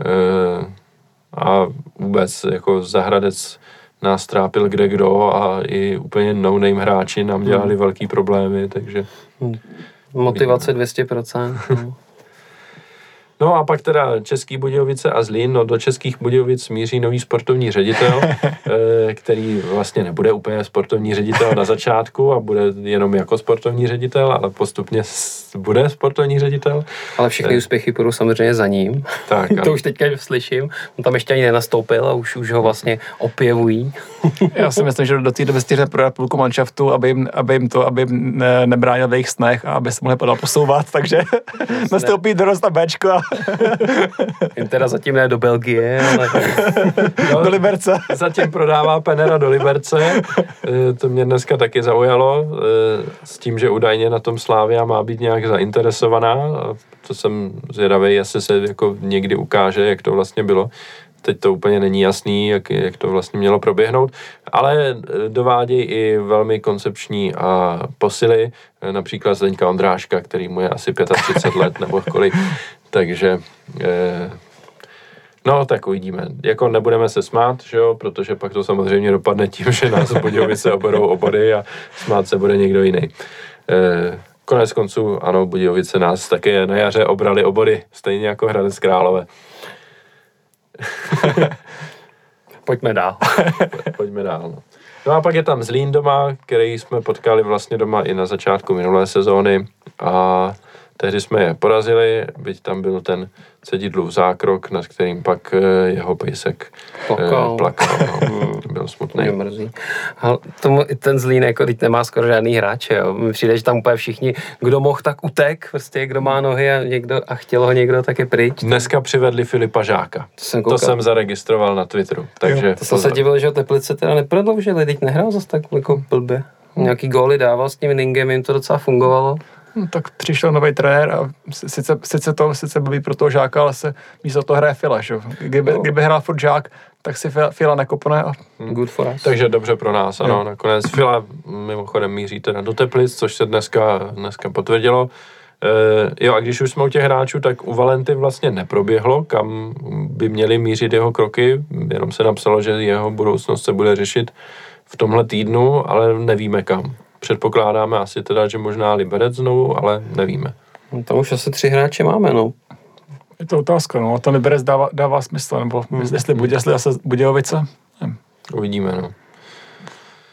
a vůbec jako za Hradec nás trápil kde kdo a i úplně no-name hráči nám dělali hmm. velký problémy, takže... Hmm. Motivace dvě stě procent. No a pak teda Český Budějovice a Zlín, no do Českých Budějovic míří nový sportovní ředitel, který vlastně nebude úplně sportovní ředitel na začátku a bude jenom jako sportovní ředitel, ale postupně bude sportovní ředitel. Ale všechny tak. úspěchy budou samozřejmě za ním. Tak, to už teďka slyším. On tam ještě ani nenastoupil a už, už ho vlastně opěvují. Já si myslím, že do té doby stihne prodat půlku manšaftu, aby jim, aby jim to, aby jim ne, nebránil v jejich snech a aby se mohli podal posouvat, takže nastoupí dorost na Bčko a jen teda zatím ne do Belgie, ale... No, do Liberce. Zatím prodává Penera do Liberce. To mě dneska taky zaujalo. S tím, že údajně na tom Slavia má být nějak zainteresovaná. To jsem zvědavý, jestli se jako někdy ukáže, jak to vlastně bylo. Teď to úplně není jasný, jak, jak to vlastně mělo proběhnout, ale dovádějí i velmi koncepční a posily, například Zdeňka Ondráška, který mu je asi třicet pět let nebo kolik. Takže, eh, no tak uvidíme. Jako nebudeme se smát, že jo, protože pak to samozřejmě dopadne tím, že nás Budějovice oberou obody a smát se bude někdo jiný. Eh, konec konců, ano, Budějovice nás také na jaře obrali obody, stejně jako Hradec Králové. Pojďme dál. Pojďme dál, no. No a pak je tam Zlín doma, který jsme potkali vlastně doma i na začátku minulé sezóny a tehdy jsme je porazili, byť tam byl ten Cedidlův zákrok, nad kterým pak jeho pejsek plakal. plakal no. Byl smutný. Tomu, ten Zlín jako teď nemá skoro žádný hráče, jo. Mi přijde, že tam úplně všichni, kdo mohl, tak utek, prostě kdo má nohy a, někdo, a chtěl ho někdo, tak je pryč. Dneska přivedli Filipa Žáka. To jsem, to jsem zaregistroval na Twitteru. Takže jo, to jsem se divil, že Teplice teda neprodloužili, teď nehrál zase tak jako blbě. Nějaký góly dával s tím Ningem, jim to docela fungovalo. No, tak přišel nový trenér a sice, sice to sice blbý pro toho Žáka, ale se místo toho hraje Fila, že? Kdyby, no. kdyby hrál furt Žák, tak si Fila, Fila nekopne. A... Good for us. Takže dobře pro nás, ano. Jo. Nakonec Fila mimochodem míří teda do Teplic, což se dneska, dneska potvrdilo. E, jo, a když už jsme u těch hráčů, tak u Valenty vlastně neproběhlo, kam by měli mířit jeho kroky, jenom se napsalo, že jeho budoucnost se bude řešit v tomhle týdnu, ale nevíme kam. Předpokládáme asi teda, že možná Liberec znovu, ale nevíme. No, tam už asi tři hráče máme, no. Je to otázka, no. A to Liberec dává, dává smysl, nebo hmm. jestli, jestli zase Budějovice? Uvidíme, no.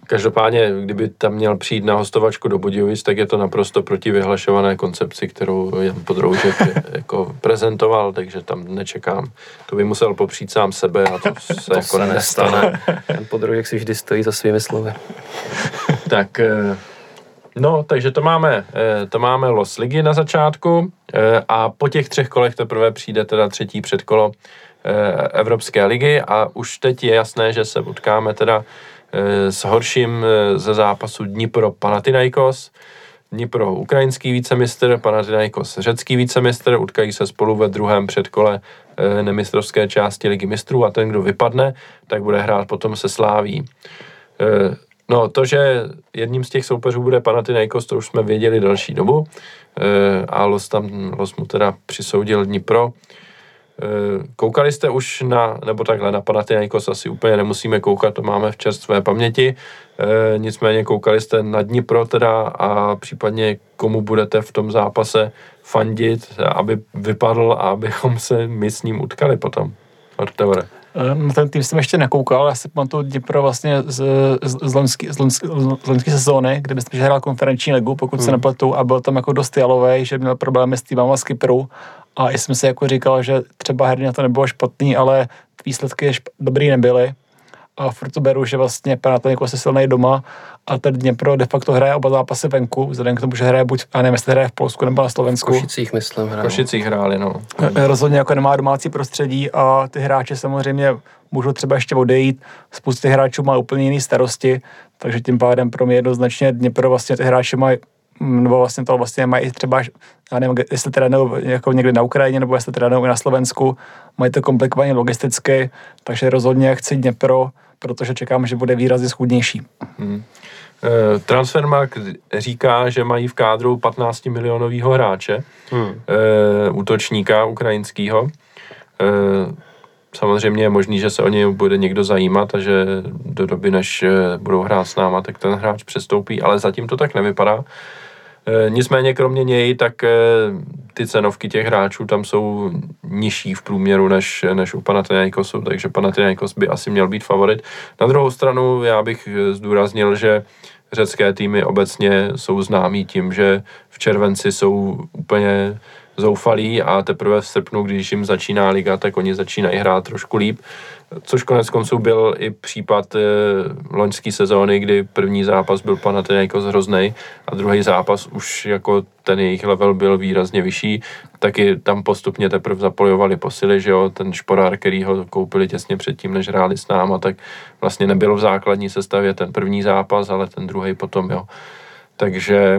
Každopádně, kdyby tam měl přijít na hostovačku do Budějovic, tak je to naprosto proti vyhlašované koncepci, kterou Jan Podroužek jako prezentoval, takže tam nečekám. To by musel popřít sám sebe a to se to jako se nestane. Jan Podroužek si vždy stojí za svými slovy. Tak, no, takže to máme, to máme los ligy na začátku a po těch třech kolech teprve přijde teda třetí předkolo Evropské ligy a už teď je jasné, že se utkáme teda s horším ze zápasu Dnipro Panathinaikos. Dnipro ukrajinský vícemistr, Panathinaikos řecký vícemistr, utkají se spolu ve druhém předkole nemistrovské části ligy mistrů a ten, kdo vypadne, tak bude hrát potom se Sláví. No, to, že jedním z těch soupeřů bude Panathinaikos, to už jsme věděli další dobu a los, tam, los mu teda přisoudil Dnipro. Koukali jste už na, nebo takhle, na Panathinaikos asi úplně nemusíme koukat, to máme v čerstvé paměti, e, nicméně koukali jste na Dnipro teda a případně komu budete v tom zápase fandit, aby vypadl a abychom se my s ním utkali potom. Artevore. Na ten tým jsem ještě nekoukal, já si pamatuju Dnipro vlastně z, z, z, loňský, z, loňský, z loňský sezóny, kde byste hrál konferenční ligu, pokud hmm. se nepletu, a byl tam jako dost jalovej, že měl problémy s týmama z Kypru. A já jsem si jako říkal, že třeba herně to nebylo špatný, ale výsledky šp- dobrý nebyly. A furt to beru, že vlastně Panathinaikos je silnej doma a ten Dnipro de facto hraje oba zápasy venku, vzhledem k tomu, že hraje buď, a nevím, jestli hraje v Polsku nebo na Slovensku. V Košicích, myslím, hraje. V Košicích hráli, no. Rozhodně jako nemá domácí prostředí a ty hráči samozřejmě můžou třeba ještě odejít. Spousty hráčů má úplně jiný starosti, takže tím pádem pro mě jednoznačně Dnipro vlastně ty hráči mají, nebo vlastně to vlastně mají třeba, já nevím, jestli trénují jako někde na Ukrajině, nebo jestli trénují na Slovensku, mají to komplikovaně logisticky, takže rozhodně chci Dnipro, protože čekám, že bude výrazně schůdnější. Hmm. Transfermarkt říká, že mají v kádru patnáct milionovýho hráče, hmm. e, útočníka ukrajinského. E, samozřejmě je možný, že se o něj bude někdo zajímat a že do doby, než budou hrát s náma, tak ten hráč přestoupí, ale zatím to tak nevypadá. E, nicméně kromě něj, tak e, ty cenovky těch hráčů tam jsou nižší v průměru než, než u Panathinaikosu, takže Panathinaikos by asi měl být favorit. Na druhou stranu já bych zdůraznil, že řecké týmy obecně jsou známí tím, že v červenci jsou úplně zoufalí a teprve v srpnu, když jim začíná liga, tak oni začínají hrát trošku líp, což konec konců byl i případ e, loňské sezóny, kdy první zápas byl Panathinaikos hroznej a druhý zápas už jako ten jejich level byl výrazně vyšší, taky tam postupně teprve zapojovali posily, že jo, ten Šporár, který ho koupili těsně předtím, než hráli s náma, tak vlastně nebyl v základní sestavě ten první zápas, ale ten druhý potom, jo. Takže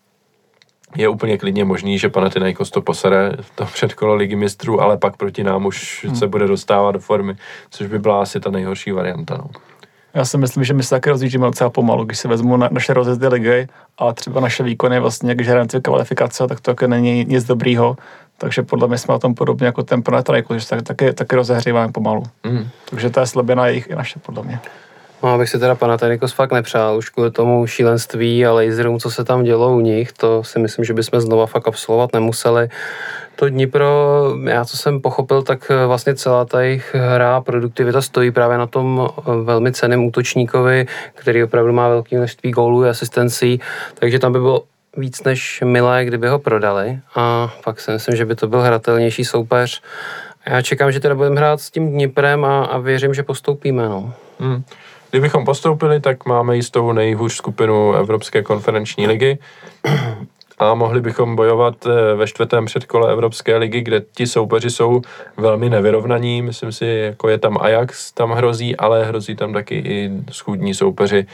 je úplně klidně možný, že Panathinaikos to posere v tom předkolo ligy mistrů, ale pak proti nám už hmm. se bude dostávat do formy, což by byla asi ta nejhorší varianta. No. Já si myslím, že my se taky rozjíždíme docela pomalu, když se vezmu na naše rozjezdy ligy a třeba naše výkony vlastně, když hrajeme ty kvalifikace, tak to taky není nic dobrýho. Takže podle mě jsme na tom podobně jako ten Panathinaikos, že taky, taky rozehříváme pomalu. Hmm. Takže to je slabina jejich i naše, podle mě. No, abych si teda Panathinaikos fakt nepřál, už kvůli tomu šílenství a laserům, co se tam dělo u nich, to si myslím, že bychom znova fakt absolvovat nemuseli. To Dnipro, já co jsem pochopil, tak vlastně celá ta jejich hra, produktivita stojí právě na tom velmi cenném útočníkovi, který opravdu má velké množství gólů a asistencí, takže tam by bylo víc než milé, kdyby ho prodali a pak si myslím, že by to byl hratelnější soupeř. Já čekám, že teda budeme hrát s tím Dniprem a, a věřím, že postoupíme. No. Hmm. Kdybychom postoupili, tak máme jistou nejhůř skupinu Evropské konferenční ligy a mohli bychom bojovat ve čtvrtém předkole Evropské ligy, kde ti soupeři jsou velmi nevyrovnaní. Myslím si, jako je tam Ajax, tam hrozí, ale hrozí tam taky i schůdní soupeři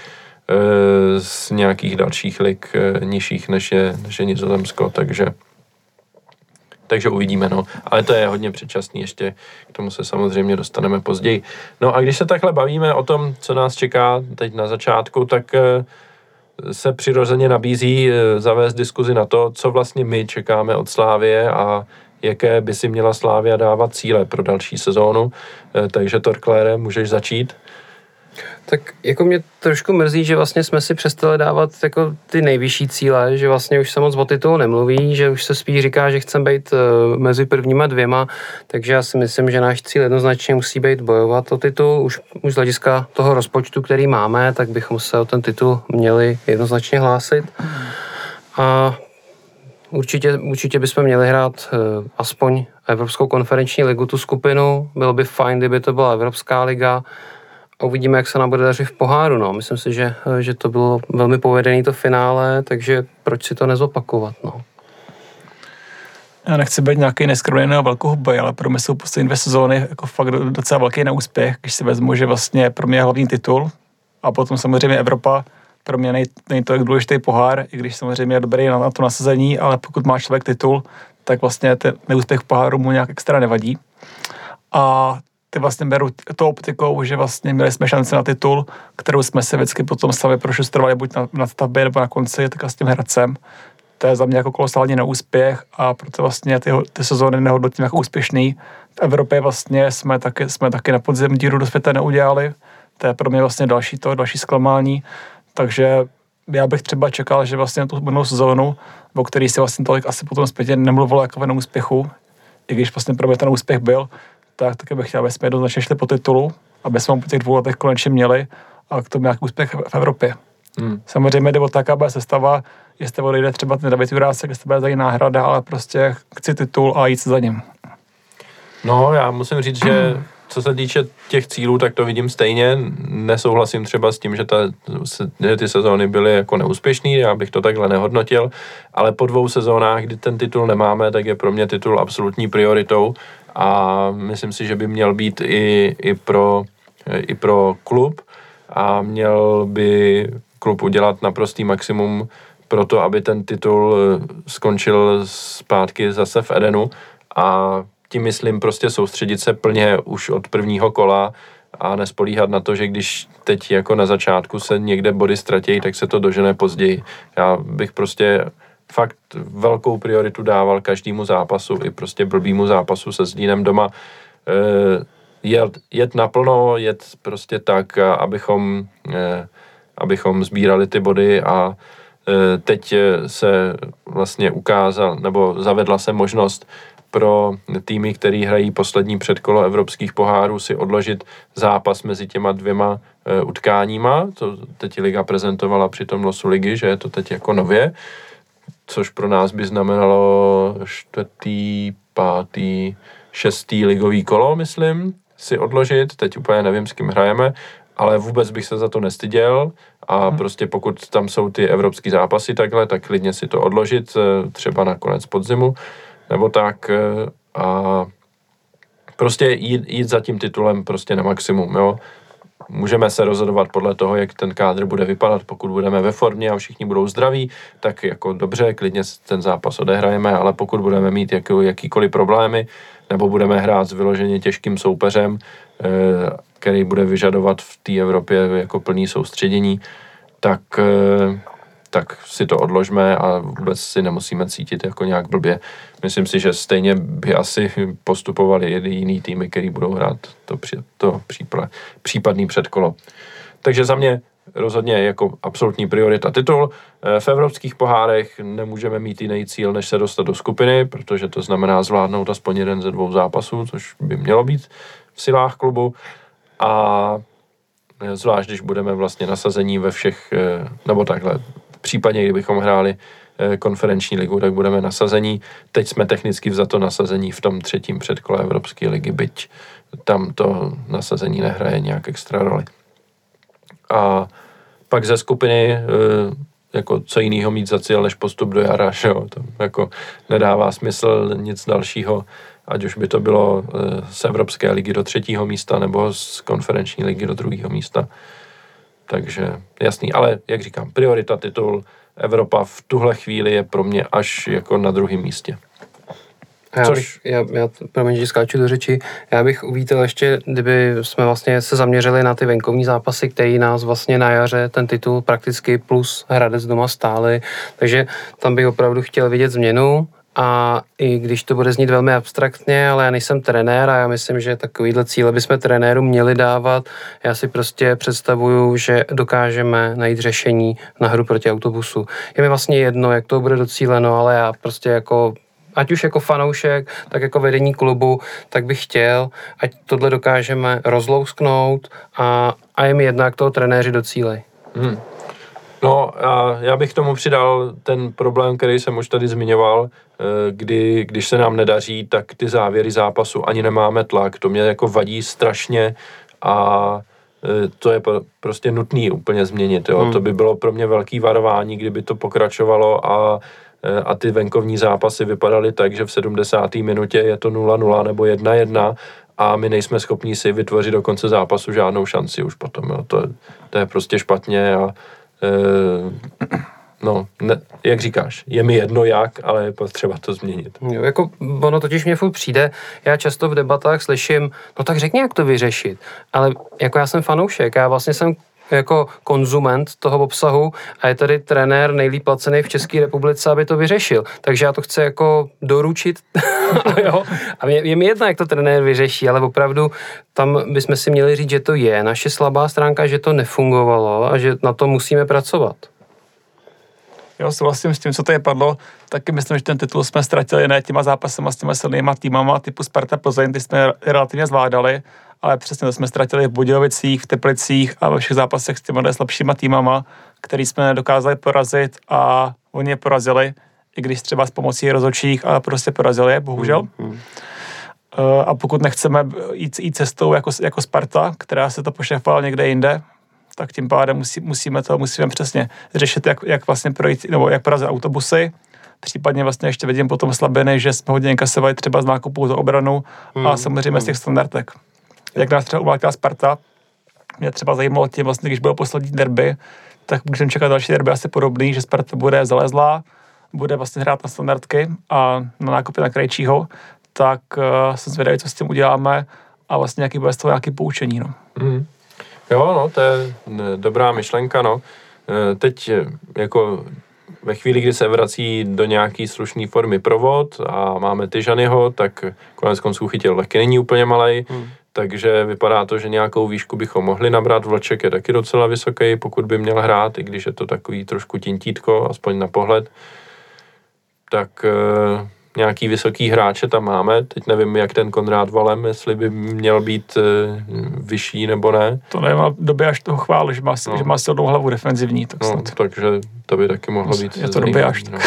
z nějakých dalších lig nižších, než je, než je Nizozemsko, takže takže uvidíme, no. Ale to je hodně předčasný, ještě k tomu se samozřejmě dostaneme později. No a když se takhle bavíme o tom, co nás čeká teď na začátku, tak se přirozeně nabízí zavést diskuzi na to, co vlastně my čekáme od Slávie a jaké by si měla Slávia dávat cíle pro další sezónu. Takže Torklére, můžeš začít? Tak jako mě trošku mrzí, že vlastně jsme si přestali dávat jako ty nejvyšší cíle, že vlastně už se moc o titulu nemluví, že už se spíš říká, že chceme být uh, mezi prvníma dvěma, takže já si myslím, že náš cíl jednoznačně musí být bojovat o titul. Už, už z hlediska toho rozpočtu, který máme, tak bychom se o ten titul měli jednoznačně hlásit. A určitě, určitě bychom měli hrát uh, aspoň Evropskou konferenční ligu, tu skupinu. Bylo by fajn, kdyby to byla Evropská liga. A uvidíme, jak se nám bude dařit v poháru. No. Myslím si, že, že to bylo velmi povedené to finále, takže proč si to nezopakovat? No. Já nechci být nějaký neskromný a velkou hobby, ale pro mě jsou poslední dvě sezóny jako fakt docela velký neúspěch, když si vezmu, že vlastně pro mě je hlavní titul a potom samozřejmě Evropa, pro mě nej, není to tak důležitý pohár, i když samozřejmě je dobrý na, na to nasazení, ale pokud má člověk titul, tak vlastně ten neúspěch v poháru mu nějak extra nevadí. A ty vlastně beru to optikou, že vlastně měli jsme šanci na titul, kterou jsme se vždycky potom stavě prošustrovali buď na, na stavbě nebo na konci, tak s tím Hradcem. To je za mě jako kolosální neúspěch a proto vlastně ty, ty sezóny nehodnotím jako úspěšný. V Evropě vlastně jsme taky, jsme taky na podzim díru do světa neudělali. To je pro mě vlastně další to, další zklamání. Takže já bych třeba čekal, že vlastně tu minulou sezónu, o který si vlastně tolik asi potom zpětě nemluvilo jako o neúspěchu, i když vlastně pro mě ten úspěch byl, tak taky bych chtěl, aby jsme jednoznačně šli po titulu, aby jsme po těch dvou letech konečně měli a k tomu nějaký úspěch v Evropě. Hmm. Samozřejmě jde o tak, aby sestava, jestli odejde třeba ten David Jurásek, jestli bude za ní náhrada, ale prostě chci titul a jít se za ním. No, já musím říct, že co se týče těch cílů, tak to vidím stejně. Nesouhlasím třeba s tím, že, ta, že ty sezóny byly jako neúspěšný, já bych to takhle nehodnotil, ale po dvou sezónách, kdy ten titul nemáme, tak je pro mě titul absolutní prioritou a myslím si, že by měl být i, i, pro, i pro klub a měl by klub udělat naprostý maximum pro to, aby ten titul skončil zpátky zase v Edenu a tím myslím prostě soustředit se plně už od prvního kola a nespolíhat na to, že když teď jako na začátku se někde body ztratí, tak se to dožene později. Já bych prostě fakt velkou prioritu dával každému zápasu, i prostě blbýmu zápasu se Zlínem doma. E, jet, jet naplno, jet prostě tak, abychom, e, abychom sbírali ty body a e, teď se vlastně ukázal, nebo zavedla se možnost pro týmy, který hrají poslední předkolo evropských pohárů, si odložit zápas mezi těma dvěma e, utkáníma. To teď liga prezentovala při tom losu ligy, že je to teď jako nově, což pro nás by znamenalo čtvrtý, pátý, šestý ligový kolo, myslím, si odložit. Teď úplně nevím, s kým hrajeme, ale vůbec bych se za to nestyděl a hmm. prostě pokud tam jsou ty evropský zápasy takhle, tak klidně si to odložit, třeba na konec podzimu, nebo tak a prostě jít, jít za tím titulem prostě na maximum, jo. Můžeme se rozhodovat podle toho, jak ten kádr bude vypadat, pokud budeme ve formě a všichni budou zdraví, tak jako dobře, klidně ten zápas odehrajeme, ale pokud budeme mít jaký, jakýkoliv problémy, nebo budeme hrát s vyloženě těžkým soupeřem, který bude vyžadovat v té Evropě jako plný soustředění, tak tak si to odložme a vůbec si nemusíme cítit jako nějak blbě. Myslím si, že stejně by asi postupovali i jiný týmy, který budou hrát to, to případný předkolo. Takže za mě rozhodně jako absolutní priorita titul. V evropských pohárech nemůžeme mít jiný cíl, než se dostat do skupiny, protože to znamená zvládnout aspoň jeden ze dvou zápasů, což by mělo být v silách klubu. A zvlášť, když budeme vlastně nasazení ve všech, nebo takhle, případně, kdybychom hráli konferenční ligu, tak budeme nasazení. Teď jsme technicky vzato nasazení v tom třetím předkole Evropské ligy, byť tam to nasazení nehraje nějak extra roli. A pak ze skupiny, jako co jiného mít za cíl, než postup do jara, že jo? To jako nedává smysl nic dalšího, ať už by to bylo z Evropské ligy do třetího místa, nebo z konferenční ligy do druhého místa. Takže jasný, ale jak říkám, priorita titul, Evropa v tuhle chvíli je pro mě až jako na druhém místě. Já, Což... bych, já, já promiň, že skáču do řeči, já bych uvítal ještě, kdyby jsme vlastně se zaměřili na ty venkovní zápasy, které nás vlastně na jaře ten titul prakticky plus Hradec doma stály, takže tam bych opravdu chtěl vidět změnu A i když to bude znít velmi abstraktně, ale já nejsem trenér a já myslím, že takovýhle cíle bychom trenérům měli dávat. Já si prostě představuju, že dokážeme najít řešení na hru proti autobusu. Je mi vlastně jedno, jak to bude docíleno, ale já prostě jako ať už jako fanoušek, tak jako vedení klubu, tak bych chtěl, ať tohle dokážeme rozlousknout a, a je mi jedno, jak toho trenéři docílej. Hmm. No a já bych k tomu přidal ten problém, který jsem už tady zmiňoval, kdy, když se nám nedaří, tak ty závěry zápasu ani nemáme tlak, to mě jako vadí strašně a to je prostě nutný úplně změnit, jo. Hmm. To by bylo pro mě velký varování, kdyby to pokračovalo a a ty venkovní zápasy vypadaly tak, že v sedmdesáté minutě je to nula nula nebo jedna jedna a my nejsme schopni si vytvořit do konce zápasu žádnou šanci už potom. Jo. To, to je prostě špatně a e, no, ne, jak říkáš, je mi jedno jak, ale je potřeba to změnit. Jo, jako ono totiž mě furt přijde, já často v debatách slyším, no tak řekni, jak to vyřešit, ale jako já jsem fanoušek, já vlastně jsem jako konzument toho obsahu a je tady trenér nejlíp placený v České republice, aby to vyřešil. Takže já to chci jako doručit. Jo? A mě, je mi jedno, jak to trenér vyřeší, ale opravdu tam bychom si měli říct, že to je naše slabá stránka, že to nefungovalo a že na to musíme pracovat. Jo, souhlasím s tím, co tady padlo. Taky myslím, že ten titul jsme ztratili ne těma zápasama s těma silnýma týmama typu Sparta Plzeň, ty jsme relativně zvládali, ale přesně to jsme ztratili v Budějovicích, v Teplicích a ve všech zápasech s těma slabšíma týmama, který jsme nedokázali porazit a oni je porazili, i když třeba s pomocí rozhodčích, ale prostě porazili je, bohužel. Mm-hmm. A pokud nechceme jít, jít cestou jako, jako Sparta, která se to pošefala někde jinde, tak tím pádem musí, musíme to musíme přesně řešit, jak, jak vlastně projít, nebo jak porazit autobusy. Případně vlastně ještě vidím potom slabiny, že jsme hodně inkasovali třeba z nákupů za obranu mm. a samozřejmě mm. z těch standardek. Jak nás třeba umlátila Sparta, mě třeba zajímalo tím vlastně, když bylo poslední derby, tak můžeme čekat další derby asi podobný, že Sparta bude zalezlá, bude vlastně hrát na standardky a na nákupy na Krejčího, tak uh, jsem zvědavý, co s tím uděláme a vlastně nějaký bude z toho nějaký poučení. No. Mm. Jo, no, to je dobrá myšlenka, no. Teď jako ve chvíli, kdy se vrací do nějaký slušný formy provod a máme Tyžanyho, tak konec konců Chytil taky není úplně malej, hmm. takže vypadá to, že nějakou výšku bychom mohli nabrat. Vlček je taky docela vysoký, pokud by měl hrát, i když je to takový trošku tintítko, aspoň na pohled. Tak e, nějaký vysoký hráče tam máme. Teď nevím, jak ten Konrád Valem, jestli by měl být e, vyšší nebo ne. To nemá době až toho chválu, že má, no. že má silnou hlavu defenzivní. Tak no, takže to by taky mohlo být. Je to době až. No.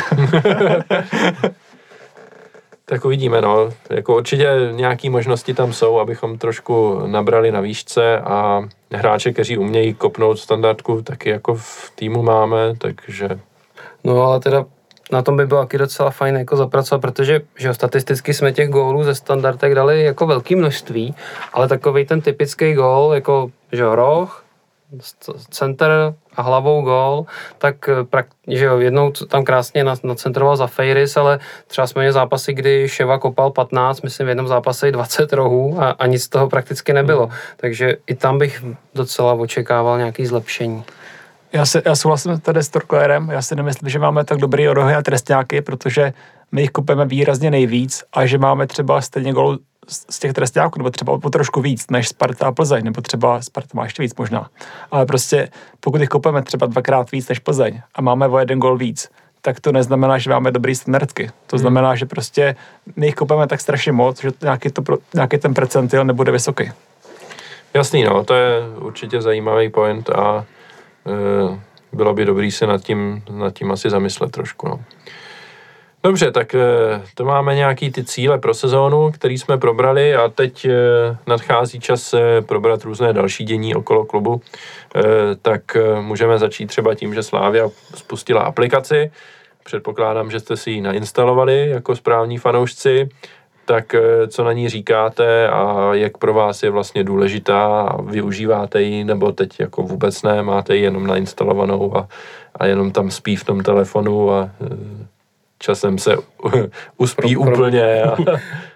Tak uvidíme, no. Jako určitě nějaký možnosti tam jsou, abychom trošku nabrali na výšce a hráče, kteří umějí kopnout standardku, taky jako v týmu máme, takže... No ale teda na tom by bylo taky docela fajn jako zapracovat, protože že statisticky jsme těch gólů ze standardek dali jako velké množství, ale takovej ten typický gól, jako že roh, center a hlavou gól, tak že jo, jednou tam krásně nacentroval za Fejris, ale třeba jsme měli zápasy, kdy Ševa kopal patnáct, myslím v jednom zápase i dvacet rohů a, a nic z toho prakticky nebylo. Takže i tam bych docela očekával nějaké zlepšení. Já, se, já souhlasím tady s Torklérem, já si nemyslím, že máme tak dobrý rohy a trestňáky, protože my jich kopeme výrazně nejvíc a že máme třeba stejně gól z těch trestňáků, nebo třeba o trošku víc než Sparta a Plzeň, nebo třeba Sparta má ještě víc možná. Ale prostě pokud jich kopeme třeba dvakrát víc než Plzeň a máme o jeden gól víc, tak to neznamená, že máme dobrý standardky. To znamená, hmm. že prostě my jich kopeme tak strašně moc, že nějaký, to, nějaký ten percentil nebude vysoký. Jasný, no, to je určitě zajímavý point a e, bylo by dobrý se nad tím, nad tím asi zamyslet trošku, no. Dobře, tak to máme nějaký ty cíle pro sezónu, který jsme probrali a teď nadchází čas probrat různé další dění okolo klubu. Tak můžeme začít třeba tím, že Slavia spustila aplikaci. Předpokládám, že jste si ji nainstalovali jako správní fanoušci. Tak co na ní říkáte a jak pro vás je vlastně důležitá a využíváte ji, nebo teď jako vůbec ne, máte ji jenom nainstalovanou a, a jenom tam spí v tom telefonu a časem se uspí pro, pro, úplně. A...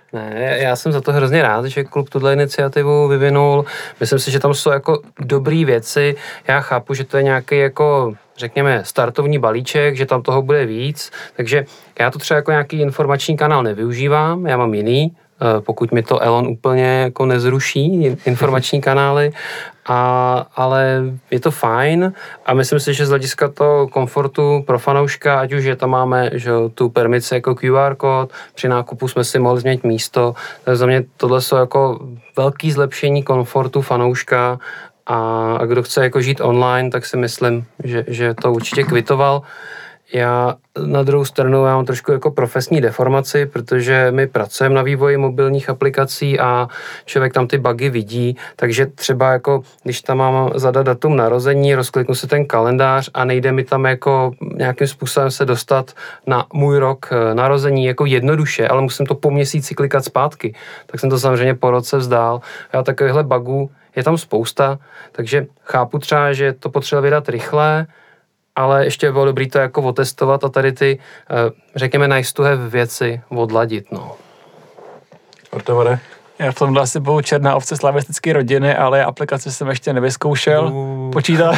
Ne, já jsem za to hrozně rád, že klub tuhle iniciativu vyvinul. Myslím si, že tam jsou jako dobrý věci. Já chápu, že to je nějaký jako, řekněme, startovní balíček, že tam toho bude víc, takže já to třeba jako nějaký informační kanál nevyužívám, já mám jiný, pokud mi to Elon úplně jako nezruší, informační kanály, a, ale je to fajn a myslím si, že z hlediska toho komfortu pro fanouška, ať už je tam máme že, tu permici jako Q R kód, při nákupu jsme si mohli změnit místo, tak za mě tohle jsou jako velký zlepšení komfortu fanouška a, a kdo chce jako žít online, tak si myslím, že, že to určitě kvitoval. Já na druhou stranu já mám trošku jako profesní deformaci, protože my pracujeme na vývoji mobilních aplikací a člověk tam ty bugy vidí, takže třeba jako, když tam mám zadat datum narození, rozkliknu si ten kalendář a nejde mi tam jako nějakým způsobem se dostat na můj rok narození jako jednoduše, ale musím to po měsíci klikat zpátky, tak jsem to samozřejmě po roce vzdál. Já takovýchhle bugů je tam spousta, takže chápu třeba, že to potřeba vydat rychle, ale ještě bylo dobrý to jako otestovat a tady ty, řekněme, nice to have věci odladit, no. Artemare? Já v tomhle asi byl černá ovce slavistické rodiny, ale aplikaci jsem ještě nevyzkoušel. Uh. Počítám...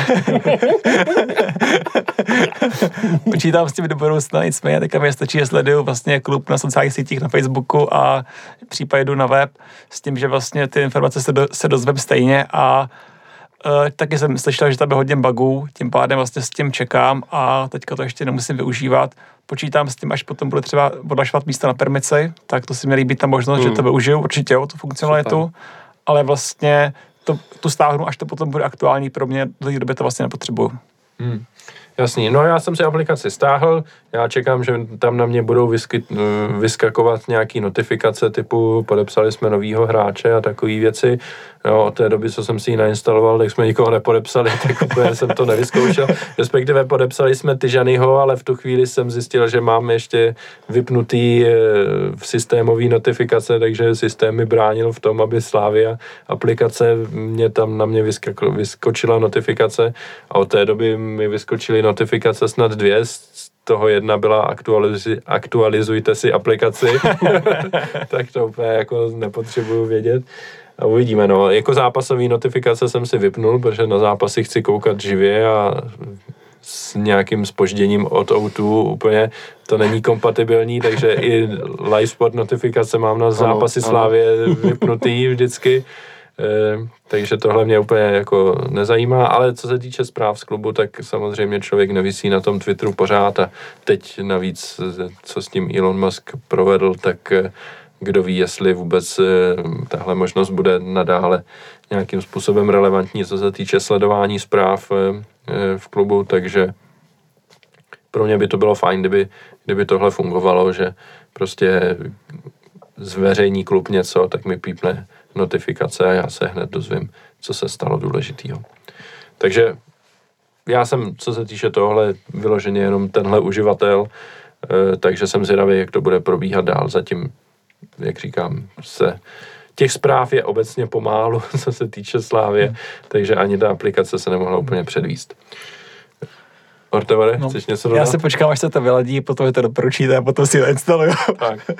Počítám s tím do budoucna, nicméně teďka mi stačí, že sleduju vlastně klub na sociálních sítích, na Facebooku a případně jdu na web s tím, že vlastně ty informace se, do, se dozvím stejně a Uh, taky jsem slyšel, že tam je hodně bugů, tím pádem vlastně s tím čekám a teďka to ještě nemusím využívat. Počítám s tím, až potom bude třeba odlašovat místo na permici, tak to si mi líbí ta možnost, mm. že to využiju, určitě jo, tu funkcionalitu, super. Ale vlastně to, tu stáhnu, až to potom bude aktuální pro mě, do té doby to vlastně nepotřebuju. Mm. Jasný, no já jsem si aplikaci stáhl, já čekám, že tam na mě budou vysky, vyskakovat nějaký notifikace typu podepsali jsme novýho hráče a takové věci. No, od té doby, co jsem si ji nainstaloval, tak jsme nikoho nepodepsali, tak úplně jsem to nevyzkoušel. Respektive podepsali jsme Tyžanyho, ale v tu chvíli jsem zjistil, že mám ještě vypnutý v systémový notifikace, takže systém mi bránil v tom, aby Slavia aplikace mě tam na mě vyskakl, vyskočila notifikace a od té doby mi vyskočily notifikace snad dvě, z toho jedna byla aktualizi, aktualizujte si aplikaci, tak to úplně jako nepotřebuju vědět. A uvidíme, no. Jako zápasový notifikace jsem si vypnul, protože na zápasy chci koukat živě a s nějakým zpožděním od ó dva úplně to není kompatibilní, takže i live sport notifikace mám na zápasy Slávie vypnutý vždycky. E, takže tohle mě úplně jako nezajímá, ale co se týče zpráv z klubu, tak samozřejmě člověk nevisí na tom Twitteru pořád a teď navíc, co s tím Elon Musk provedl, tak kdo ví, jestli vůbec tahle možnost bude nadále nějakým způsobem relevantní, co se týče sledování zpráv v klubu, takže pro mě by to bylo fajn, kdyby, kdyby tohle fungovalo, že prostě zveřejní klub něco, tak mi pípne notifikace a já se hned dozvím, co se stalo důležitýho. Takže já jsem, co se týče tohle, vyloženě jenom tenhle uživatel, takže jsem zvědavý, jak to bude probíhat dál. Zatím, jak říkám, se těch zpráv je obecně pomálu, co se týče Slávie, hmm. takže ani ta aplikace se nemohla úplně předvíst. Ortevare, no, chceš něco dodat? Já se počkám, až se to vyladí, potom je to doporučíte a potom si to instaluju. Tak.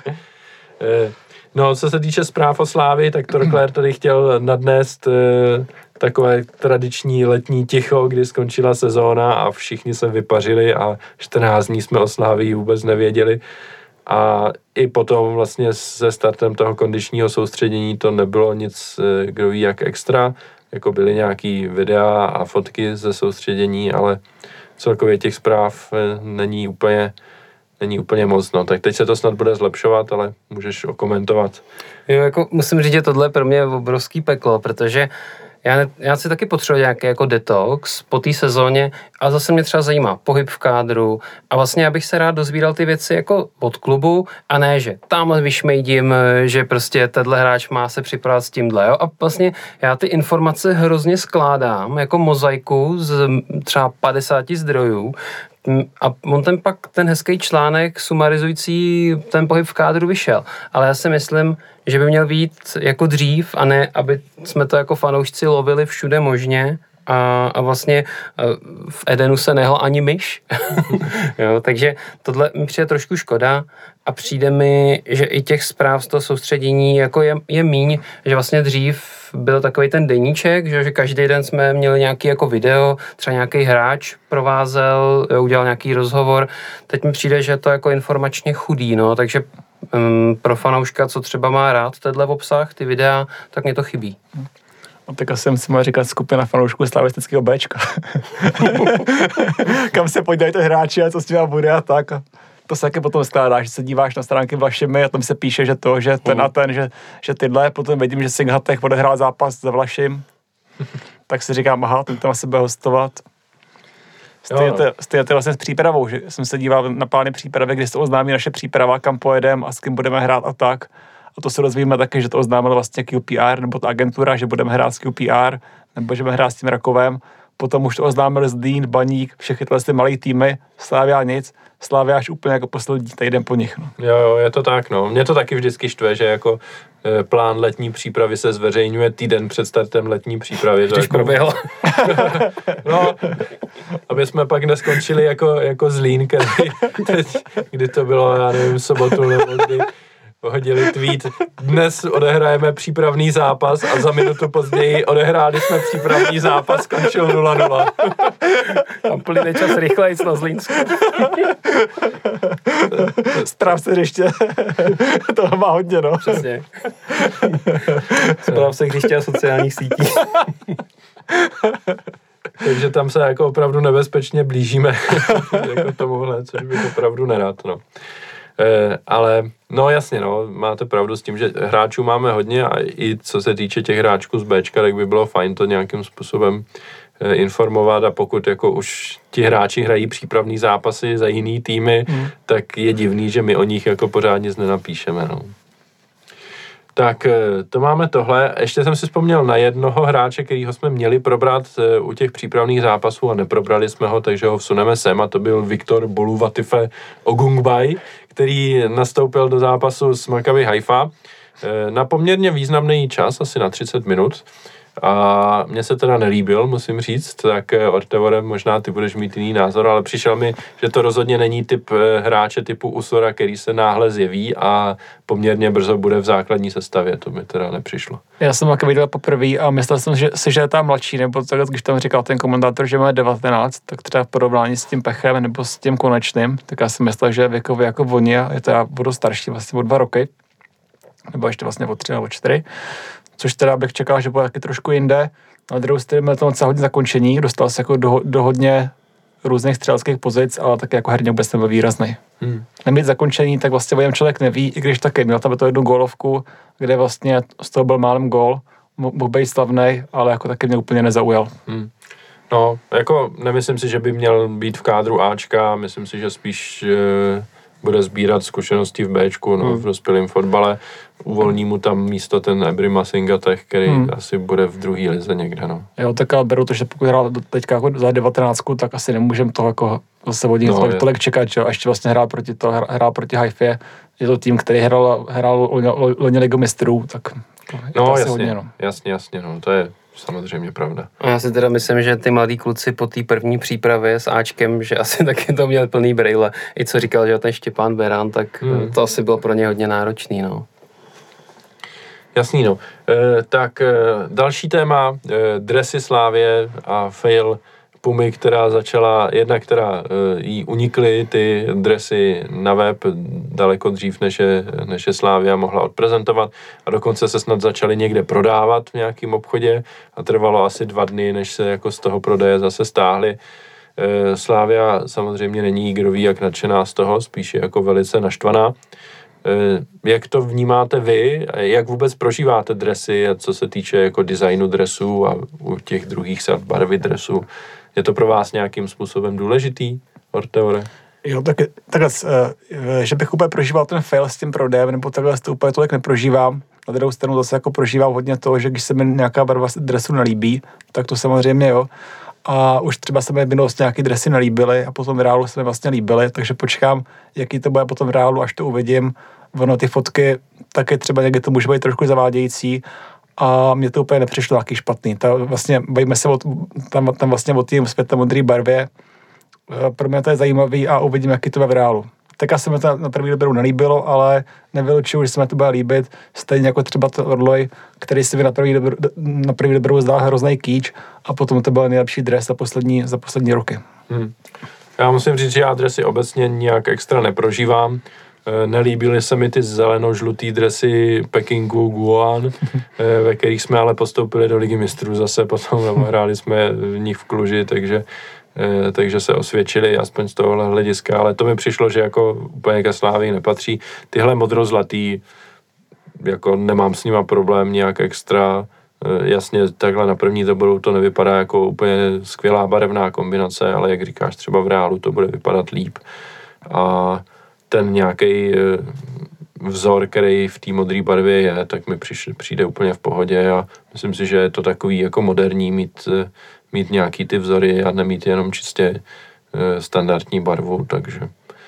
No, co se týče zpráv o Slávii, tak Torkler tady chtěl nadnést eh, takové tradiční letní ticho, kdy skončila sezóna a všichni se vypařili a čtrnáct dní jsme o Slávii vůbec nevěděli. A i potom vlastně se startem toho kondičního soustředění to nebylo nic, eh, kdo ví jak extra, jako byly nějaký videa a fotky ze soustředění, ale celkově těch zpráv eh, není úplně Není úplně moc, no. Tak teď se to snad bude zlepšovat, ale můžeš okomentovat. Jo, jako musím říct, že tohle je pro mě obrovský peklo, protože já, ne, já si taky potřebuji nějaký jako detox po té sezóně a zase mě třeba zajímá pohyb v kádru a vlastně já bych se rád dozvídal ty věci jako od klubu a ne, že tamhle vyšmejdím, že prostě tenhle hráč má se připravit s tímhle, jo. A vlastně já ty informace hrozně skládám jako mozaiku z třeba padesáti zdrojů. A on ten pak, ten hezký článek sumarizující ten pohyb v kádru vyšel. Ale já si myslím, že by měl být jako dřív a ne, aby jsme to jako fanoušci lovili všude možně a, a vlastně v Edenu se nehl ani myš. Jo, takže tohle mi přijde trošku škoda a přijde mi, že i těch zpráv z toho soustředění jako je, je míň, že vlastně dřív byl takový ten deníček, že, že každý den jsme měli nějaký jako video, třeba nějaký hráč provázel, jo, udělal nějaký rozhovor. Teď mi přijde, že je to jako informačně chudý, no, takže um, pro fanouška, co třeba má rád tenhle obsah, ty videa, tak mě to chybí. No, tak asi musím říkat skupina fanoušků slavistického Bčka. Kam se podívají ty hráči a co s tím bude a tak. To se taky potom skládá, že se díváš na stránky Vlašimi a tam se píše, že to, že ten a ten, že, že tyhle, potom vidím, že Singhatech odehrál zápas za Vlašim, tak si říkám, aha, ten tam asi bude hostovat. Stejně vlastně s přípravou, že jsem se díval na plány přípravy, kdy se oznámí naše příprava, kam pojedeme a s kým budeme hrát a tak. A to se dozvíme taky, že to oznámil vlastně Q P R, nebo ta agentura, že budeme hrát s Q P R, nebo že budeme hrát s tím Rakovem. Potom už to oznámil Zlín, Baník, všechny tyhle ty malý týmy, Slavia nic. Slavia až úplně jako poslední týden po nich. No. Jo, jo, je to tak, no. Mě to taky vždycky štve, že jako e, plán letní přípravy se zveřejňuje týden před startem letní přípravy. Když jako... proběhlo. No, aby jsme pak neskončili jako, jako Zlín, který, teď, kdy to bylo, já nevím, sobotu nebo kdy hodili tweet. Dnes odehrajeme přípravný zápas a za minutu později odehráli jsme přípravný zápas, skončil nula nula. Tam plný čas rychlejc na Zlínsku. Správ se hřiště. Toho má hodně, no. Přesně. Správ se hřiště a sociálních sítí. Takže tam se jako opravdu nebezpečně blížíme jako tomuhle, což bych opravdu nerad, no. E, ale no jasně, no, máte pravdu s tím, že hráčů máme hodně a i co se týče těch hráčků z Bčka, tak by bylo fajn to nějakým způsobem e, informovat a pokud jako už ti hráči hrají přípravný zápasy za jiný týmy, hmm. tak je divný, že my o nich jako pořád nic nenapíšeme, no. Tak to máme tohle. Ještě jsem si vzpomněl na jednoho hráče, kterýho jsme měli probrat u těch přípravných zápasů a neprobrali jsme ho, takže ho vsuneme sem a to byl Viktor Boluvatife Ogungbay, který nastoupil do zápasu s Maccabi Haifa na poměrně významný čas, asi na třicet minut. A mně se teda nelíbil, musím říct, tak Ortevore, možná ty budeš mít jiný názor, ale přišel mi, že to rozhodně není typ hráče typu Usora, který se náhle zjeví a poměrně brzo bude v základní sestavě, to mi teda nepřišlo. Já jsem taky viděl poprvé a myslel jsem že, si, že je tam mladší, nebo tak, když tam říkal ten komentátor, že má devatenáct, tak třeba v porovnání s tím Pechem nebo s tím Konečným, tak já jsem myslel, že je věkově jako oni a je to já budu starší vlastně o dva roky, nebo ještě vlastně o tři nebo čtyři. Což teda bych čekal, že bude taky trošku jinde. Na druhou stranu měl to docela hodně zakončení, dostal se jako do, do hodně různých střeleckých pozic, ale taky jako herně vůbec nebyl výrazný. Hmm. Nemít zakončení, tak vlastně o něm člověk neví, i když taky měl tam to jednu gólovku, kde vlastně z toho byl málem gól, mohl být slavnej, ale jako taky mě úplně nezaujal. Hmm. No, jako nemyslím si, že by měl být v kádru Ačka, myslím si, že spíš e, bude sbírat zkušenosti v Bčku, no, hmm. v dospělém fotbale. Uvolní mu tam místo ten Ebrima Singhatech, který hmm. asi bude v druhé lize někde, no. Jo, tak ale beru to, že pokud hrál teďka jako za devatenáctku, tak asi nemůžem toho jako zase od něj no, tolik čekat, že jo. A ještě vlastně hrál proti to, hrál proti Haifě. Je to tým, který hrál, hrál loni Ligu mistrů, tak je no, to asi jasně, hodně, no. jasně, jasně, no, to je samozřejmě pravda. A já si teda myslím, že ty mladí kluci po té první přípravě s Ačkem, že asi taky to měl plný brejle. I co říkal, že ten Štěpán Berán, tak hmm. to asi bylo pro ně hodně náročný, no. Jasný, no. E, tak e, další téma, e, dresy Slávie a fail Pumy, která začala, jedna, která e, jí unikly ty dresy na web daleko dřív, než je, než je Slávia mohla odprezentovat a dokonce se snad začaly někde prodávat v nějakém obchodě a trvalo asi dva dny, než se jako z toho prodeje zase stáhly. E, Slávia samozřejmě není kdo ví, jak nadšená z toho, spíš je jako velice naštvaná. Jak to vnímáte vy? Jak vůbec prožíváte dresy, co se týče jako designu dresů a u těch druhých sad barvy dresů? Je to pro vás nějakým způsobem důležitý, Ortevore? Jo, tak, takhle, že bych úplně prožíval ten fail s tím prodejem, nebo takhle to úplně tolik neprožívám. Na druhou stranu zase jako prožívám hodně toho, že když se mi nějaká barva dresu nelíbí, tak to samozřejmě jo. A už třeba se mi v minulosti nějaký dresy nelíbily a potom v reálu se mi vlastně líbily, takže počkám, jaký to bude potom v reálu, až to uvidím. Ono ty fotky taky třeba někdy to může být trošku zavádějící a mě to úplně nepřišlo nějaký špatný. Ta, vlastně, bavíme se o, tam, tam vlastně o tým světle modrý barvě. Pro mě to je zajímavý a uvidím, jaký to bude v reálu. Tak se mi to na první dobrou nelíbilo, ale nevylučuju, že se mi to bude líbit. Stejně jako třeba to Orloj, který si mi na první dobrou, na první dobrou zdál hrozný kýč a potom to byl nejlepší dres za poslední, za poslední roky. Hmm. Já musím říct, že já dresy obecně nějak extra neprožívám. Nelíbily se mi ty zeleno-žlutý dresy Pekingu Guoan, ve kterých jsme ale postoupili do Ligy mistrů zase potom, nebo hráli jsme v nich v Kluži, takže takže se osvědčili aspoň z tohohle hlediska, ale to mi přišlo, že jako úplně ke Slávii nepatří. Tyhle modrozlatý, jako nemám s nima problém nějak extra, jasně takhle na první dobrou to nevypadá jako úplně skvělá barevná kombinace, ale jak říkáš, třeba v reálu to bude vypadat líp. A ten nějaký vzor, který v té modré barvě je, tak mi přijde úplně v pohodě a myslím si, že je to takový jako moderní mít mít nějaký ty vzory a nemít jenom čistě e, standardní barvu, takže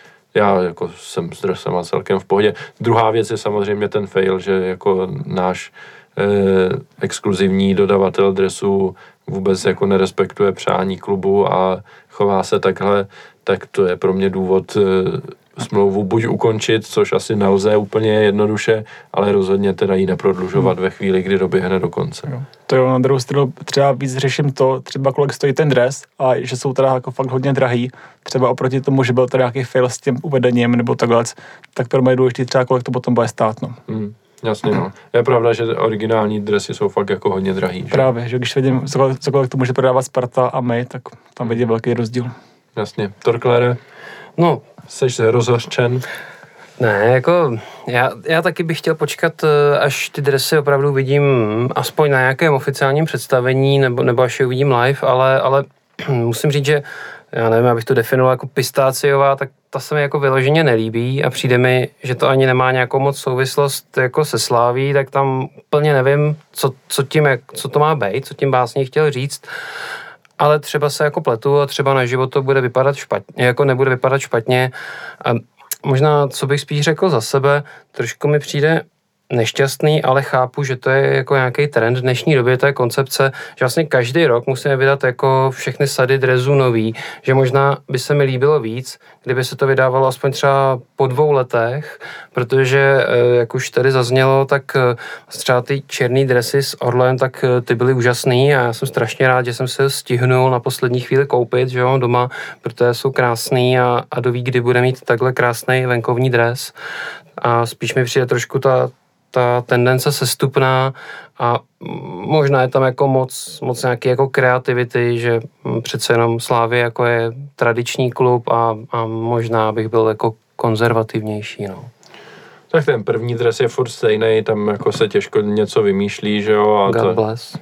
já jako jsem s dresama celkem v pohodě. Druhá věc je samozřejmě ten fail, že jako náš e, exkluzivní dodavatel dresů vůbec jako nerespektuje přání klubu a chová se takhle, tak to je pro mě důvod e, smlouvu buď ukončit, což asi nelze úplně jednoduše, ale rozhodně teda ji neprodlužovat hmm. ve chvíli, kdy doběhne do konce. Jo. To jo, na druhou stranu třeba víc řeším to, třeba kolik stojí ten dres a že jsou teda jako fakt hodně drahý, třeba oproti tomu, že byl teda nějaký fail s tím uvedením nebo takhle, tak pro mě je důležitý třeba kolik to potom bude stát, no. Hmm. Jasně, no. Je pravda, že originální dresy jsou fakt jako hodně drahý. Že? Právě, že když vidím, za kolik, za kolik to může prodávat Sparta a my, tak tam vidím velký rozdíl. Jasně. Torklére? No, seš rozhořčen? Ne, jako já, já taky bych chtěl počkat, až ty dresy opravdu vidím aspoň na nějakém oficiálním představení, nebo, nebo až je uvidím live, ale, ale musím říct, že já nevím, abych to definoval jako pistáciová, tak ta se mi jako vyloženě nelíbí a přijde mi, že to ani nemá nějakou moc souvislost jako se Sláví, tak tam úplně nevím, co, co tím, jak, co to má být, co tím básník chtěl říct. Ale třeba se jako pletu a třeba na život to bude vypadat špatně, jako nebude vypadat špatně. A možná, co bych spíš řekl za sebe, trošku mi přijde nešťastný, ale chápu, že to je jako nějaký trend v dnešní době, to je koncepce, že vlastně každý rok musíme vydat jako všechny sady dresů nový, že možná by se mi líbilo víc, kdyby se to vydávalo aspoň třeba po dvou letech, protože, jak už tady zaznělo, tak třeba ty černý dresy s Orlem, tak ty byly úžasný a já jsem strašně rád, že jsem se stihnul na poslední chvíli koupit, že jo, doma, protože jsou krásný a, a doví, kdy bude mít takhle krásný venkovní dres. A spíš mi přijde trošku ta ta tendence sestupná a možná je tam jako moc, moc nějaký jako kreativity, že přece jenom Slávy jako je tradiční klub a, a možná bych byl jako konzervativnější, no. Tak ten první dres je furt stejný, tam jako se těžko něco vymýšlí, že jo. A God to... bless.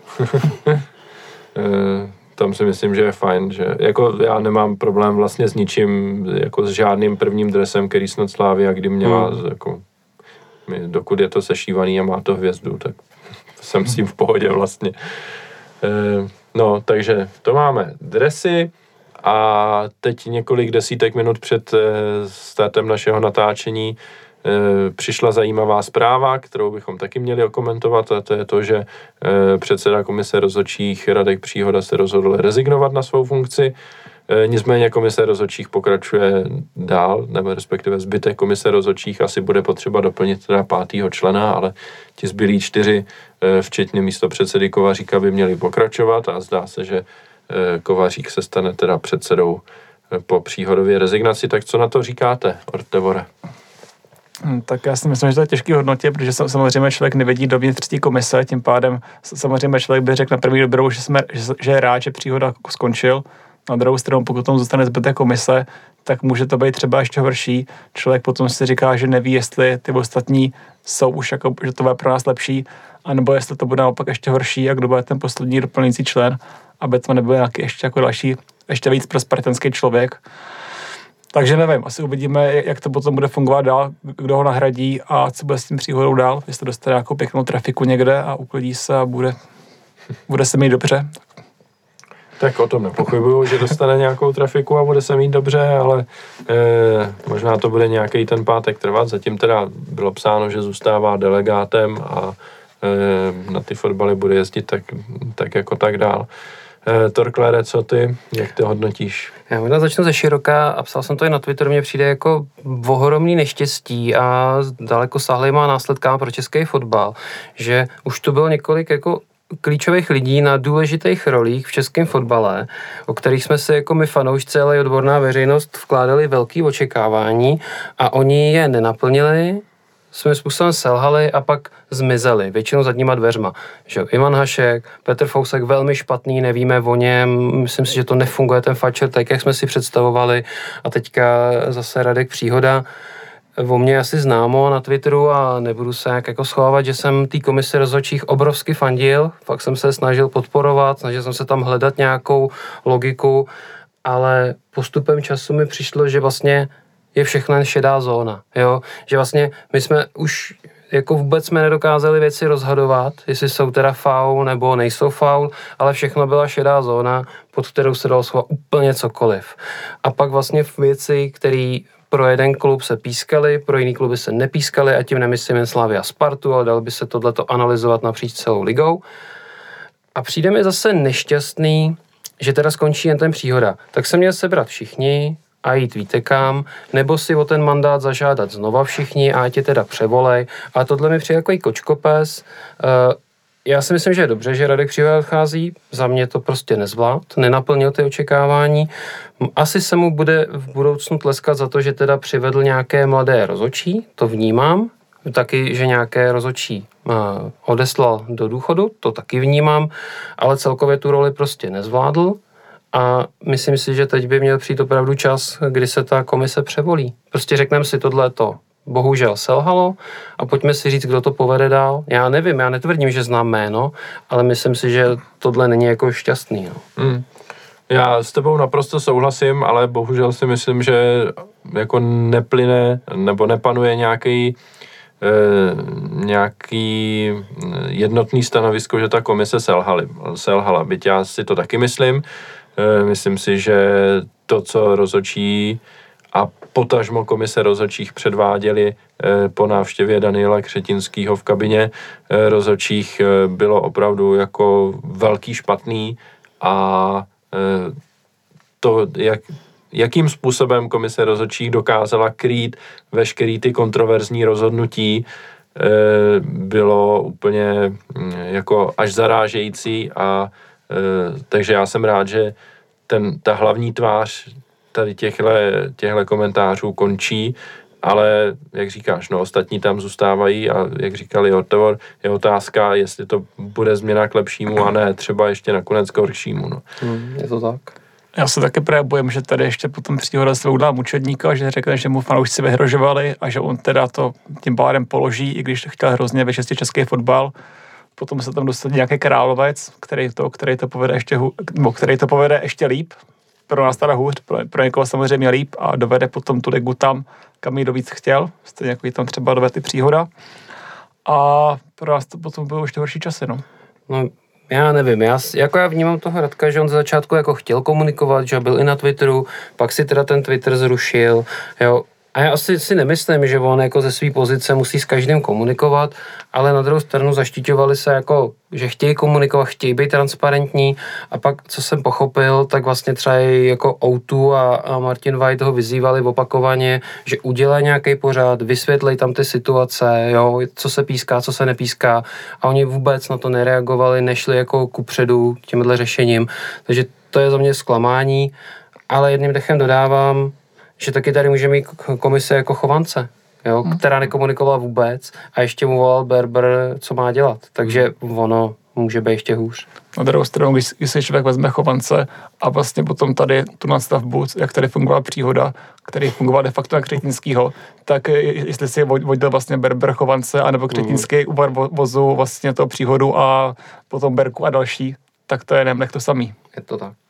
Tam si myslím, že je fajn, že jako já nemám problém vlastně s ničím, jako s žádným prvním dresem, který snad Slávia kdy měla, hmm. jako dokud je to sešívaný a má to hvězdu, tak jsem s tím v pohodě vlastně. No, takže to máme dresy a teď několik desítek minut před startem našeho natáčení přišla zajímavá zpráva, kterou bychom taky měli okomentovat, a to je to, že předseda komise rozhodčích Radek Příhoda se rozhodl rezignovat na svou funkci. Nicméně komise rozhodčích pokračuje dál, nebo respektive zbytek komise rozhodčích asi bude potřeba doplnit teda pátýho člena, ale ti zbylí čtyři, včetně místopředsedy Kovaříka, by měli pokračovat a zdá se, že Kovařík se stane teda předsedou po Příhodově rezignaci. Tak co na to říkáte, Ortevore? Tak já si myslím, že to je těžký hodnotě, protože samozřejmě člověk nevidí dovnitř té komise, tím pádem samozřejmě člověk by řekl na první dobrou, že, jsme, že, že je rád, že Příhoda skončil. Na druhou stranu, pokud tomu zůstane zbytek komise, tak může to být třeba ještě horší. Člověk potom si říká, že neví, jestli ty ostatní jsou už jako, že to bude pro nás lepší, anebo jestli to bude naopak ještě horší a kdo bude ten poslední doplňující člen, aby to nebyl nějaký ještě jako další, ještě víc pro spartanský člověk. Takže nevím, asi uvidíme, jak to potom bude fungovat dál, kdo ho nahradí a co bude s tím Příhodou dál, jestli dostane nějakou pěknou trafiku někde a uklidí se a bude, bude se mít dobře. Tak o tom nepochybuju, že dostane nějakou trafiku a bude se mít dobře, ale eh, možná to bude nějaký ten pátek trvat. Zatím teda bylo psáno, že zůstává delegátem a na ty fotbaly bude jezdit tak, tak jako tak dál. Torklére, co ty? Jak ty hodnotíš? Já možná začnu ze široka a psal jsem to i na Twitteru, mně přijde jako ohromný neštěstí a daleko sáhlejma následkama pro český fotbal, že už tu bylo několik jako klíčových lidí na důležitých rolích v českém fotbale, o kterých jsme si jako my fanoušci, ale i odborná veřejnost vkládali velký očekávání a oni je nenaplnili, svým způsobem selhali a pak zmizeli, většinou zadníma dveřma. Že Ivan Hašek, Petr Fousek velmi špatný, nevíme o něm, myslím si, že to nefunguje ten Fatcher tak, jak jsme si představovali a teďka zase Radek Příhoda. O mě asi známo na Twitteru a nebudu se jak jako schovávat, že jsem té komisi rozhodčích obrovsky fandil, fakt jsem se snažil podporovat, snažil jsem se tam hledat nějakou logiku, ale postupem času mi přišlo, že vlastně je všechno jen šedá zóna, jo, že vlastně my jsme už jako vůbec jsme nedokázali věci rozhodovat, jestli jsou teda faul nebo nejsou faul, ale všechno byla šedá zóna, pod kterou se dalo schovat úplně cokoliv. A pak vlastně věci, které pro jeden klub se pískaly, pro jiný kluby se nepískaly, a tím nemyslím jen Slavii a Spartu, ale dalo by se tohleto analyzovat napříč celou ligou. A přijde mi zase nešťastný, že teda skončí jen ten Příhoda. Tak se měl sebrat všichni a jít víte kam, nebo si o ten mandát zažádat znova všichni a ať je teda převolej. A tohle mi přijde jako kočkopes. Já si myslím, že je dobře, že Radek Příhoda odchází. Za mě to prostě nezvlád, nenaplnil ty očekávání. Asi se mu bude v budoucnu tleskat za to, že teda přivedl nějaké mladé rozhodčí, to vnímám. Taky, že nějaké rozhodčí odeslal do důchodu, to taky vnímám, ale celkově tu roli prostě nezvládl. A myslím si, že teď by měl přijít opravdu čas, kdy se ta komise převolí. Prostě řekneme si, tohle to bohužel selhalo a pojďme si říct, kdo to povede dál. Já nevím, já netvrdím, že znám jméno, ale myslím si, že tohle není jako šťastný. No. Hmm. Já s tebou naprosto souhlasím, ale bohužel si myslím, že jako neplyne nebo nepanuje nějaký E, nějaký jednotný stanovisko, že ta komise selhali, selhala. Byť já si to taky myslím. E, myslím si, že to, co rozhodčí a potažmo komise rozhodčích předváděli e, po návštěvě Daniela Křetinského v kabině e, rozhodčích, e, bylo opravdu jako velký špatný a e, to, jak jakým způsobem komise rozhodčích dokázala krýt veškerý ty kontroverzní rozhodnutí, bylo úplně jako až zarážející a takže já jsem rád, že ten, ta hlavní tvář tady těchhle, těchhle komentářů končí, ale jak říkáš, no ostatní tam zůstávají a jak říkali Hortovor, je otázka, jestli to bude změna k lepšímu a ne třeba ještě nakonec k horšímu. No. Hmm, je to tak. Já se taky právě bojím, že tady ještě potom Příhoda se udělá mučedníka, že řekne, že mu fanoušci vyhrožovali a že on teda to tím pádem položí, i když chtěl hrozně vyčistit český fotbal. Potom se tam dostane nějaký královec, který to, který to povede ještě hů, nebo který to povede ještě líp. Pro nás teda hůř, pro, pro někoho samozřejmě líp a dovede potom tu ligu tam, kam jí dovíc chtěl. Stejně jako jí tam třeba dovede i Příhoda. A pro nás to potom bylo ještě horší časy, no. No. Já nevím, já, jako já vnímám toho Radka, že on za začátku jako chtěl komunikovat, že byl i na Twitteru, pak si teda ten Twitter zrušil, jo. A já asi si nemyslím, že on jako ze své pozice musí s každým komunikovat, ale na druhou stranu zaštiťovali se jako, že chtějí komunikovat, chtějí být transparentní a pak, co jsem pochopil, tak vlastně třeba jako O dva a, a Martin White ho vyzývali opakovaně, že udělá nějaký pořád, vysvětlej tam ty situace, jo, co se píská, co se nepíská a oni vůbec na to nereagovali, nešli jako kupředu tímhle řešením, takže to je za mě zklamání, ale jedním dechem dodávám, že taky tady může mít komise jako Chovance, jo, hmm. která nekomunikovala vůbec a ještě mu volal Berber, co má dělat. Takže ono může být ještě hůř. Na druhou stranu, když, když se člověk vezme Chovance a vlastně potom tady tu nadstavbu, jak tady fungovala Příhoda, který fungoval de facto na Křetinskýho, tak jestli si vodil vlastně Berber, Chovance, anebo Křetinský hmm. uvar vozu vlastně toho Příhodu a potom Berku a další, tak to je nemlech to samý. Je to tak.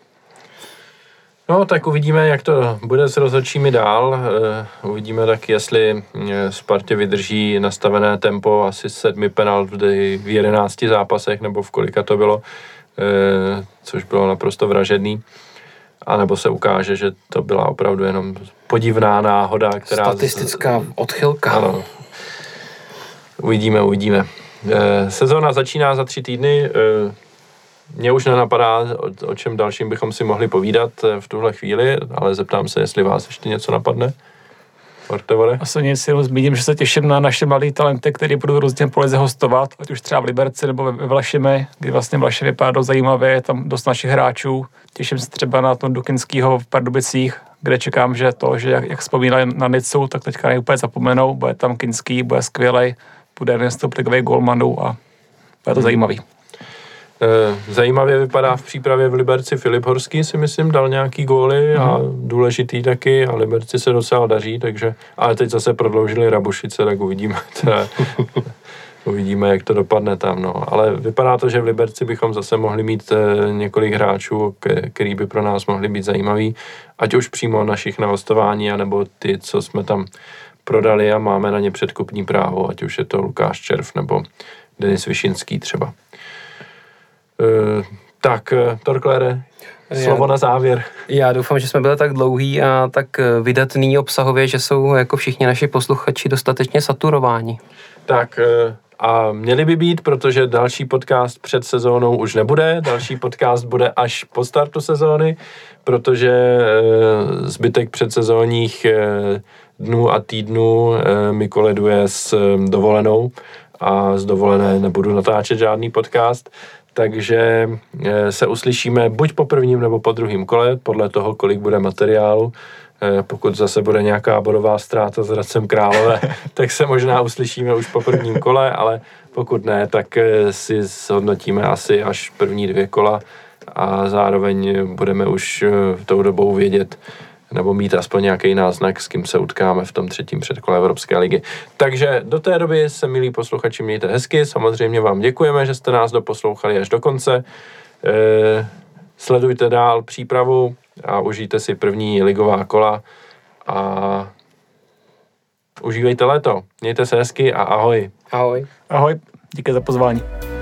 No, tak uvidíme, jak to bude s rozhodčími dál. Uh, uvidíme tak, jestli Spartě vydrží nastavené tempo asi sedmi penalt v jedenácti zápasech, nebo v kolika to bylo, uh, což bylo naprosto vražedný. A nebo se ukáže, že to byla opravdu jenom podivná náhoda, která... Statistická z... odchylka. Ano. Uvidíme, uvidíme. E, sezóna začíná za tři týdny. E, Mně už nenapadá, o, o čem dalším bychom si mohli povídat v tuhle chvíli, ale zeptám se, jestli vás ještě něco napadne. Ortevore? Asi nic, jenom zmíním, že se těším na naše mladé talenty, které budou různě po lize hostovat, ať už třeba v Liberci nebo ve Vlašimi, kdy vlastně Vlaše vypadá dost zajímavě, je tam dost našich hráčů. Těším se třeba na tom Dukinskýho v Pardubicích, kde čekám, že to, že jak, jak vzpomínají na Nicu, tak teďka nejúplně zapomenou, bude tam Kinský, bude skvělej, bude jeden z ligových golmanů a bude to hmm. zajímavý. Zajímavě vypadá v přípravě v Liberci Filip Horský, si myslím, dal nějaký góly a důležitý taky a Liberci se docela daří, takže, ale teď zase prodloužili Rabušice, tak uvidíme, teda, uvidíme, jak to dopadne tam, no. Ale vypadá to, že v Liberci bychom zase mohli mít několik hráčů, který by pro nás mohli být zajímavý, ať už přímo našich na hostování, anebo ty, co jsme tam prodali a máme na ně předkupní právo, ať už je to Lukáš Červ nebo Denis Višinský třeba. Uh, tak, Torklére, slovo já, na závěr. Já doufám, že jsme byli tak dlouhý a tak vydatný obsahově, že jsou jako všichni naši posluchači dostatečně saturováni. Tak a měli by být, protože další podcast před sezónou už nebude, další podcast bude až po startu sezóny, protože zbytek předsezónních dnů a týdnů mi koleduje s dovolenou a z dovolené nebudu natáčet žádný podcast. Takže se uslyšíme buď po prvním nebo po druhém kole, podle toho, kolik bude materiálu. Pokud zase bude nějaká bodová ztráta s Hradcem Králové, tak se možná uslyšíme už po prvním kole, ale pokud ne, tak si zhodnotíme asi až první dvě kola a zároveň budeme už tou dobou vědět, nebo mít aspoň nějaký náznak, s kým se utkáme v tom třetím předkole Evropské ligy. Takže do té doby se, milí posluchači, mějte hezky. Samozřejmě vám děkujeme, že jste nás doposlouchali až do konce. E, sledujte dál přípravu a užijte si první ligová kola a užívejte léto. Mějte se hezky a ahoj. Ahoj. Ahoj, díky za pozvání.